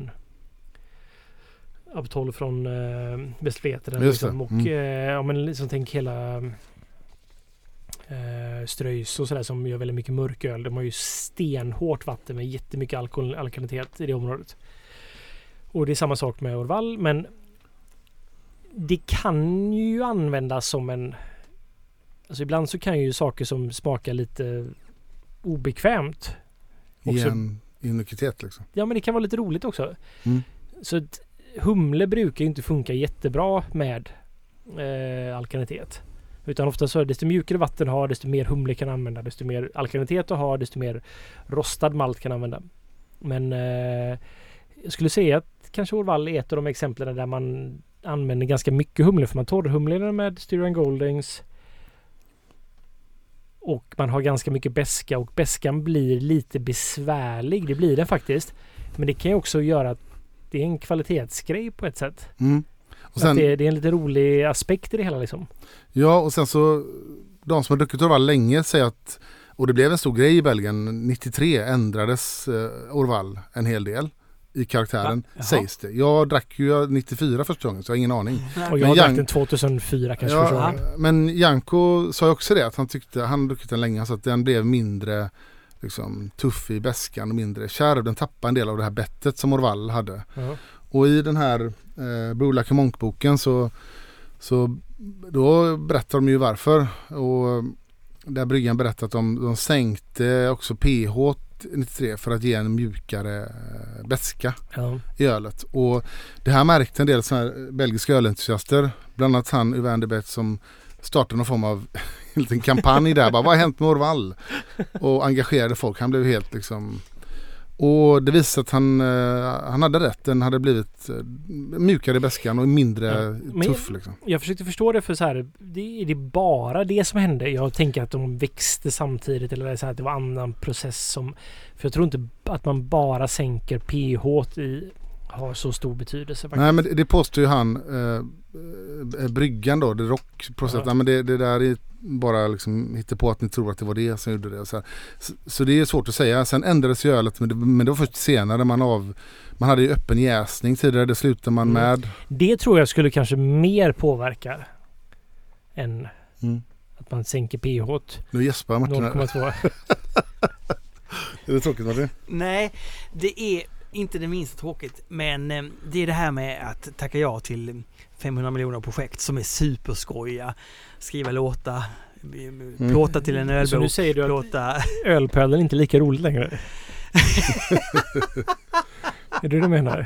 Abtol från Västveteren liksom, och liksom tänk hela Ströjs och sådär som gör väldigt mycket mörk öl. De har ju stenhårt vatten med jättemycket alkalinitet i det området. Och det är samma sak med Orval, men det kan ju användas som en... Alltså ibland så kan ju saker som smakar lite obekvämt också... en inikitet liksom. Ja, men det kan vara lite roligt också. Så att humle brukar ju inte funka jättebra med alkalinitet. Utan ofta så är det desto mjukare vatten har, desto mer humle kan använda, desto mer alkalinitet du har, desto mer rostad malt kan använda. Men jag skulle säga att kanske Orval är ett av de exemplen där man använder ganska mycket humle, för man torrhumlar med Styrian Goldings och man har ganska mycket beska och beskan blir lite besvärlig, det blir den faktiskt. Men det kan ju också göra att det är en kvalitetsgrej på ett sätt. Och sen, det är en lite rolig aspekt i det hela liksom. Ja, och sen så de som har druckit Orval länge säger att, och det blev en stor grej i Belgien, 93 ändrades Orval en hel del i karaktären, sägs det. Jag drack ju 94 första gången, så jag har ingen aning. Och jag drack den 2004 kanske. Men Janko sa ju också det, att han tyckte, han druckit den länge så att den blev mindre liksom tuff i bäskan och mindre kärv. Den tappar en del av det här bettet som Orval hade. Ja. Och i den här Brolac Monk-boken så då berättar de ju varför. Och där bryggan berättat att de sänkte också pH 93 för att ge en mjukare beska i ölet. Och det här märkte en del såna här belgiska ölentusiaster, bland annat han Uwe Anderbet, som startade någon form av en liten kampanj där. Bara, vad har hänt med Orval? Och engagerade folk. Han blev helt liksom... Och det visade att han hade rätt. Den hade blivit mjukare i bäskan och mindre tuff. Liksom. Jag försökte förstå det, för så här, det är bara det som hände. Jag tänker att de växte samtidigt, eller så här, att det var annan process som... För jag tror inte att man bara sänker pH har så stor betydelse. Faktiskt. Nej, men det påstår ju han bryggan då, det rockprocesset. Ja. Men det där är bara liksom hitta på att ni tror att det var det som gjorde det. Så det är svårt att säga. Sen ändrades ju ölet, men det var först senare man hade ju öppen jäsning tidigare, det slutade man med. Det tror jag skulle kanske mer påverka än att man sänker pH. Nu gäspar Martin. 0,2. Är det tråkigt, Martin? Nej, det är inte det minst tråkigt, men det är det här med att tacka ja till 500 miljoner projekt som är superskojiga. Skriva låtar, plåta till en ölbok. Så nu säger du att ölpölen inte är lika roligt längre? Är det du menar?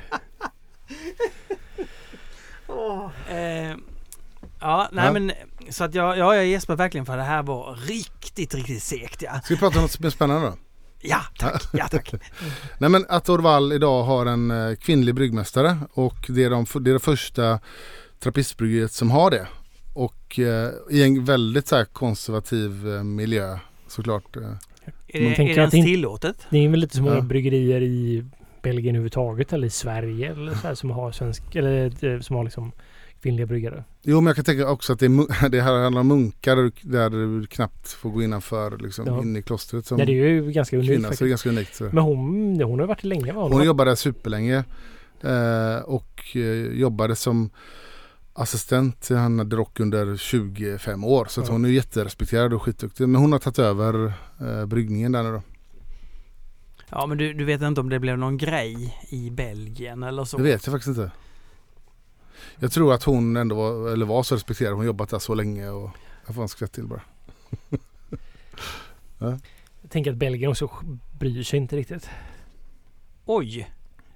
Men så att jag gäspar verkligen, för det här var riktigt, riktigt segt. Ja. Ska vi prata om något som är spännande då? Ja, tack. Nej, men att Orval idag har en kvinnlig bryggmästare, och det är det första trappistbryggeriet som har det. Och i en väldigt så här konservativ miljö, såklart. Är det ens tillåtet? Det är väl lite så många bryggerier i Belgien överhuvudtaget, eller i Sverige eller så här, som har svensk, eller som har liksom kvinnliga bryggare. Jo, men jag kan tänka också att det här handlar om munkar där du knappt får gå innanför liksom, in i klostret. Som det är ju ganska unikt. Kvinna, så det är ganska unikt. Så. Men hon har varit länge. Hon jobbade superlänge och jobbade som assistent till Hanna Drock under 25 år. Så att hon är jätterespekterad och skitduktig. Men hon har tagit över bryggningen där nu då. Ja, men du vet inte om det blev någon grej i Belgien eller så? Det vet jag faktiskt inte. Jag tror att hon ändå var så respekterad. Hon har jobbat där så länge, och jag får en skvätt till bara. Ja. Jag tänker att Belgien också bryr sig inte riktigt. Oj.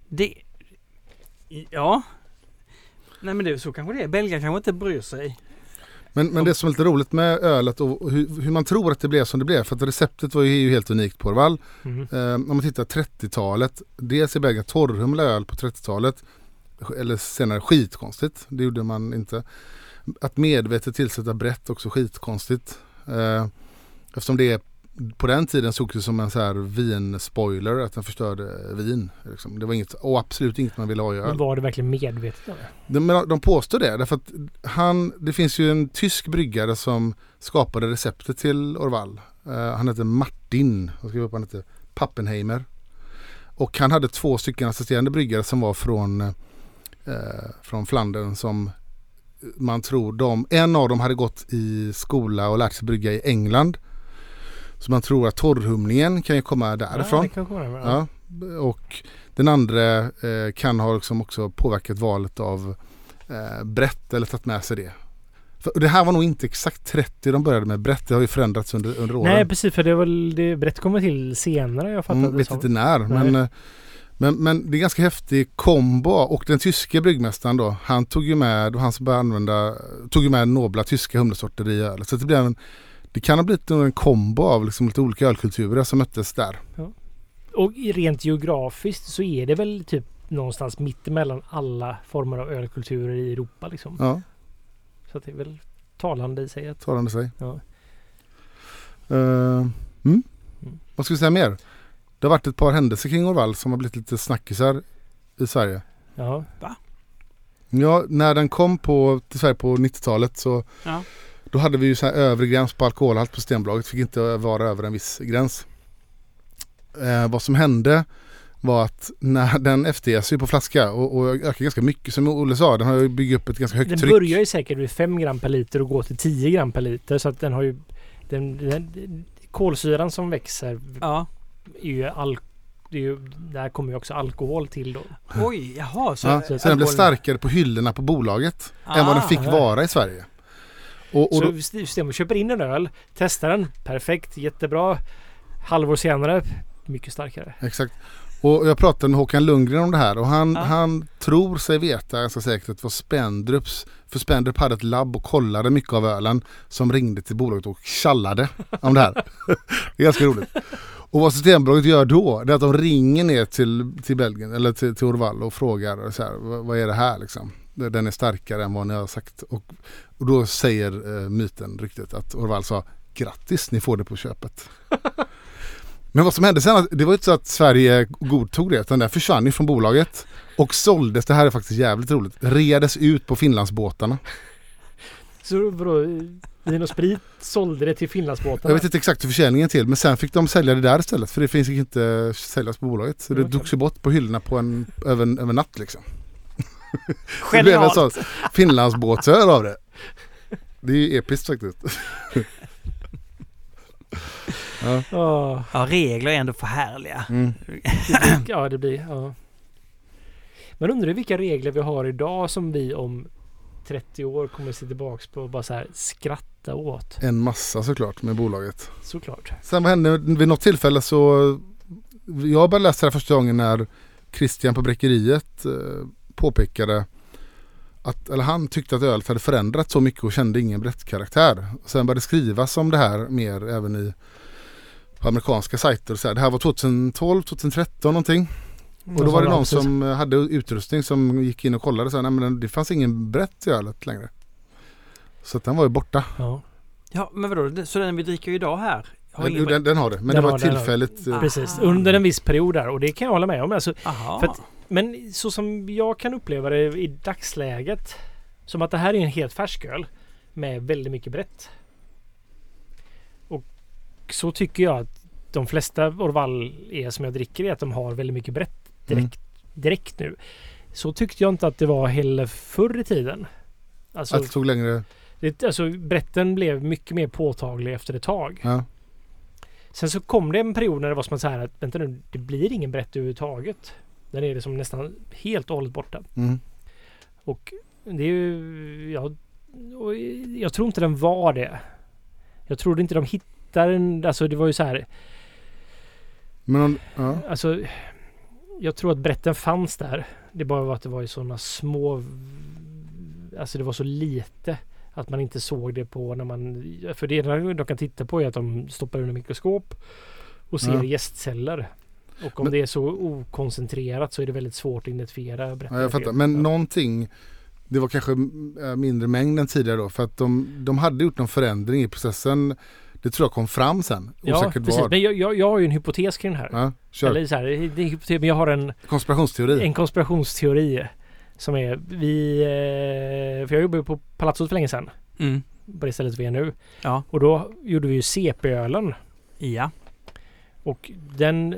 Ja. Nej, men det så kanske det är. Belgien kanske inte bryr sig. Men det som är lite roligt med ölet och hur man tror att det blev som det blev. För att receptet var ju helt unikt på Orval. Om man tittar 30-talet. Dels i Belgien torrhumla öl på 30-talet. Eller senare skitkonstigt. Det gjorde man inte. Att medvetet tillsätta brett också skitkonstigt. Eftersom det på den tiden såg det som en så här vinspoiler, att den förstörde vin. Liksom. Det var inget, och absolut inget man ville ha i öl. Men var det verkligen medvetet? De påstår det. Därför att det finns ju en tysk bryggare som skapade receptet till Orval. Han heter Martin. Jag skriver upp, han heter Pappenheimer. Och han hade 2 stycken assisterande bryggare som var från Flandern, som man tror en av dem hade gått i skola och lärt sig brygga i England. Så man tror att torrhumlingen kan ju komma därifrån. Ja, det kan komma ja. Och den andra kan ha liksom också påverkat valet av brett, eller tagit med sig det. För det här var nog inte exakt 30 de började med brett. Det har ju förändrats under åren. Nej, precis, för det brett kommer till senare. Jag fattar vet inte när, men det är ganska häftig kombo. Och den tyska bryggmästaren då, han tog ju med, och han som började tog ju med nobla tyska humlesorter i öl. Så det kan ha blivit en kombo av liksom lite olika ölkulturer som möttes där. Ja. Och rent geografiskt så är det väl typ någonstans mitt emellan alla former av ölkulturer i Europa liksom. Ja. Så det är väl talande i sig. Talande i sig. Ja. Vad ska vi säga mer? Det har varit ett par händelser kring Orval som har blivit lite snackisar i Sverige. Ja. Va? Ja, när den kom till Sverige på 90-talet så då hade vi ju så här övre gräns på alkoholhalt på Stenbolaget. Fick inte vara över en viss gräns. Vad som hände var att när den efterges ju på flaska och ökar ganska mycket, som Olle sa, den har ju byggt upp ett ganska högt tryck. Den börjar ju säkert vid 5 gram per liter och går till 10 gram per liter, så att den har ju den kolsyran som växer där kommer ju också alkohol till då. Oj, jaha. Så den blev alkohol- starkare på hyllorna på bolaget än vad den fick vara i Sverige. Och Så då, systemet köper in en öl, testar den, perfekt, jättebra. Halvår senare, mycket starkare. exakt. Och jag pratade med Håkan Lundgren om det här och han tror sig veta ganska säkert att för Spendrup hade ett labb och kollade mycket av ölen som ringde till bolaget och tjallade om det här. Det är ganska roligt. Och vad Systembolaget gör då, det är att de ringer ner till Belgien eller till Orval och frågar så här, vad är det här liksom? Den är starkare än vad ni har sagt. Och då säger myten riktigt att Orval sa, grattis, ni får det på köpet. Men vad som hände sen, det var inte så att Sverige godtog det, utan det försvann ju från bolaget och såldes, det här är faktiskt jävligt roligt, redes ut på Finlandsbåtarna. Så Vin och Sprit sålde det till Finlandsbåtarna. Jag vet inte exakt hur försäljningen till, men sen fick de sälja det där istället, för det finns inte säljas på bolaget. Så det drogs ju bort på hyllorna på över natt liksom. Det blev en sån Finlandsbåtsöl av det. Det är ju episkt faktiskt. Ja. Ja, regler är ändå för härliga. Ja, det blir... Ja. Men undrar vilka regler vi har idag som vi om 30 år kommer att se tillbaka på och bara så här skratta åt. En massa såklart med bolaget. Såklart. Sen vad hände vid något tillfälle så... Jag började läsa det första gången när Christian på Bräckeriet påpekade att, eller han tyckte att ölet hade förändrats så mycket och kände ingen berättkaraktär. Sen började det skrivas om det här mer även på amerikanska sajter. Och så här. Det här var 2012, 2013 någonting. Och då var det någon som hade utrustning som gick in och kollade. Så här, nej, men det fanns ingen brett i ölet längre. Så att den var ju borta. Ja. Ja, men vadå? Så den vi dricker idag här? Den har det, men det var tillfälligt. Precis, under en viss period där. Och det kan jag hålla med om. Alltså, men så som jag kan uppleva det i dagsläget, som att det här är en helt färsk öl med väldigt mycket brett. Och så tycker jag att de flesta Orval är som jag dricker är att de har väldigt mycket brett direkt nu. Så tyckte jag inte att det var heller förr i tiden. Alltså, att det tog längre... bretten blev mycket mer påtaglig efter ett tag. Ja. Sen så kom det en period när det var som så här att vänta nu, det blir ingen brett överhuvudtaget. Den är liksom nästan helt och hållet borta. Och det är ju... Jag tror inte den var det. Jag trodde inte de hittade den... Alltså det var ju så här... Men, Alltså... Jag tror att bretten fanns där. Det bara var att det var ju sådana små... Alltså det var så lite att man inte såg det på när man... För det de kan titta på är att de stoppar under mikroskop och ser gästceller. Och om det är så okoncentrerat så är det väldigt svårt att identifiera bretten. Ja, jag fattar. Men någonting... Det var kanske mindre mängd än tidigare då. För att de hade gjort någon förändring i processen. Det tror jag kom fram sen. Ja, precis. Men jag har ju en hypotes kring den här. Ja, kör. Eller så här, det är hypotes, men jag har en konspirationsteori som är för jag jobbade på Palazzot för länge sedan. På det stället vi är nu. Ja. Och då gjorde vi ju CP-ölen. Ja. Och den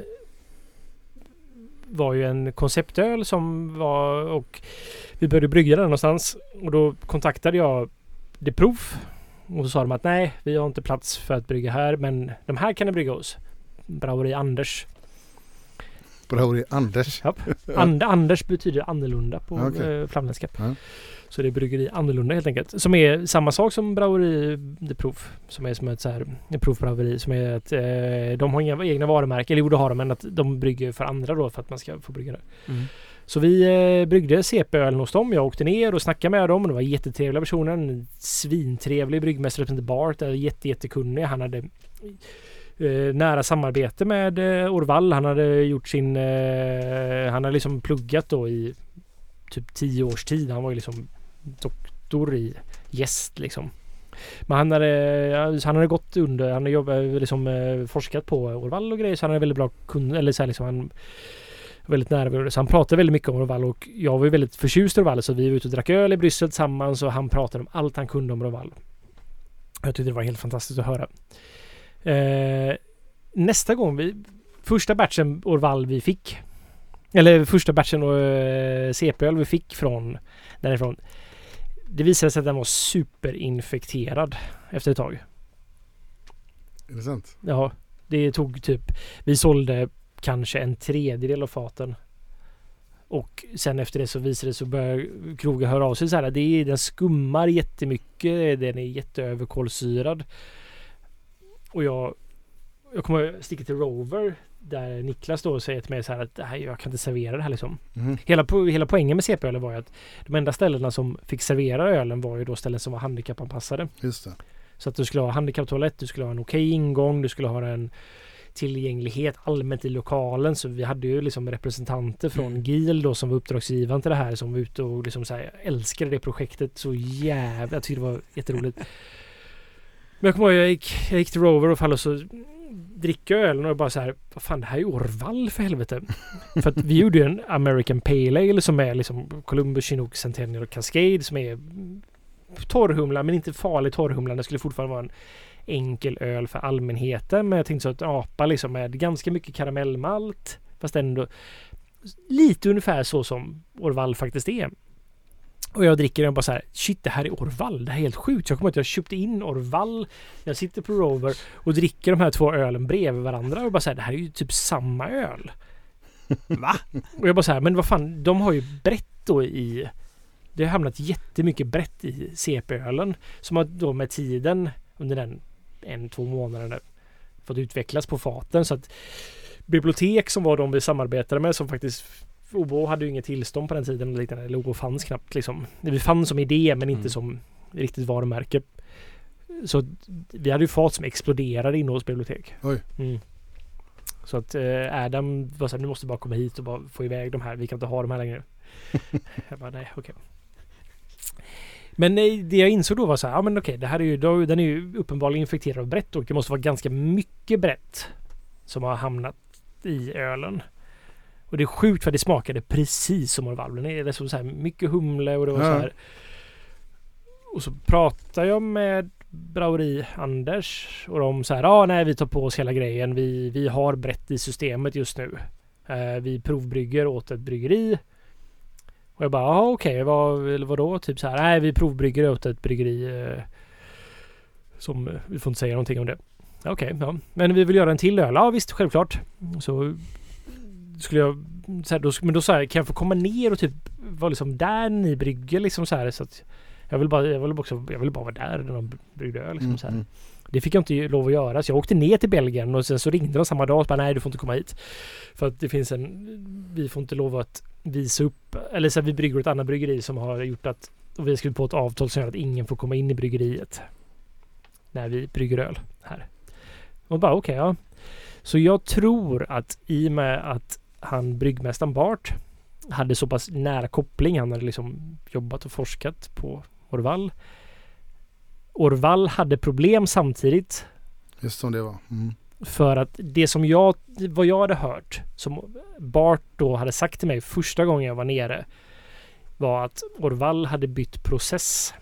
var ju en konceptöl som var, och vi började brygga den någonstans. Och då kontaktade jag The Proof. Och så sa de att nej, vi har inte plats för att brygga här, men de här kan ni brygga hos. Braveri Anders. Braveri Anders? Ja. Anders betyder annorlunda på flamländska. Ja. Så det är bryggeri annorlunda helt enkelt. Som är samma sak som Braveri The Proof. Som är som ett så här, en provbraveri. Som är att de har inga egna varumärken. Eller jo, det har de, men att de brygger för andra då för att man ska få brygga det. Så vi bryggde CP-ölen hos dem. Jag åkte ner och snackade med dem. Det var jättetrevliga personer. En svintrevlig bryggmästare som heter Bart. Jättekunnig. Han hade nära samarbete med Orval. Han hade gjort sin... han hade liksom pluggat då i typ 10 års tid. Han var ju liksom doktor i jäst liksom. Men han hade gått under... Han hade liksom forskat på Orval och grejer. Så han hade väldigt bra eller så här liksom han... väldigt nära. Så han pratade väldigt mycket om Orval och jag var ju väldigt förtjust i Orval, så vi var ute och drack öl i Bryssel tillsammans och han pratade om allt han kunde om Orval. Jag tyckte det var helt fantastiskt att höra. Nästa gång första batchen Orval vi fick, eller första batchen CP-öl vi fick därifrån, det visade sig att den var superinfekterad efter ett tag. Är det sant? Ja. Det tog typ, vi sålde kanske en tredjedel av faten. Och sen efter det så visade det sig, började krogar höra av sig så här. Den skummar jättemycket. Den är jätteöverkolsyrad. Och jag kommer sticka till Rover där Niklas då säger till mig så här att jag kan inte servera det här liksom. Hela poängen med CP-ölen var ju att de enda ställena som fick servera ölen var ju då ställen som var handikappanpassade. Just det. Så att du skulle ha handikapptoalett, du skulle ha en okej ingång, du skulle ha en tillgänglighet allmänt i lokalen. Så vi hade ju liksom representanter från GIL då som var uppdragsgivaren till det här, som var ute och liksom så här, älskade det projektet så jävla. Jag tyckte det var jätteroligt. Men jag kommer ihåg, jag gick till Rover och fall och så dricka ölen och bara så här, vad fan, det här är ju Orval för helvete. För att vi gjorde ju en American Pale Ale som är liksom Columbus, Chinook, Centennial och Cascade som är torrhumla, men inte farlig torrhumla. Det skulle fortfarande vara en enkel öl för allmänheten, men jag tänkte så att apa liksom med ganska mycket karamellmalt, fast ändå lite ungefär så som Orval faktiskt är. Och jag dricker den och bara så här, shit, det här är Orval, det här är helt sjukt. Jag kommer att jag köpte in Orval, jag sitter på Rover och dricker de här 2 ölen bredvid varandra och bara så här, det här är ju typ samma öl. Va? Och jag bara så här, men vad fan, de har ju brett då i, det har hamnat jättemycket brett i CP-ölen som har då med tiden under den 1-2 månaderna fått utvecklas på faten. Så att bibliotek som var de vi samarbetade med, som faktiskt OBO hade ju inget tillstånd på den tiden, eller OBO fanns knappt liksom. Det fanns som idé men inte som riktigt varumärke. Så vi hade ju fat som exploderade inne hos bibliotek. Oj. Så att Adam var så här, nu måste bara komma hit och bara få iväg de här, vi kan inte ha de här längre. Jag bara, nej, okej. Men det jag insåg då var så här, ja men okej, det här är ju, den är ju uppenbarligen infekterad av brett och det måste vara ganska mycket brett som har hamnat i ölen. Och det är sjukt för det smakade precis som Orval. Det är så här mycket humle och det var så här. Och så pratade jag med Brauri Anders och de så här, nej, vi tar på oss hela grejen. Vi har brett i systemet just nu. Vi provbrygger åt ett bryggeri. Och jag bara, okej, vadå? Typ så här, nej, vi provbrygger åt ett bryggeri som, vi får inte säga någonting om det. Okej, ja. Men vi vill göra en till öl. Ja, visst, självklart. Så skulle jag så här, men då sa jag, kan jag få komma ner och typ vara liksom där ni brygger liksom så här, så att jag vill bara vara där när de bryggde öl liksom så här. Det fick jag inte lov att göra, så jag åkte ner till Belgien och sen så ringde de samma dag och bara, nej, du får inte komma hit. För att det finns vi får inte lov att visa upp, eller så här, vi brygger ett annat bryggeri som har gjort att, och vi har skrivit på ett avtal som gör att ingen får komma in i bryggeriet när vi brygger öl här. Och bara, okej, ja. Så jag tror att i och med att han, bryggmästaren Bart, hade så pass nära koppling, han hade liksom jobbat och forskat på Orval. Orval hade problem samtidigt. Just som det var. För att det som vad jag hade hört, som Bart då hade sagt till mig första gången jag var nere, var att Orval hade bytt process.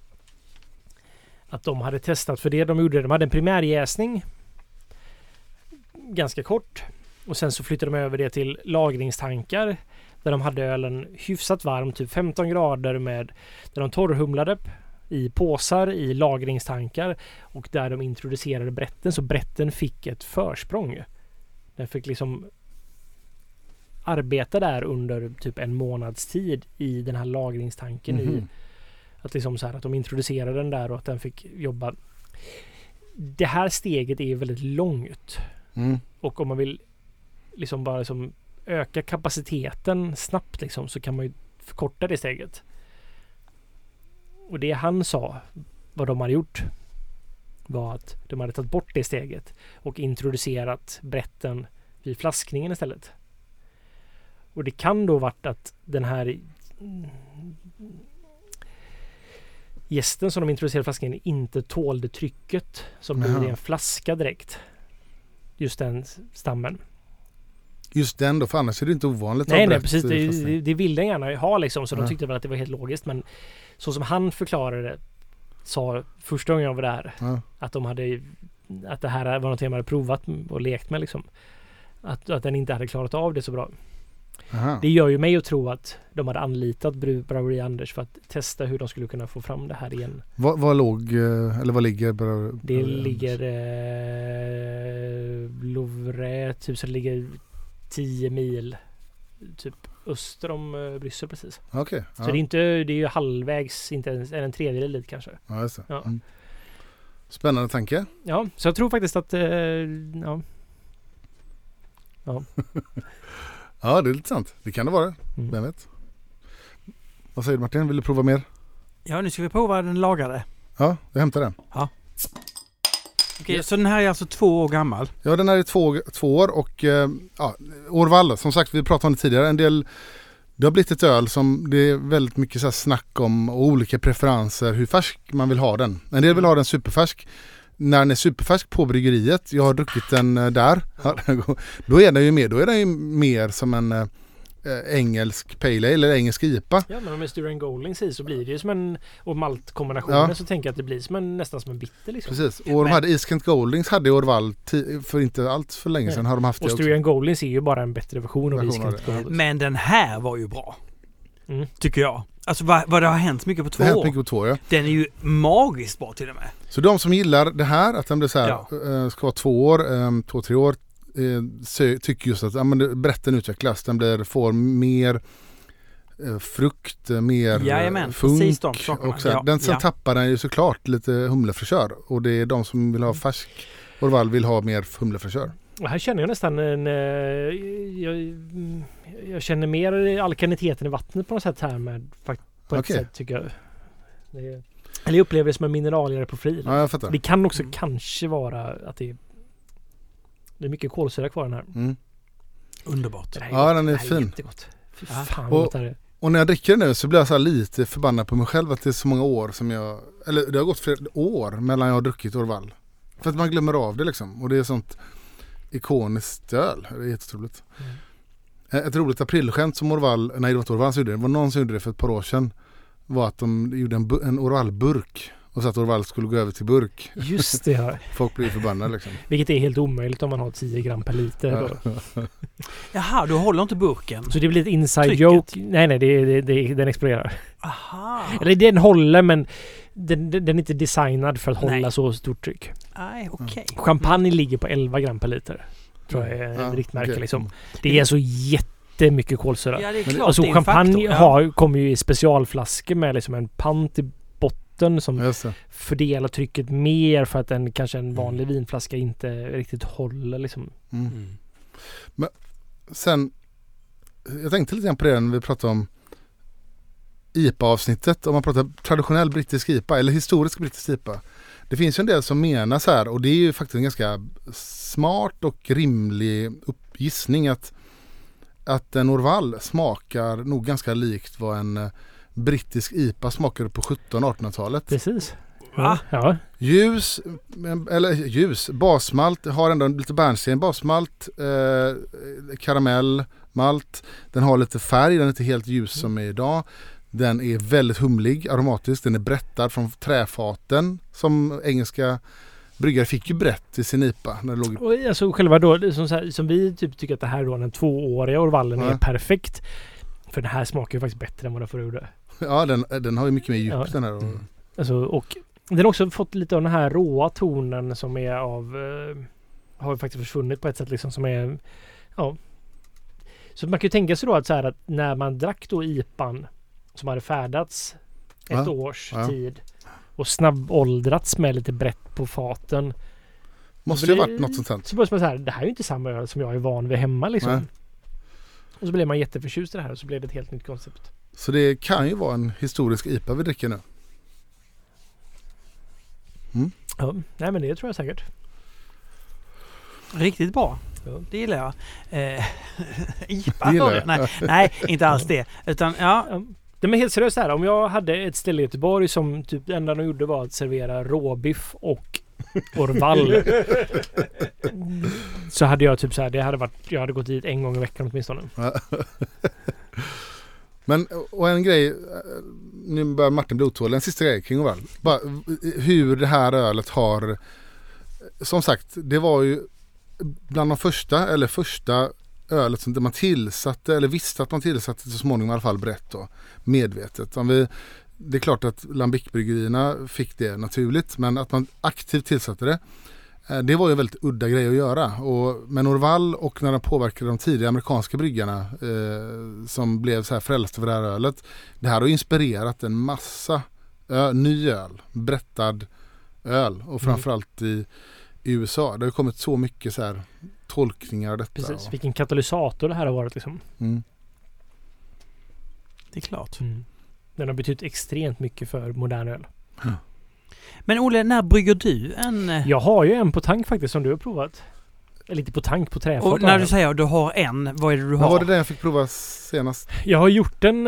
Att de hade testat, för det de gjorde, de hade en primärjäsning ganska kort. Och sen så flyttade de över det till lagringstankar där de hade ölen hyfsat varm, typ 15 grader, där de torrhumlade i påsar i lagringstankar och där de introducerade bretten, så bretten fick ett försprång. Den fick liksom arbeta där under typ en månads tid i den här lagringstanken i att liksom så här, att de introducerade den där och att den fick jobba. Det här steget är väldigt långt. Och om man vill liksom bara liksom öka kapaciteten snabbt liksom, så kan man ju förkorta det steget. Och det han sa, vad de hade gjort, var att de hade tagit bort det steget och introducerat bretten vid flaskningen istället. Och det kan då varit att den här gästen som de introducerade flaskan inte tålde trycket som blir i en flaska direkt. Just den stammen. Just den då, för annars är det inte ovanligt. Nej, precis. Det vill den gärna ha liksom, så de tyckte väl att det var helt logiskt. Men så som han förklarade det, sa första gången jag var där, att att det här var något jag hade provat och lekt med liksom. Att den inte hade klarat av det så bra. Aha. Det gör ju mig att tro att de hade anlitat Brauri Anders för att testa hur de skulle kunna få fram det här igen. Vad ligger det ligger Louvre, typ, så det ligger 10 mil typ öster om Bryssel precis. Okej. Så det är ju halvvägs, inte ens en tredjedel dit kanske. Ja, just det. Ja. Mm. Spännande tanke. Ja, så jag tror faktiskt att Ja, det är lite sant. Det kan det vara. Vem vet. Vad säger du, Martin? Vill du prova mer? Ja, nu ska vi prova den lagade. Ja, jag hämtar den. Okej, så den här är alltså 2 år gammal. Ja, den här är 2 år och Orval, som sagt, vi pratade om det tidigare. Det har blivit ett öl som det är väldigt mycket så här snack om och olika preferenser hur färsk man vill ha den. En del vill ha den superfärsk. När den är superfärsk på bryggeriet, jag har druckit den där, då är den ju mer som en engelsk pale ale eller engelsk IPA. Ja, men om det är Sture & Goldings i så blir det ju som en, och maltkombinationen, så tänker jag att det blir som nästan som en bitter liksom. Precis, och de hade East Kent Goldings hade Orval för inte allt för länge sedan har de haft det och också. Sture & Goldings är ju bara en bättre version av East Kent Goldings. Men den här var ju bra. Tycker jag. Alltså vad det har hänt mycket på 2 år. Det har hänt mycket på 2 år, ja. Den är ju magiskt bra till och med. Så de som gillar det här, att den blir så här, ska vara 2 år, 2-3 år, tycker just att berätten utvecklas. Den får mer frukt, mer funk. De sakerna. Och så sen tappar den ju såklart lite humlefräschör. Och det är de som vill ha färsk Orval vill ha mer humlefräschör. Och här känner jag nästan jag känner mer alkaliniteten i vattnet på något sätt här med på ett sätt tycker jag. Eller jag upplever det som en mineraligare profil. Ja, jag fattar. Det kan också kanske vara att det är mycket kolsyra kvar den här. Underbart. Den är fin. Jättegott. Fy fan vad det är. Och när jag dricker det nu så blir jag så här lite förbannad på mig själv att det är så många år som eller det har gått flera år mellan jag har druckit Orval. För att man glömmer av det liksom. Och det är sånt ikoniskt öl. Det är jättetroligt. Ett roligt aprilskämt som Orval, nej det var inte Orval som gjorde det, var någon som gjorde det för ett par år sedan, var att de gjorde en Orval-burk och så att Orval skulle gå över till burk. Just det, ja. Folk blir förbannade liksom. Vilket är helt omöjligt om man har 10 gram per liter. Jaha, du håller inte burken. Så det blir ett inside joke. Nej, den exploderar. Aha. Eller den håller, men den är inte designad för att hålla så stort tryck. Nej, okej. Champagne ligger på 11 gram per liter. Tror jag är ett riktmärke liksom. Det är så jättemycket kolsyra. Ja, det är klart. Alltså champagne kommer ju i specialflaskor med liksom en pant i botten som fördelar trycket mer för att kanske en vanlig vinflaska inte riktigt håller liksom. Men sen jag tänkte lite grann på det när vi pratade om IPA-avsnittet, om man pratar traditionell brittisk IPA eller historisk brittisk IPA. Det finns ju en del som menar så här, och det är ju faktiskt en ganska smart och rimlig gissning att en Orval smakar nog ganska likt vad en brittisk IPA smakade på 1700-1800-talet. Precis. Ja. Ljus, basmalt, har ändå lite bärnsten, basmalt, karamell, malt. Den har lite färg, den är inte helt ljus som är idag. Den är väldigt humlig, aromatisk. Den är brättad från träfaten som engelska bryggare fick ju brett i sin IPA. När det låg... Och alltså själva då, som vi typ tycker att det här då, den 2-åriga Orvalen är perfekt. För den här smakar ju faktiskt bättre än vad den förra gjorde. Ja, den har ju mycket mer djup den här. Alltså, och den har också fått lite av den här råa tonen som är har ju faktiskt försvunnit på ett sätt liksom, som är så man kan ju tänka sig då att så här att när man drack då IPAn som hade färdats ett års tid och snabbåldrats med lite brett på faten. Måste ju ha varit något sånt här. Så börjar man så här, det här är ju inte samma öl som jag är van vid hemma liksom. Nej. Och så blev man jätteförtjust i det här och så blev det ett helt nytt koncept. Så det kan ju vara en historisk IPA vi dricker nu. Ja, nej men det tror jag säkert. Riktigt bra. Ja. Det gillar jag. IPA? Gillar jag. Nej, inte alls det. Utan Det är helt seriöst här. Om jag hade ett ställe i Göteborg som typ det enda de gjorde var att servera råbiff och Orval. Så hade jag typ så här, jag hade gått dit en gång i veckan åtminstone. Men, och en grej, nu börjar Martin bli otålig, en sista grej kring Orval. Bara hur det här ölet har, som sagt, det var ju bland de första ölet som man tillsatte, eller visste att man tillsatte så småningom i alla fall brett och medvetet. Det är klart att Lambic-bryggerierna fick det naturligt, men att man aktivt tillsatte det. Det var ju en väldigt udda grej att göra. Men Orval och när de påverkade de tidiga amerikanska bryggarna som blev så här frälsta för det här ölet. Det här har inspirerat en massa ny öl, berättad öl och framförallt i USA. Det har kommit så mycket så här tolkningar av detta. Precis, vilken katalysator det här har varit liksom. Det är klart. Den har betytt extremt mycket för modern öl. Men Olle, när brygger du en... Jag har ju en på tank faktiskt som du har provat. Eller lite på tank på träfat. Och när du säger att du har en, vad är det du har? Vad var det där jag fick prova senast? Jag har gjort en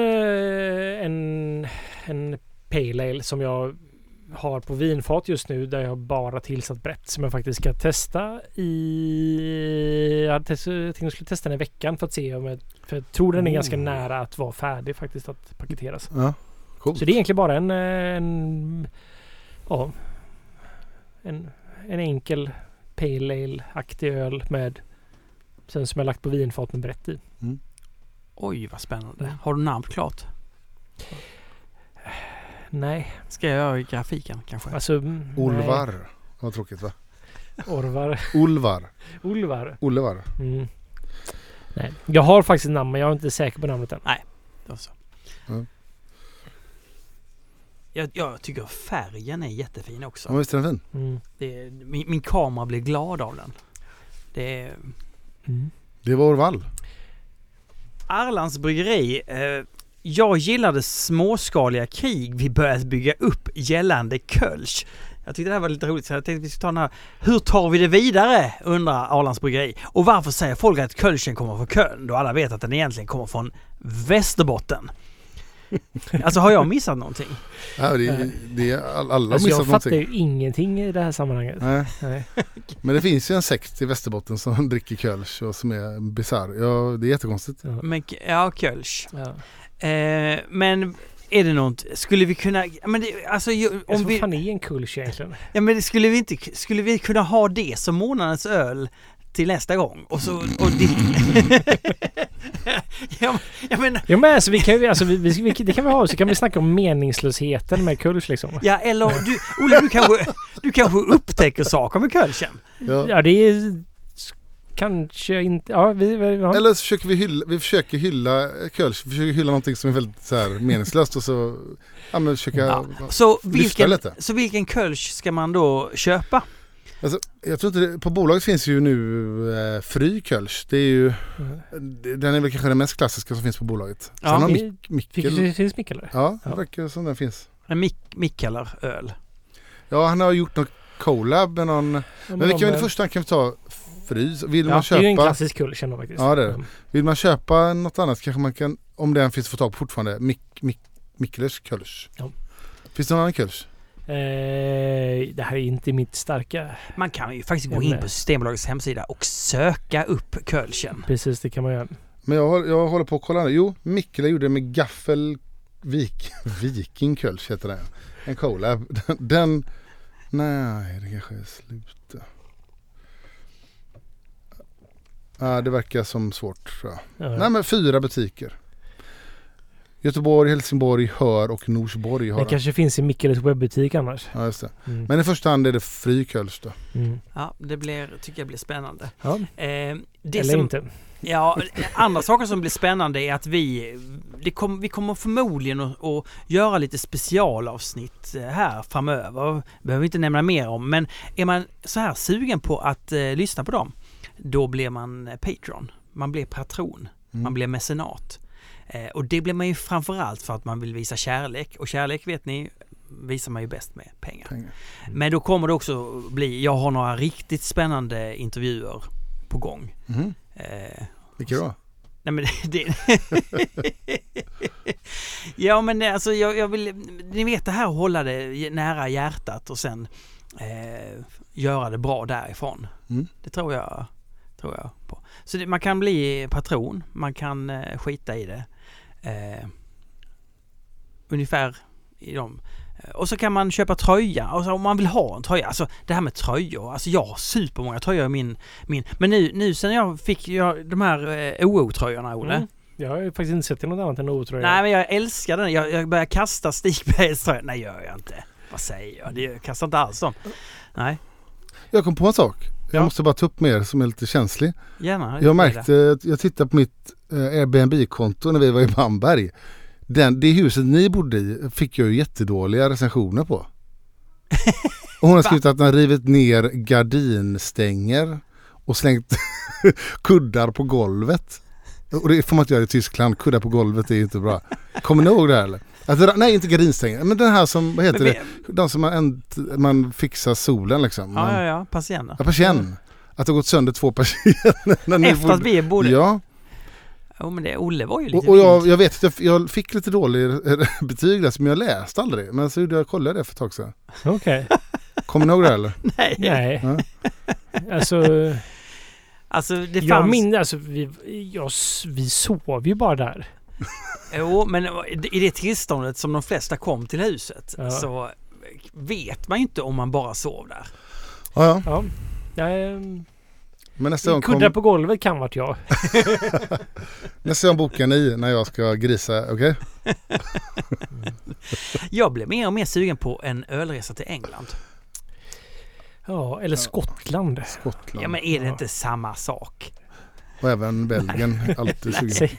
pale ale som jag har på vinfat just nu där jag bara tillsatt brett som jag faktiskt ska testa jag tänkte jag skulle testa den i veckan för att se om för jag tror den är ganska nära att vara färdig faktiskt att paketeras. Ja, coolt. Så det är egentligen bara en enkel pale ale-aktig öl med sen som jag lagt på vinfat med brett i. Oj, vad spännande. Har du namn klart? Nej. Ska jag göra grafiken kanske? Alltså, Olvar. Nej. Vad tråkigt va? Orvar. Olvar. Nej. Jag har faktiskt ett namn men jag är inte säker på namnet än. Nej, det var så. Jag tycker färgen är jättefin också. Ja, visst är den fin? Min kamera blir glad av den. Det var Orval. Arlands bryggeri. Jag gillade småskaliga krig vi börjat bygga upp gällande Kölsch. Jag tyckte det här var lite roligt så jag tänkte vi ska ta den här. Hur tar vi det vidare? Undrar Arlands bryggeri. Och varför säger folk att Kölschen kommer från Köln då alla vet att den egentligen kommer från Västerbotten? Alltså har jag missat någonting? Ja, alla alltså, har missat någonting. Jag fattar ju ingenting i det här sammanhanget. Nej. Men det finns ju en sekt i Västerbotten som dricker Kölsch och som är bizarr. Ja, det är jättekonstigt. Men, Kölsch. Ja. Men är det något, skulle vi kunna, men det, alltså om vi fan är en Kölsch egentligen. Ja, men skulle vi kunna ha det som månadens öl till nästa gång och så men alltså vi kan ju det kan vi ha så kan vi snacka om meningslösheten med Kölsch liksom. Ja, eller Olle, du kanske upptäcker saker med Kölschen. Ja, det är kanske inte. Ja, eller så försöker vi försöker hylla Kölsch, vi försöker hylla någonting som är väldigt så här meningslöst och så försöka så vilken Kölsch ska man då köpa? Alltså, jag tror inte på bolaget finns ju nu Fry Kölsch. Det är ju den är väl kanske den mest klassiska som finns på bolaget. Sen har Mikkel. Finns Mikkel? Ja, det verkar som den finns. En Mikkeller öl. Ja, han har gjort någon collab med någon. Men vi kan väl först kan vi ta Fry. Vill man köpa? Det är ju en klassisk Kölsch faktiskt. Ja, det är det. Vill man köpa något annat kanske man kan, om den finns att få tag på fortfarande, Mikkellers Kölsch. Ja. Finns det någon annan Kölsch? Det här är inte mitt starka. Man kan ju faktiskt gå in på Systembolagets hemsida och söka upp Kölschen. Precis, det kan man göra. Men jag håller på att kolla nu. Jo, Mikkela gjorde det med Gaffel Viking Kölsch heter det. En collab. Den nej, det kanske är slut. Det verkar som svårt tror jag. Nej, men 4 butiker. Göteborg, Helsingborg, Hör och Norsborg har det. Kanske finns i Mikkeles webbutik annars. Ja, just det. Men i första hand är det Fry Kölsch då. Ja, tycker jag blir spännande. Ja. Det eller inte. Ja, andra saker som blir spännande är att vi kommer förmodligen att göra lite specialavsnitt här framöver. Behöver inte nämna mer om, men är man så här sugen på att lyssna på dem, då blir man Patreon. Man blir patron. Man blir mecenat. Och det blir man ju framförallt för att man vill visa kärlek. Och kärlek vet ni, visar man ju bäst med pengar. Men då kommer det också bli, jag har några riktigt spännande intervjuer på gång. Vilka då? Nej men det ja men alltså jag vill, ni vet det här, hålla det nära hjärtat och sen göra det bra därifrån. Det tror jag på. Så man kan bli patron, man kan skita i det. Ungefär i dem. Och så kan man köpa tröja, alltså om man vill ha en tröja. Alltså det här med tröjor, alltså jag har supermånga tröjor i min. Men nu sen jag fick de här OO-tröjorna, Olle. Jag har ju faktiskt inte sett något annat än OO-tröjor. Nej, men jag älskar den. Jag börjar kasta Stigbergs tröjor. Nej, gör jag inte. Vad säger jag? Jag kastar inte alls dem. Nej. Jag kom på en sak. Jag Ja. måste bara ta upp mer som är lite känslig. Gärna. Jag märkte att jag tittade på mitt Airbnb-konto när vi var i Bamberg. Det huset ni bodde i fick jag ju jättedåliga recensioner på. Och hon har skrivit att den har rivit ner gardinstänger och slängt kuddar på golvet. Och det får man inte göra i Tyskland. Kuddar på golvet är ju inte bra. Kommer ni ihåg det här eller? Nej, inte gardinstänger. Men den här som, vad heter det? De som man fixar solen liksom. Ja, persienner. Ja, persienn. Att det har gått sönder 2 persienner. Efter att vi bodde. Ja. Jo, men Olle var ju lite Och jag vet att jag fick lite dålig betyg där, men jag läste aldrig. Men så kollade jag det för ett tag sedan. Okej. Kommer ni ihåg det eller? Nej. Ja. Alltså det Jag fanns... minns, alltså vi sov ju bara där. Jo, men i det tillståndet som de flesta kom till huset så vet man ju inte om man bara sov där. Ja. Men nästa gång kuddar på golvet kan vart jag. Nästa gång bokar ni när jag ska grisa, okej? Jag blev mer och mer sugen på en ölresa till England. Ja, eller Skottland. Ja, men är det inte samma sak? Och även Belgien, alltid sugen.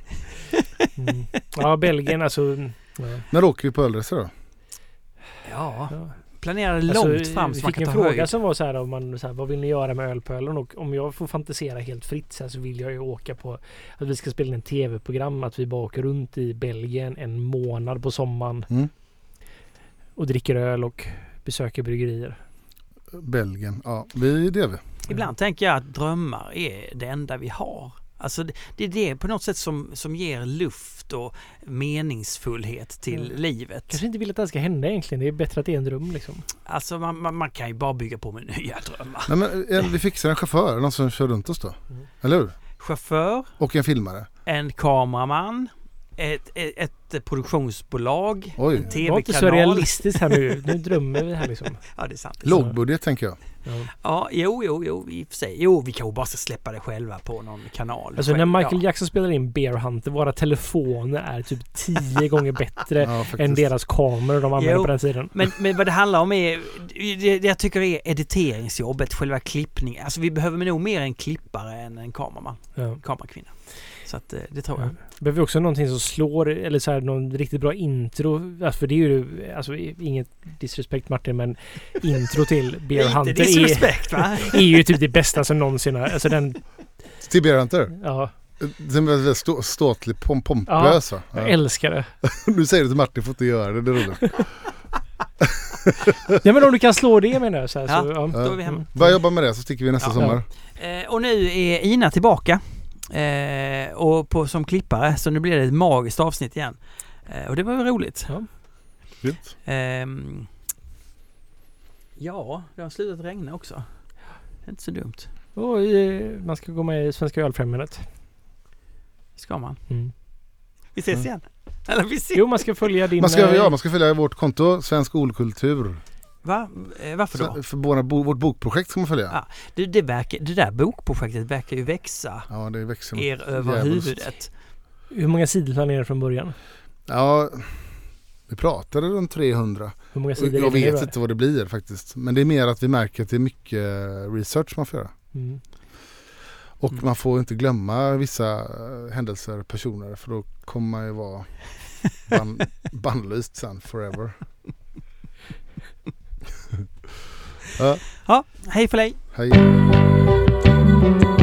Ja, Belgien alltså. Ja. När åker vi på ölresa då? Ja. Planerade långt fram vi så man fick kan en ta fråga höjd. som var så här, om man, så här, vad vill ni göra med ölpölen? Och om jag får fantisera helt fritt så vill jag ju åka på att vi ska spela in en tv-program, att vi bara åker runt i Belgien en månad på sommaren och dricker öl och besöker bryggerier. Belgien, ja, det är vi. Ibland tänker jag att drömmar är det enda vi har. Alltså det är det på något sätt som ger luft och meningsfullhet till livet. Kanske inte vill att det ska hända egentligen. Det är bättre att det är en dröm liksom. Alltså man kan ju bara bygga på med nya drömmar. Nej, men vi fixar en chaufför, någon som kör runt oss då. Eller hur? Chaufför, Och en filmare. en kameraman, ett produktionsbolag, Oj. en Det var tv-kanal. inte så realistiskt här nu. Nu drömmer vi här liksom. Ja, det är sant. Lågbudget tänker jag. Ja, jo, i och för sig. Jo, vi kan ju bara släppa det själva på någon kanal. Alltså när Michael Jackson spelar in Bear Hunter, våra telefoner är typ 10 gånger bättre än deras kameror de använder på den tiden. Men vad det handlar om är, det jag tycker är editeringsjobbet, själva klippningen. Alltså vi behöver nog mer en klippare än en kameraman, kamerakvinna. Så att det tror jag. Behöver vi också någonting som slår, eller så här någon riktigt bra intro, alltså för det är ju alltså inget disrespect Martin, men intro till Bear Hunter är ju typ det bästa som någonsin har, alltså den till Bear Hunter? Ja. Den är väldigt ståtlig, pompös. Ja, jag älskar det. Nu säger du till Martin, får inte göra det är roligt. Ja, men om du kan slå det menar jag så här, så då är vi hemma. Bara jobba med det så sticker vi nästa sommar. Och nu är Ina tillbaka. Och som klippare, så nu blir det ett magiskt avsnitt igen. Och det var ju roligt. Ja, det har slutat regna också. Det är inte så dumt. Och man ska gå med i Svenska Ölfrämjandet. Ska man? Vi ses igen. Eller vi ses. Jo, man ska följa din... Man ska följa vårt konto, Svensk Olkultur. Va? Varför då? För vårt bokprojekt ska man följa. Ja, det där bokprojektet verkar ju växa. Ja, det växer er över huvudet. Hur många sidor planerar från början? Ja, vi pratade runt 300. Hur många sidor? Jag vet inte vad det blir faktiskt. Men det är mer att vi märker att det är mycket research man får göra. Och man får inte glömma vissa händelser, personer, för då kommer man ju vara bannlyst sen forever. Ja, hej för dig. Hej.